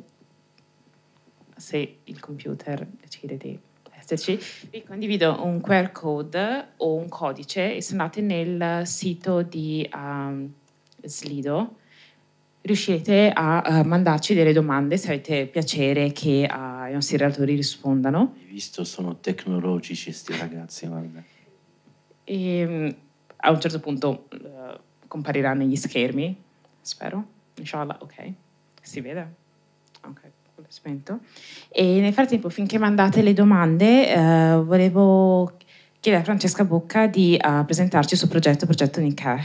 se il computer decide di esserci, vi condivido un QR code o un codice e se andate nel sito di Slido riuscite a mandarci delle domande se avete piacere che i nostri relatori rispondano. Hai visto, sono tecnologici questi ragazzi, guarda. E a un certo punto comparirà negli schermi, spero, inshallah, ok, si vede? Ok, quello è spento. E nel frattempo, finché mandate le domande, volevo chiedere a Francesca Bocca di presentarci il suo progetto Nikah.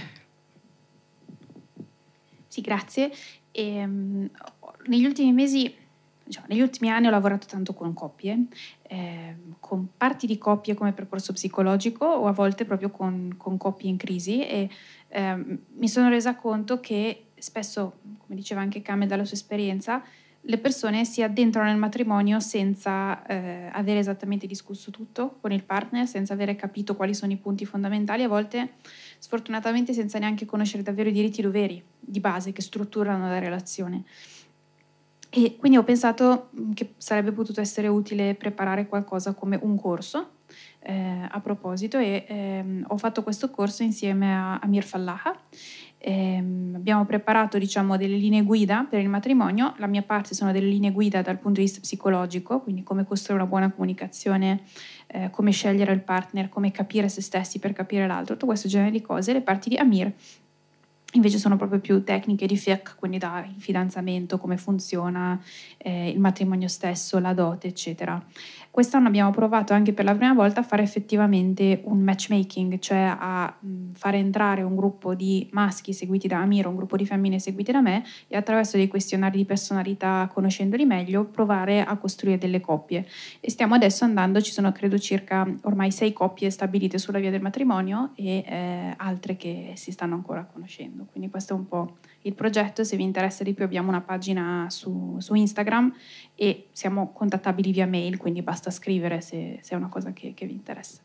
Sì, grazie. Negli ultimi mesi, negli ultimi anni ho lavorato tanto con coppie, con parti di coppie come percorso psicologico o a volte proprio con coppie in crisi e mi sono resa conto che spesso, come diceva anche Kame dalla sua esperienza, le persone si addentrano nel matrimonio senza avere esattamente discusso tutto con il partner, senza avere capito quali sono i punti fondamentali, a volte sfortunatamente senza neanche conoscere davvero i diritti e i doveri di base che strutturano la relazione. E quindi ho pensato che sarebbe potuto essere utile preparare qualcosa come un corso a proposito e ho fatto questo corso insieme a Amir Fallaha. Abbiamo preparato delle linee guida per il matrimonio. La mia parte sono delle linee guida dal punto di vista psicologico, quindi come costruire una buona comunicazione, come scegliere il partner, come capire se stessi per capire l'altro, tutto questo genere di cose. Le parti di Amir invece sono proprio più tecniche di fiqh, quindi dal fidanzamento, come funziona il matrimonio stesso, la dote, eccetera. Quest'anno abbiamo provato anche per la prima volta a fare effettivamente un matchmaking, cioè a fare entrare un gruppo di maschi seguiti da Amir, un gruppo di femmine seguite da me e attraverso dei questionari di personalità, conoscendoli meglio, provare a costruire delle coppie. E stiamo adesso andando, ci sono credo circa ormai 6 coppie stabilite sulla via del matrimonio e altre che si stanno ancora conoscendo. Quindi questo è un po' il progetto. Se vi interessa di più abbiamo una pagina su Instagram e siamo contattabili via mail, quindi basta scrivere se è una cosa che vi interessa.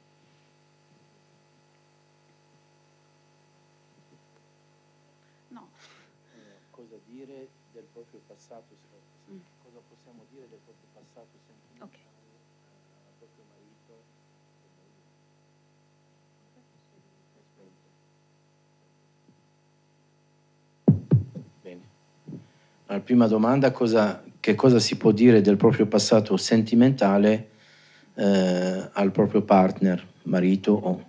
No. Cosa dire del proprio passato? Cosa possiamo dire del proprio passato sentimentale al proprio marito? Bene. La prima domanda, che cosa si può dire del proprio passato sentimentale al proprio partner, marito o...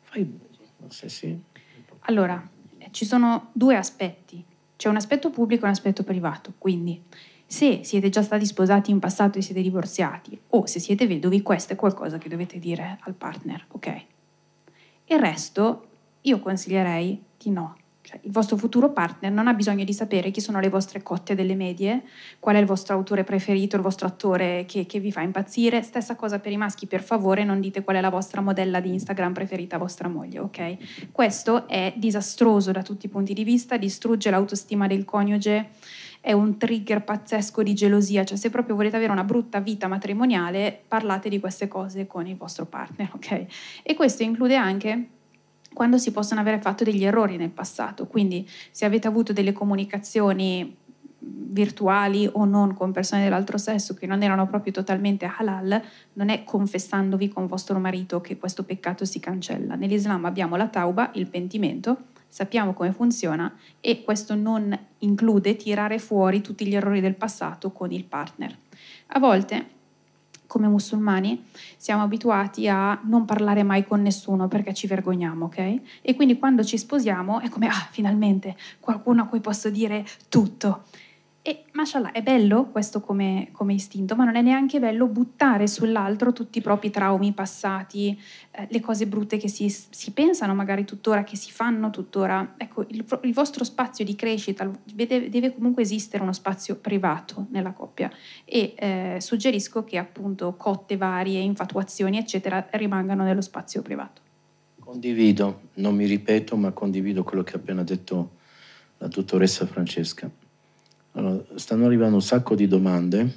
Allora, ci sono 2 aspetti. C'è un aspetto pubblico e un aspetto privato. Quindi, se siete già stati sposati in passato e siete divorziati, o se siete vedovi, questo è qualcosa che dovete dire al partner, ok? Il resto, io consiglierei di no. Cioè, il vostro futuro partner non ha bisogno di sapere chi sono le vostre cotte delle medie, qual è il vostro autore preferito, il vostro attore che vi fa impazzire. Stessa cosa per i maschi, per favore non dite qual è la vostra modella di Instagram preferita a vostra moglie, ok? Questo è disastroso da tutti i punti di vista, distrugge l'autostima del coniuge, è un trigger pazzesco di gelosia. Cioè, se proprio volete avere una brutta vita matrimoniale, parlate di queste cose con il vostro partner, ok? E questo include anche quando si possono avere fatto degli errori nel passato. Quindi se avete avuto delle comunicazioni virtuali o non con persone dell'altro sesso che non erano proprio totalmente halal, non è confessandovi con vostro marito che questo peccato si cancella. Nell'Islam abbiamo la tauba, il pentimento, sappiamo come funziona, e questo non include tirare fuori tutti gli errori del passato con il partner. A volte, come musulmani, siamo abituati a non parlare mai con nessuno perché ci vergogniamo, ok? E quindi quando ci sposiamo è come, finalmente qualcuno a cui posso dire tutto. E mashallah, è bello questo come istinto, ma non è neanche bello buttare sull'altro tutti i propri traumi passati, le cose brutte che si pensano magari tuttora, che si fanno tuttora. Ecco, il vostro spazio di crescita deve comunque esistere uno spazio privato nella coppia, e suggerisco che appunto cotte varie, infatuazioni eccetera rimangano nello spazio privato. Condivido, non mi ripeto, ma condivido quello che ha appena detto la dottoressa Francesca. Allora, stanno arrivando un sacco di domande.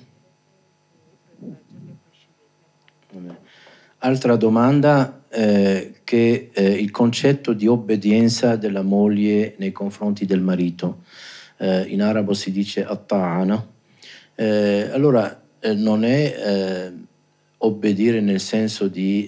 Altra domanda, che il concetto di obbedienza della moglie nei confronti del marito. In arabo si dice at-ta'ana. Allora, non è obbedire nel senso di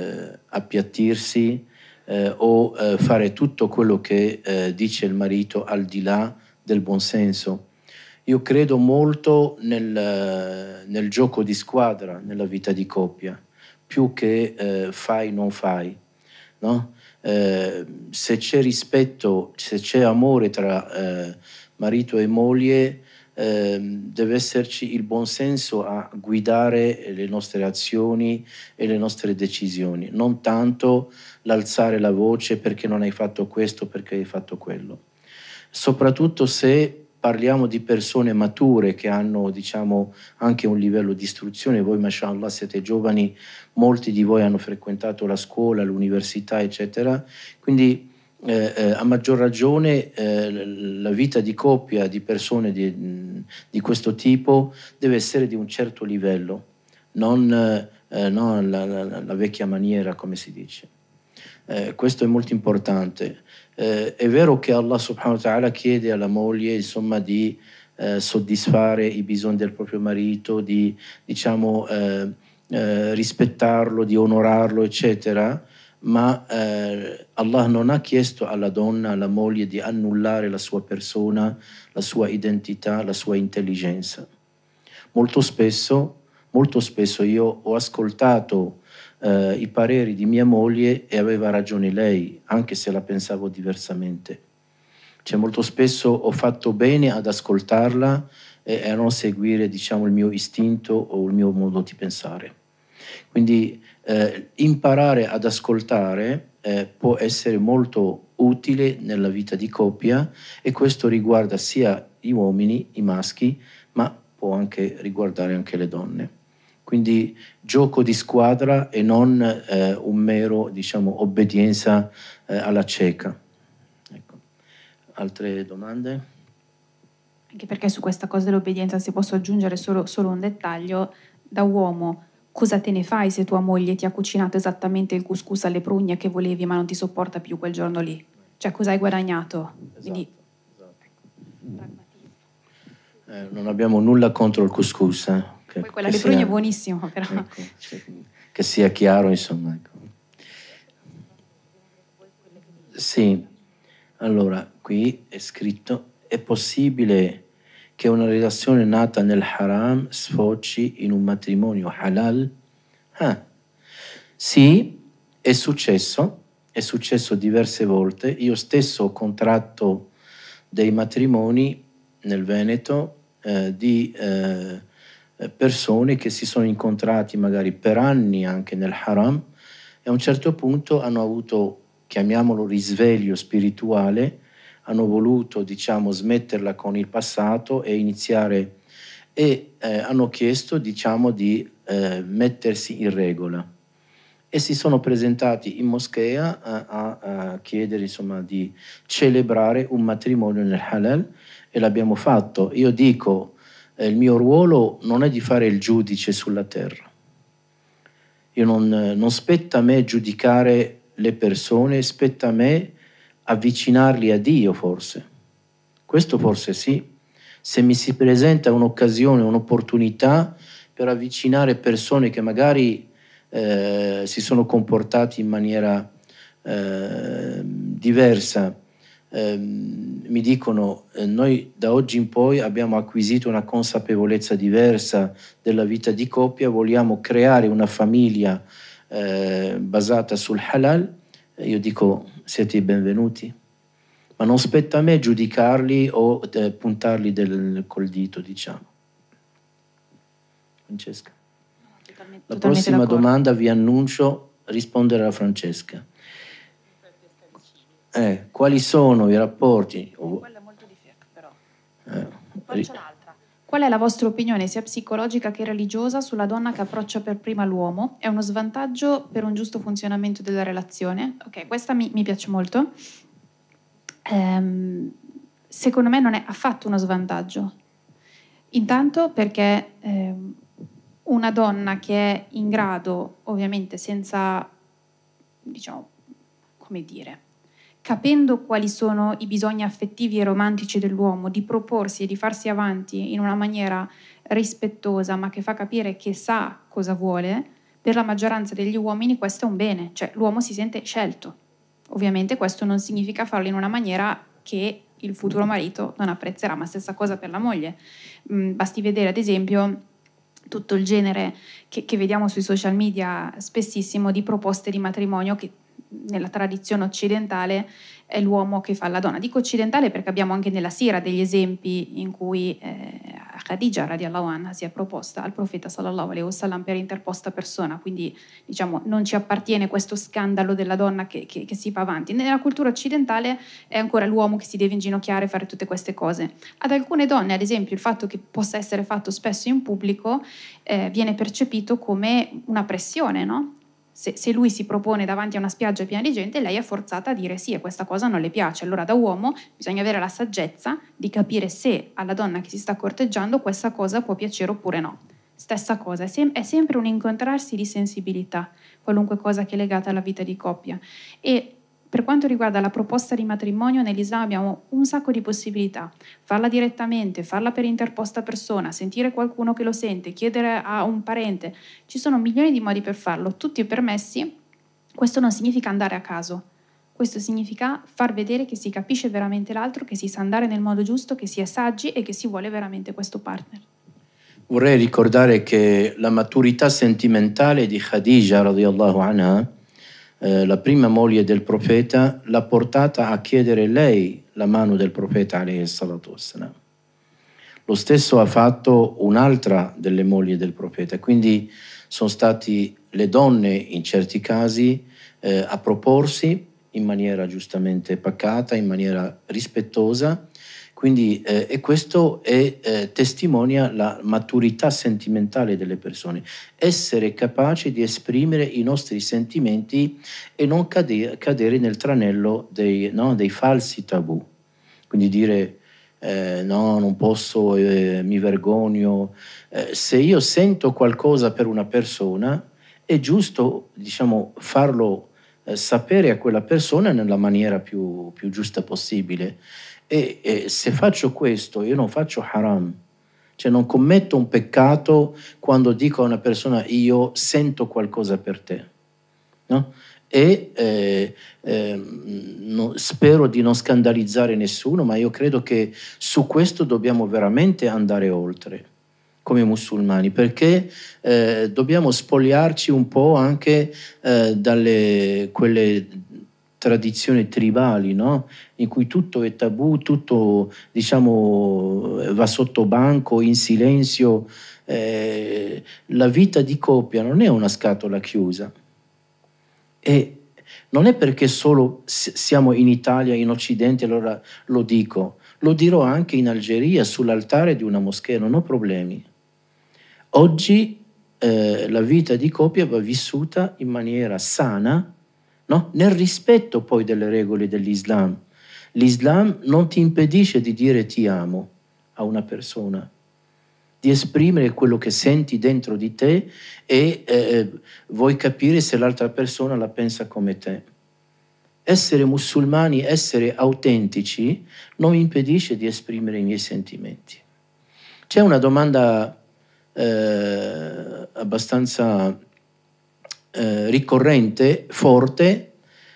appiattirsi o fare tutto quello che dice il marito al di là del buonsenso. Io credo molto nel gioco di squadra, nella vita di coppia, più che fai non fai, no? Se c'è rispetto, se c'è amore tra marito e moglie, deve esserci il buonsenso a guidare le nostre azioni e le nostre decisioni, non tanto l'alzare la voce perché non hai fatto questo, perché hai fatto quello. Soprattutto se parliamo di persone mature che hanno, diciamo, anche un livello di istruzione. Voi, mashallah, siete giovani, molti di voi hanno frequentato la scuola, l'università, eccetera. Quindi a maggior ragione la vita di coppia di persone di questo tipo deve essere di un certo livello, non la vecchia maniera, come si dice. Questo è molto importante. È vero che Allah subhanahu wa ta'ala chiede alla moglie, insomma, di soddisfare i bisogni del proprio marito, di, diciamo, rispettarlo, di onorarlo, eccetera, ma Allah non ha chiesto alla donna, alla moglie, di annullare la sua persona, la sua identità, la sua intelligenza. Molto spesso io ho ascoltato i pareri di mia moglie e aveva ragione lei, anche se la pensavo diversamente. Cioè, molto spesso ho fatto bene ad ascoltarla e a non seguire, diciamo, il mio istinto o il mio modo di pensare. Quindi imparare ad ascoltare può essere molto utile nella vita di coppia, e questo riguarda sia gli uomini, i maschi, ma può anche riguardare anche le donne. Quindi gioco di squadra e non un mero, diciamo, obbedienza alla cieca. Ecco. Altre domande? Anche perché su questa cosa dell'obbedienza si posso aggiungere solo un dettaglio. Da uomo, cosa te ne fai se tua moglie ti ha cucinato esattamente il couscous alle prugne che volevi ma non ti sopporta più quel giorno lì? Cioè, cosa hai guadagnato? Esatto. Quindi, non abbiamo nulla contro il couscous. Poi quella alle prugne è buonissimo, però. Ecco, che sia chiaro, insomma. Ecco. Sì, allora, qui è scritto: è possibile che una relazione nata nel haram sfoci in un matrimonio halal? Sì, è successo diverse volte. Io stesso ho contratto dei matrimoni nel Veneto di persone che si sono incontrati magari per anni anche nel haram, e a un certo punto hanno avuto, chiamiamolo, risveglio spirituale, hanno voluto, diciamo, smetterla con il passato e iniziare, e hanno chiesto, diciamo, di mettersi in regola. E si sono presentati in moschea a chiedere, insomma, di celebrare un matrimonio nel halal, e l'abbiamo fatto. Io dico, il mio ruolo non è di fare il giudice sulla terra. Io non spetta a me giudicare le persone, spetta a me avvicinarli a Dio, forse. Questo forse sì. Se mi si presenta un'occasione, un'opportunità per avvicinare persone che magari si sono comportati in maniera diversa, mi dicono noi da oggi in poi abbiamo acquisito una consapevolezza diversa della vita di coppia, vogliamo creare una famiglia basata sul halal, io dico siete i benvenuti, ma non spetta a me giudicarli o puntarli col dito, diciamo. Francesca. La prossima domanda vi annuncio rispondere a Francesca. Quali sono i rapporti? Quella è molto difficile, però. Faccio l'altra. Qual è la vostra opinione, sia psicologica che religiosa, sulla donna che approccia per prima l'uomo? È uno svantaggio per un giusto funzionamento della relazione? Ok, questa mi piace molto. Secondo me non è affatto uno svantaggio. Intanto perché una donna che è in grado, ovviamente senza, diciamo, come dire, capendo quali sono i bisogni affettivi e romantici dell'uomo, di proporsi e di farsi avanti in una maniera rispettosa, ma che fa capire che sa cosa vuole, per la maggioranza degli uomini questo è un bene, cioè l'uomo si sente scelto. Ovviamente questo non significa farlo in una maniera che il futuro marito non apprezzerà, ma stessa cosa per la moglie. Basti vedere ad esempio tutto il genere che vediamo sui social media spessissimo di proposte di matrimonio che nella tradizione occidentale è l'uomo che fa la donna. Dico occidentale perché abbiamo anche nella Sira degli esempi in cui Khadija radiallahu anha si è proposta al profeta sallallahu alaihi wasallam per interposta persona, quindi diciamo non ci appartiene questo scandalo della donna che si va avanti. Nella cultura occidentale è ancora l'uomo che si deve inginocchiare e fare tutte queste cose. Ad alcune donne, ad esempio, il fatto che possa essere fatto spesso in pubblico viene percepito come una pressione, no? Se lui si propone davanti a una spiaggia piena di gente, lei è forzata a dire sì e questa cosa non le piace. Allora da uomo bisogna avere la saggezza di capire se alla donna che si sta corteggiando questa cosa può piacere oppure no. Stessa cosa, è sempre un incontrarsi di sensibilità, qualunque cosa che è legata alla vita di coppia. E per quanto riguarda la proposta di matrimonio, nell'Islam abbiamo un sacco di possibilità. Farla direttamente, farla per interposta persona, sentire qualcuno che lo sente, chiedere a un parente. Ci sono milioni di modi per farlo, tutti permessi. Questo non significa andare a caso. Questo significa far vedere che si capisce veramente l'altro, che si sa andare nel modo giusto, che si è saggi e che si vuole veramente questo partner. Vorrei ricordare che la maturità sentimentale di Khadija, radiallahu anha, la prima moglie del profeta, l'ha portata a chiedere lei la mano del profeta alayhi salatu wassalam. Lo stesso ha fatto un'altra delle mogli del profeta, quindi sono stati le donne in certi casi a proporsi in maniera giustamente pacata, in maniera rispettosa, quindi, e questo testimonia la maturità sentimentale delle persone, essere capaci di esprimere i nostri sentimenti e non cadere nel tranello dei falsi tabù, quindi dire no, non posso, mi vergogno. Se io sento qualcosa per una persona, è giusto, diciamo, farlo sapere a quella persona nella maniera più giusta possibile. E se faccio questo, io non faccio haram, cioè non commetto un peccato quando dico a una persona io sento qualcosa per te, no? E spero di non scandalizzare nessuno, ma io credo che su questo dobbiamo veramente andare oltre come musulmani, perché dobbiamo spogliarci un po' anche dalle quelle tradizioni tribali, no? In cui tutto è tabù, tutto, diciamo, va sotto banco, in silenzio. La vita di coppia non è una scatola chiusa. E Non è perché solo siamo in Italia, in Occidente, allora lo dico. Lo dirò anche in Algeria, sull'altare di una moschea, non ho problemi. Oggi la vita di coppia va vissuta in maniera sana, no? Nel rispetto poi delle regole dell'Islam. L'Islam non ti impedisce di dire ti amo a una persona, di esprimere quello che senti dentro di te e vuoi capire se l'altra persona la pensa come te. Essere musulmani, essere autentici, non mi impedisce di esprimere i miei sentimenti. C'è una domanda abbastanza ricorrente, forte,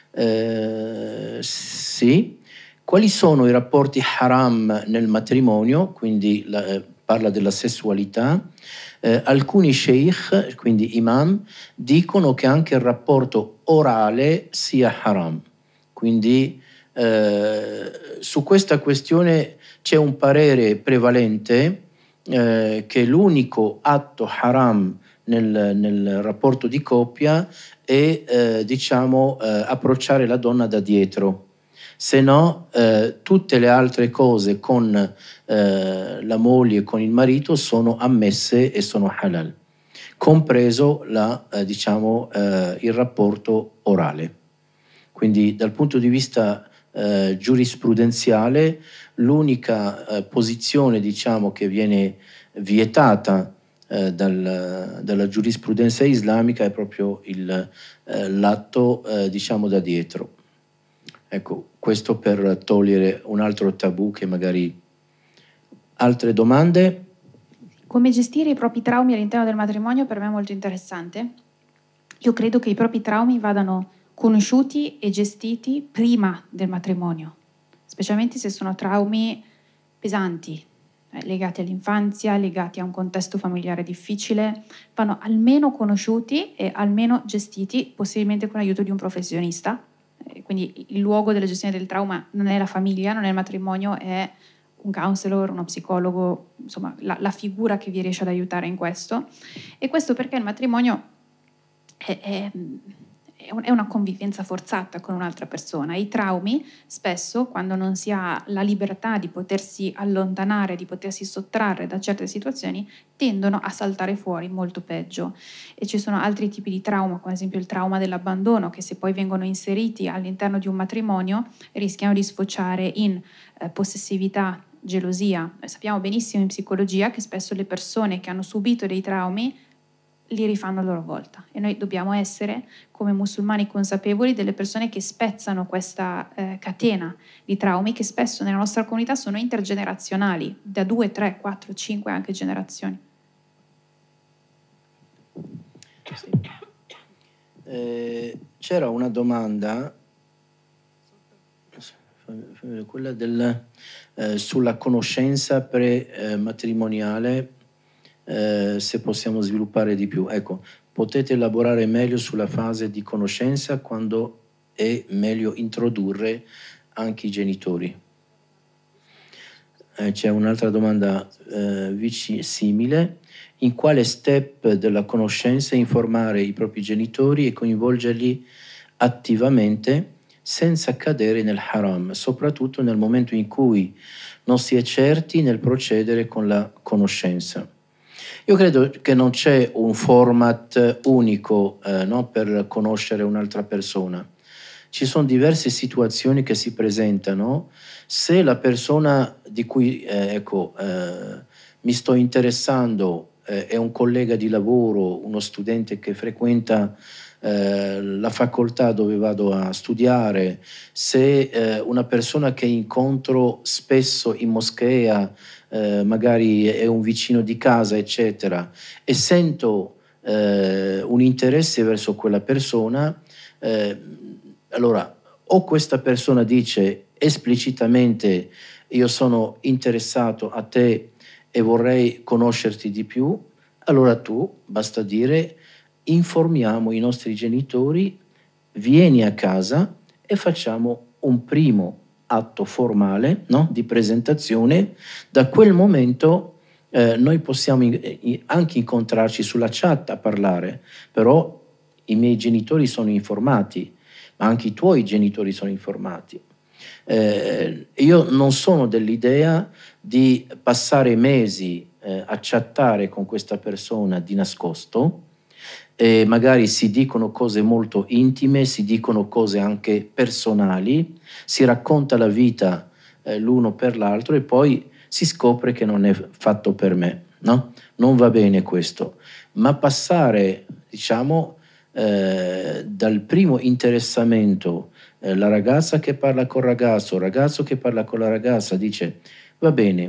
sì. Quali sono i rapporti haram nel matrimonio? Quindi parla della sessualità. Alcuni sheikh, quindi imam, dicono che anche il rapporto orale sia haram. Quindi su questa questione c'è un parere prevalente che l'unico atto haram nel rapporto di coppia è approcciare la donna da dietro. Se no tutte le altre cose con la moglie e con il marito sono ammesse e sono halal, compreso il rapporto orale. Quindi dal punto di vista giurisprudenziale l'unica posizione che viene vietata dalla giurisprudenza islamica è proprio l'atto da dietro. Ecco, questo per togliere un altro tabù che magari... Altre domande? Come gestire i propri traumi all'interno del matrimonio per me è molto interessante. Io credo che i propri traumi vadano conosciuti e gestiti prima del matrimonio, specialmente se sono traumi pesanti, legati all'infanzia, legati a un contesto familiare difficile, vanno almeno conosciuti e almeno gestiti, possibilmente con l'aiuto di un professionista. Quindi il luogo della gestione del trauma non è la famiglia, non è il matrimonio, è un counselor, uno psicologo, insomma la figura che vi riesce ad aiutare in questo. E questo perché il matrimonio è una convivenza forzata con un'altra persona. I traumi spesso, quando non si ha la libertà di potersi allontanare, di potersi sottrarre da certe situazioni, tendono a saltare fuori molto peggio. E ci sono altri tipi di trauma, come ad esempio il trauma dell'abbandono, che se poi vengono inseriti all'interno di un matrimonio rischiano di sfociare in possessività, gelosia. Sappiamo benissimo in psicologia che spesso le persone che hanno subito dei traumi li rifanno a loro volta, e noi dobbiamo essere come musulmani consapevoli delle persone che spezzano questa catena di traumi che spesso nella nostra comunità sono intergenerazionali, da 2, 3, 4, 5 anche generazioni. Sì. C'era una domanda, quella sulla conoscenza pre-matrimoniale, se possiamo sviluppare di più. Ecco, potete elaborare meglio sulla fase di conoscenza, quando è meglio introdurre anche i genitori. C'è un'altra domanda simile. In quale step della conoscenza informare i propri genitori e coinvolgerli attivamente senza cadere nel haram, soprattutto nel momento in cui non si è certi nel procedere con la conoscenza? Io credo che non c'è un format unico per conoscere un'altra persona. Ci sono diverse situazioni che si presentano. Se la persona di cui mi sto interessando è un collega di lavoro, uno studente che frequenta la facoltà dove vado a studiare, se una persona che incontro spesso in moschea, magari è un vicino di casa, eccetera, e sento un interesse verso quella persona, allora o questa persona dice esplicitamente io sono interessato a te e vorrei conoscerti di più, allora basta dire informiamo i nostri genitori, vieni a casa e facciamo un primo atto formale, di presentazione. Da quel momento noi possiamo anche incontrarci sulla chat a parlare, però i miei genitori sono informati. ma anche i tuoi genitori sono informati. Io non sono dell'idea di passare mesi a chattare con questa persona di nascosto, e magari si dicono cose molto intime, si dicono cose anche personali, si racconta la vita l'uno per l'altro e poi si scopre che non è fatto per me, no? Non va bene questo, ma passare, diciamo, dal primo interessamento, la ragazza che parla col ragazzo, il ragazzo che parla con la ragazza, dice va bene,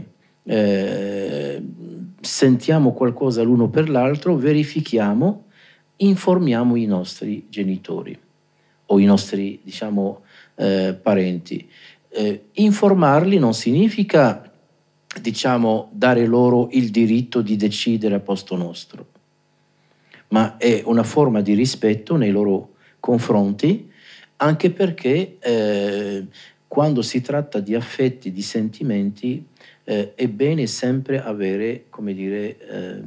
sentiamo qualcosa l'uno per l'altro, verifichiamo, informiamo i nostri genitori o i nostri, diciamo, parenti. Informarli non significa, diciamo, dare loro il diritto di decidere a posto nostro, ma è una forma di rispetto nei loro confronti, anche perché quando si tratta di affetti, di sentimenti, è bene sempre avere, come dire,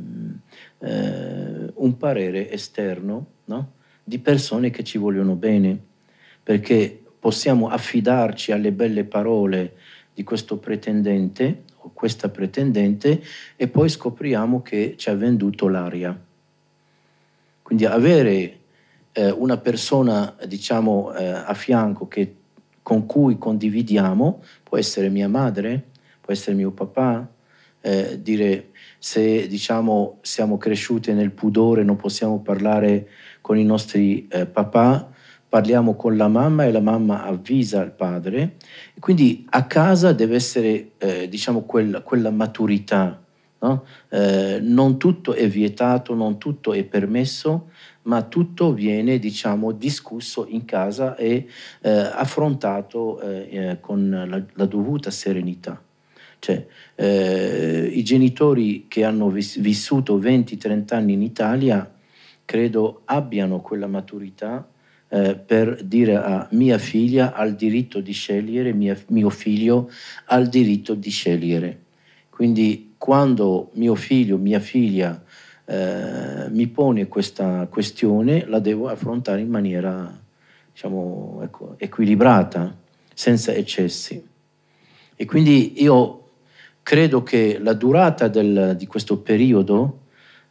un parere esterno, no? Di persone che ci vogliono bene, perché possiamo affidarci alle belle parole di questo pretendente o questa pretendente e poi scopriamo che ci ha venduto l'aria. Quindi avere una persona, diciamo, a fianco con cui condividiamo, può essere mia madre, può essere mio papà, dire se, diciamo, siamo cresciuti nel pudore, non possiamo parlare con i nostri papà, parliamo con la mamma e la mamma avvisa il padre. Quindi a casa deve essere, diciamo, quella maturità, no? Non tutto è vietato, non tutto è permesso, ma tutto viene, diciamo, discusso in casa e affrontato con la dovuta serenità. Cioè, i genitori che hanno vissuto 20-30 anni in Italia credo abbiano quella maturità per dire a mia figlia ha il diritto di scegliere, mio figlio ha il diritto di scegliere. Quindi quando mio figlio, mia figlia mi pone questa questione, la devo affrontare in maniera, diciamo, ecco, equilibrata, senza eccessi. E quindi io credo che la durata di questo periodo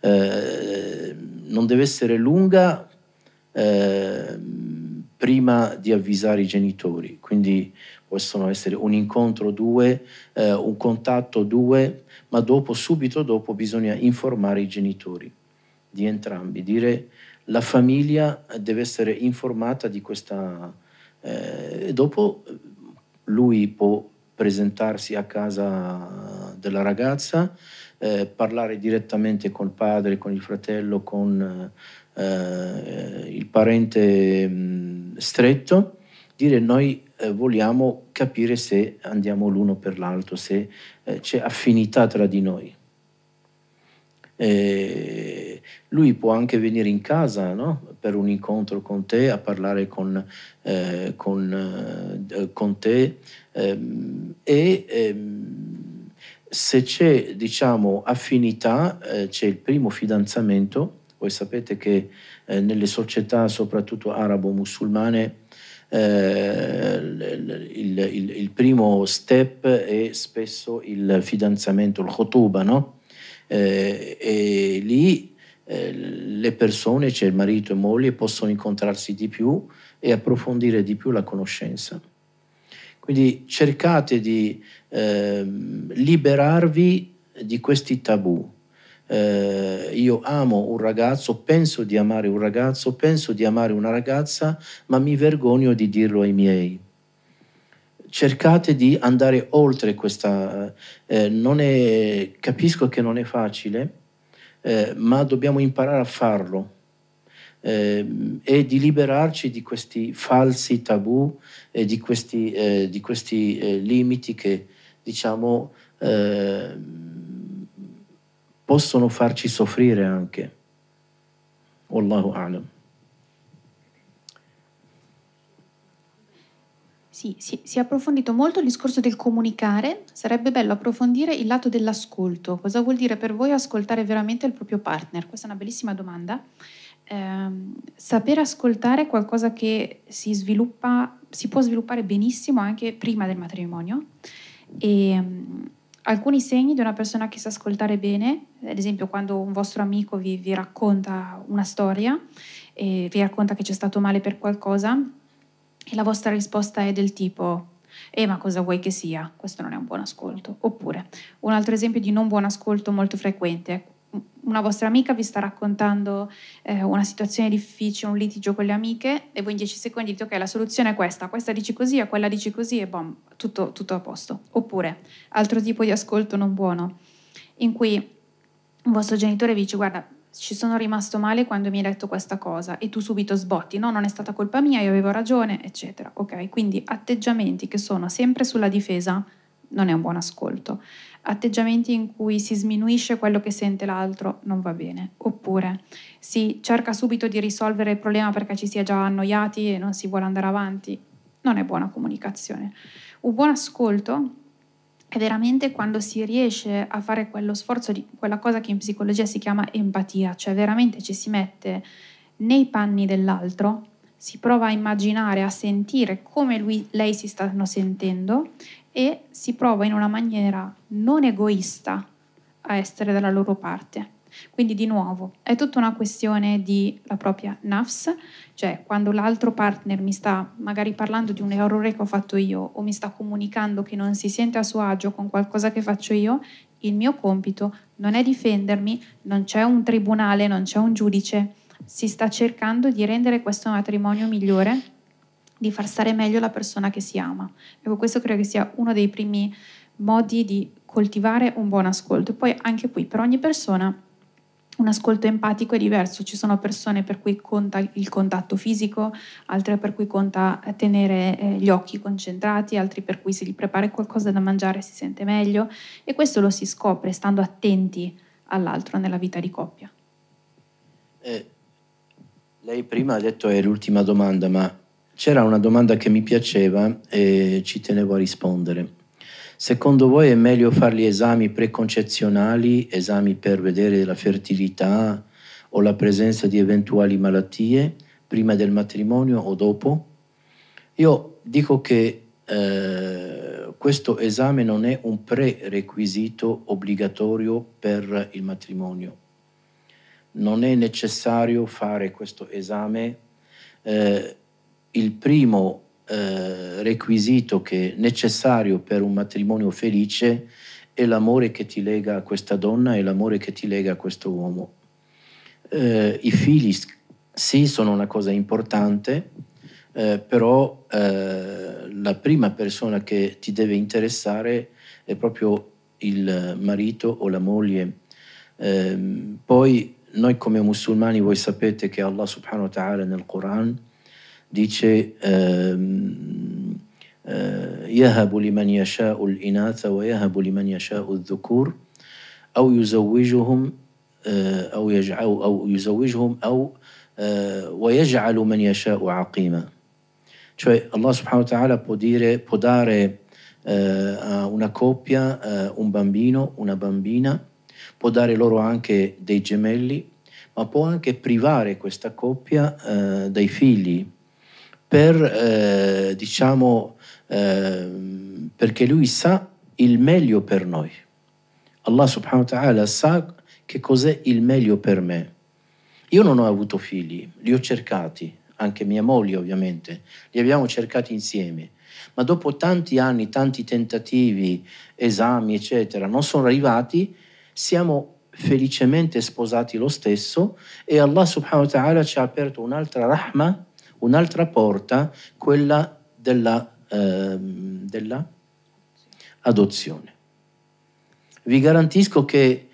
non deve essere lunga prima di avvisare i genitori, quindi possono essere un incontro 2, un contatto 2, ma subito dopo bisogna informare i genitori di entrambi, dire la famiglia deve essere informata di questa, e dopo lui può presentarsi a casa della ragazza, parlare direttamente col padre, con il fratello, con il parente stretto, dire noi vogliamo capire se andiamo l'uno per l'altro, se c'è affinità tra di noi. Lui può anche venire in casa, no? Per un incontro con te, a parlare con te se c'è, diciamo, affinità, c'è il primo fidanzamento. Voi sapete che nelle società, soprattutto arabo-musulmane, il primo step è spesso il fidanzamento, il khutuba, no? E lì le persone, cioè il marito e moglie, possono incontrarsi di più e approfondire di più la conoscenza. Quindi cercate di liberarvi di questi tabù. Io amo un ragazzo, penso di amare un ragazzo, penso di amare una ragazza, ma mi vergogno di dirlo ai miei. Cercate di andare oltre questa... capisco che non è facile, ma dobbiamo imparare a farlo e di liberarci di questi falsi tabù e di questi limiti che, diciamo, possono farci soffrire anche. Wallahu a'lam. Sì, si è approfondito molto il discorso del comunicare, sarebbe bello approfondire il lato dell'ascolto. Cosa vuol dire per voi ascoltare veramente il proprio partner? Questa è una bellissima domanda. Sapere ascoltare è qualcosa che si può sviluppare benissimo anche prima del matrimonio. E alcuni segni di una persona che sa ascoltare bene, ad esempio quando un vostro amico vi racconta una storia e vi racconta che c'è stato male per qualcosa e la vostra risposta è del tipo ma cosa vuoi che sia? Questo non è un buon ascolto. Oppure un altro esempio di non buon ascolto molto frequente: una vostra amica vi sta raccontando una situazione difficile, un litigio con le amiche, e voi in 10 secondi dite ok, la soluzione è questa dici così e quella dici così e bom, tutto a posto. Oppure altro tipo di ascolto non buono, in cui un vostro genitore vi dice guarda, ci sono rimasto male quando mi hai detto questa cosa, e tu subito sbotti, no, non è stata colpa mia, io avevo ragione, eccetera. Ok, quindi atteggiamenti che sono sempre sulla difesa non è un buon ascolto. Atteggiamenti in cui si sminuisce quello che sente l'altro non va bene. Oppure si cerca subito di risolvere il problema perché ci si è già annoiati e non si vuole andare avanti, non è buona comunicazione. Un buon ascolto è veramente quando si riesce a fare quello sforzo di quella cosa che in psicologia si chiama empatia, cioè veramente ci si mette nei panni dell'altro, si prova a immaginare, a sentire come lei si stanno sentendo e si prova in una maniera non egoista a essere dalla loro parte. Quindi di nuovo è tutta una questione di la propria nafs, cioè quando l'altro partner mi sta magari parlando di un errore che ho fatto io o mi sta comunicando che non si sente a suo agio con qualcosa che faccio io, il mio compito non è difendermi, non c'è un tribunale, non c'è un giudice, si sta cercando di rendere questo matrimonio migliore, di far stare meglio la persona che si ama. Ecco, questo credo che sia uno dei primi modi di coltivare un buon ascolto. E poi anche qui per ogni persona un ascolto empatico è diverso, ci sono persone per cui conta il contatto fisico, altre per cui conta tenere gli occhi concentrati, altri per cui se gli prepari qualcosa da mangiare si sente meglio, e questo lo si scopre stando attenti all'altro nella vita di coppia. Lei prima ha detto è l'ultima domanda, ma c'era una domanda che mi piaceva e ci tenevo a rispondere. Secondo voi è meglio fare gli esami preconcezionali, esami per vedere la fertilità o la presenza di eventuali malattie prima del matrimonio o dopo? Io dico che questo esame non è un prerequisito obbligatorio per il matrimonio. Non è necessario fare questo esame. Il primo requisito che è necessario per un matrimonio felice è l'amore che ti lega a questa donna e l'amore che ti lega a questo uomo. I figli sì, sono una cosa importante, però la prima persona che ti deve interessare è proprio il marito o la moglie. Poi noi come musulmani, voi sapete che Allah subhanahu wa ta'ala nel Quran dice يهب لمن يشاء الإناث ويهب لمن يشاء الذكور أو يزوجهم ويجعل من يشاء عقيما. Cioè Allah subhanahu wa ta'ala può dare a una coppia un bambino, una bambina, può dare loro anche dei gemelli, ma può anche privare questa coppia dai figli per perché lui sa il meglio per noi. Allah subhanahu wa ta'ala sa che cos'è il meglio per me. Io non ho avuto figli, li ho cercati, anche mia moglie ovviamente, li abbiamo cercati insieme, ma dopo tanti anni, tanti tentativi, esami eccetera, non sono arrivati, siamo felicemente sposati lo stesso e Allah subhanahu wa ta'ala ci ha aperto un'altra rahma, un'altra porta, quella della adozione. Vi garantisco che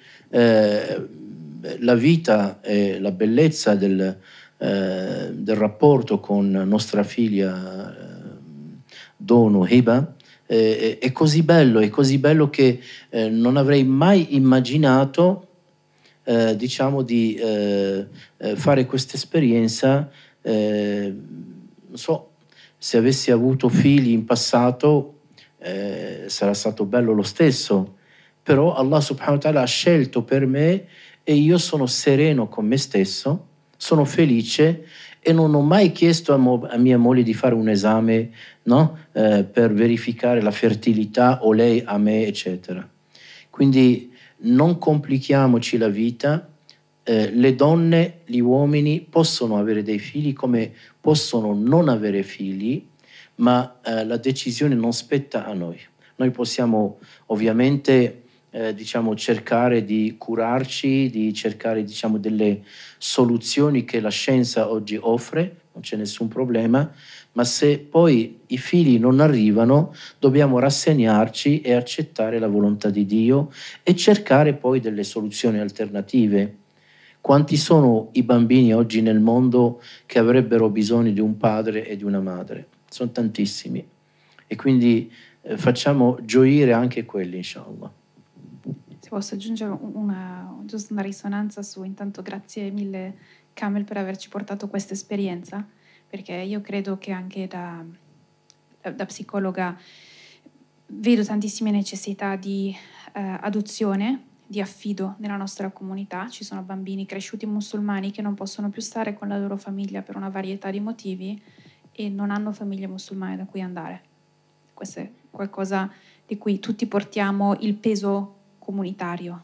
la vita e la bellezza del rapporto con nostra figlia Donu Hiba è così bello che non avrei mai immaginato di fare questa esperienza. Non so, se avessi avuto figli in passato sarà stato bello lo stesso, però Allah subhanahu wa ta'ala ha scelto per me e io sono sereno con me stesso, sono felice e non ho mai chiesto a mia moglie di fare un esame, no? Per verificare la fertilità o lei a me, eccetera. Quindi non complichiamoci la vita. Le donne, gli uomini possono avere dei figli come possono non avere figli, ma la decisione non spetta a noi. Noi possiamo ovviamente diciamo, cercare di curarci, di cercare diciamo, delle soluzioni che la scienza oggi offre, non c'è nessun problema, ma se poi i figli non arrivano dobbiamo rassegnarci e accettare la volontà di Dio e cercare poi delle soluzioni alternative. Quanti sono i bambini oggi nel mondo che avrebbero bisogno di un padre e di una madre? Sono tantissimi. E quindi facciamo gioire anche quelli, inshallah. Se posso aggiungere giusto una risonanza su, intanto grazie mille Kamel per averci portato questa esperienza, perché io credo che anche da psicologa vedo tantissime necessità di adozione, di affido nella nostra comunità. Ci sono bambini cresciuti musulmani che non possono più stare con la loro famiglia per una varietà di motivi e non hanno famiglie musulmane da cui andare. Questo è qualcosa di cui tutti portiamo il peso comunitario.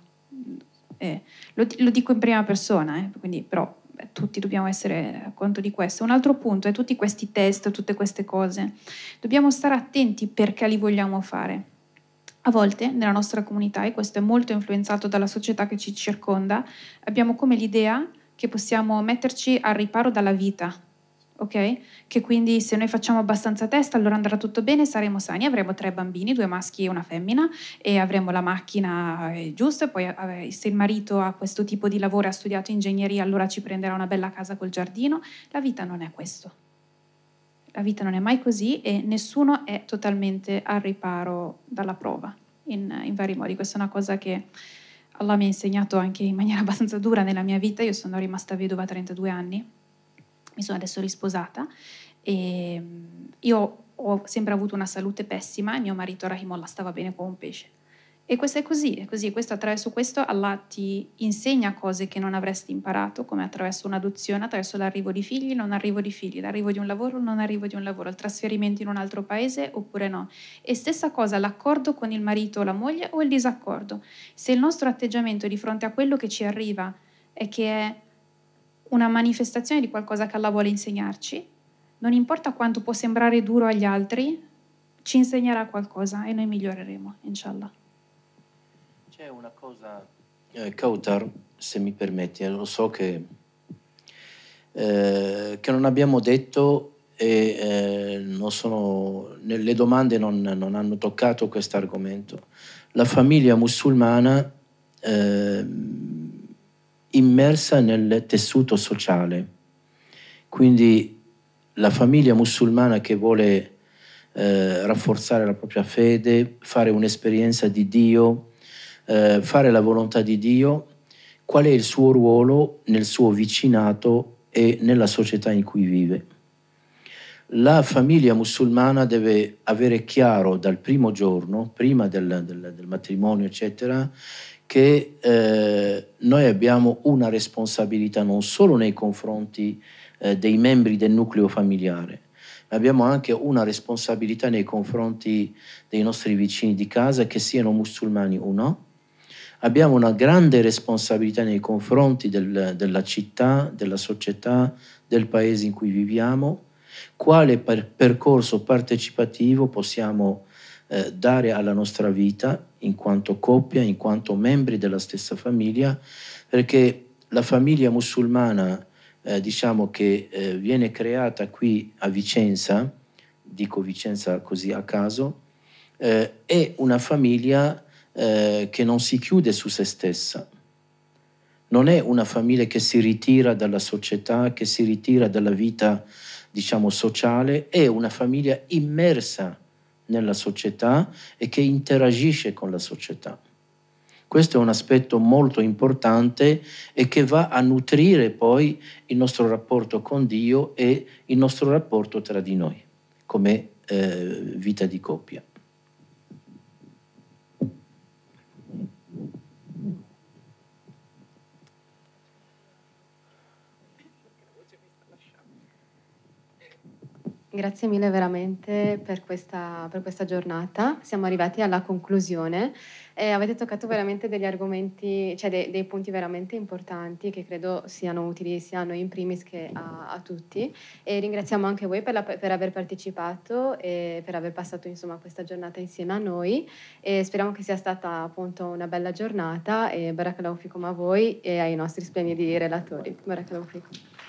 Lo dico in prima persona, quindi però tutti dobbiamo essere a conto di questo. Un altro punto è tutti questi test, tutte queste cose. Dobbiamo stare attenti perché li vogliamo fare. A volte nella nostra comunità, e questo è molto influenzato dalla società che ci circonda, abbiamo come l'idea che possiamo metterci al riparo dalla vita, ok? Che quindi se noi facciamo abbastanza test allora andrà tutto bene, saremo sani, avremo 3 bambini, 2 maschi e una femmina e avremo la macchina giusta, e poi se il marito ha questo tipo di lavoro e ha studiato ingegneria allora ci prenderà una bella casa col giardino. La vita non è questo. La vita non è mai così e nessuno è totalmente al riparo dalla prova in vari modi. Questa è una cosa che Allah mi ha insegnato anche in maniera abbastanza dura nella mia vita. Io sono rimasta vedova a 32 anni, mi sono adesso risposata e io ho sempre avuto una salute pessima e mio marito Rahimullah stava bene come un pesce. E questo è così, questo, attraverso questo Allah ti insegna cose che non avresti imparato, come attraverso un'adozione, attraverso l'arrivo di figli, non arrivo di figli, l'arrivo di un lavoro, non arrivo di un lavoro, il trasferimento in un altro paese oppure no. E stessa cosa l'accordo con il marito o la moglie o il disaccordo. Se il nostro atteggiamento di fronte a quello che ci arriva è che è una manifestazione di qualcosa che Allah vuole insegnarci, non importa quanto può sembrare duro agli altri, ci insegnerà qualcosa e noi miglioreremo, inshallah. C'è una cosa, Kautar, se mi permetti, lo so che non abbiamo detto e le domande non hanno toccato questo argomento. La famiglia musulmana immersa nel tessuto sociale, quindi la famiglia musulmana che vuole rafforzare la propria fede, fare un'esperienza di Dio, fare la volontà di Dio, qual è il suo ruolo nel suo vicinato e nella società in cui vive. La famiglia musulmana deve avere chiaro dal primo giorno, prima del matrimonio, eccetera, che noi abbiamo una responsabilità non solo nei confronti dei membri del nucleo familiare, ma abbiamo anche una responsabilità nei confronti dei nostri vicini di casa, che siano musulmani o no. Abbiamo una grande responsabilità nei confronti della città, della società, del paese in cui viviamo. Quale percorso partecipativo possiamo dare alla nostra vita in quanto coppia, in quanto membri della stessa famiglia, perché la famiglia musulmana diciamo che viene creata qui a Vicenza, dico Vicenza così a caso, è una famiglia che non si chiude su se stessa. Non è una famiglia che si ritira dalla società, che si ritira dalla vita, diciamo, sociale, è una famiglia immersa nella società e che interagisce con la società. Questo è un aspetto molto importante e che va a nutrire poi il nostro rapporto con Dio e il nostro rapporto tra di noi, come vita di coppia. Grazie mille veramente per questa giornata. Siamo arrivati alla conclusione e avete toccato veramente degli argomenti, cioè dei punti veramente importanti che credo siano utili sia a noi in primis che a tutti. E ringraziamo anche voi per aver partecipato e per aver passato insomma questa giornata insieme a noi e speriamo che sia stata appunto una bella giornata e Barakallahu fikum a voi e ai nostri splendidi relatori. Barakallahu fikum.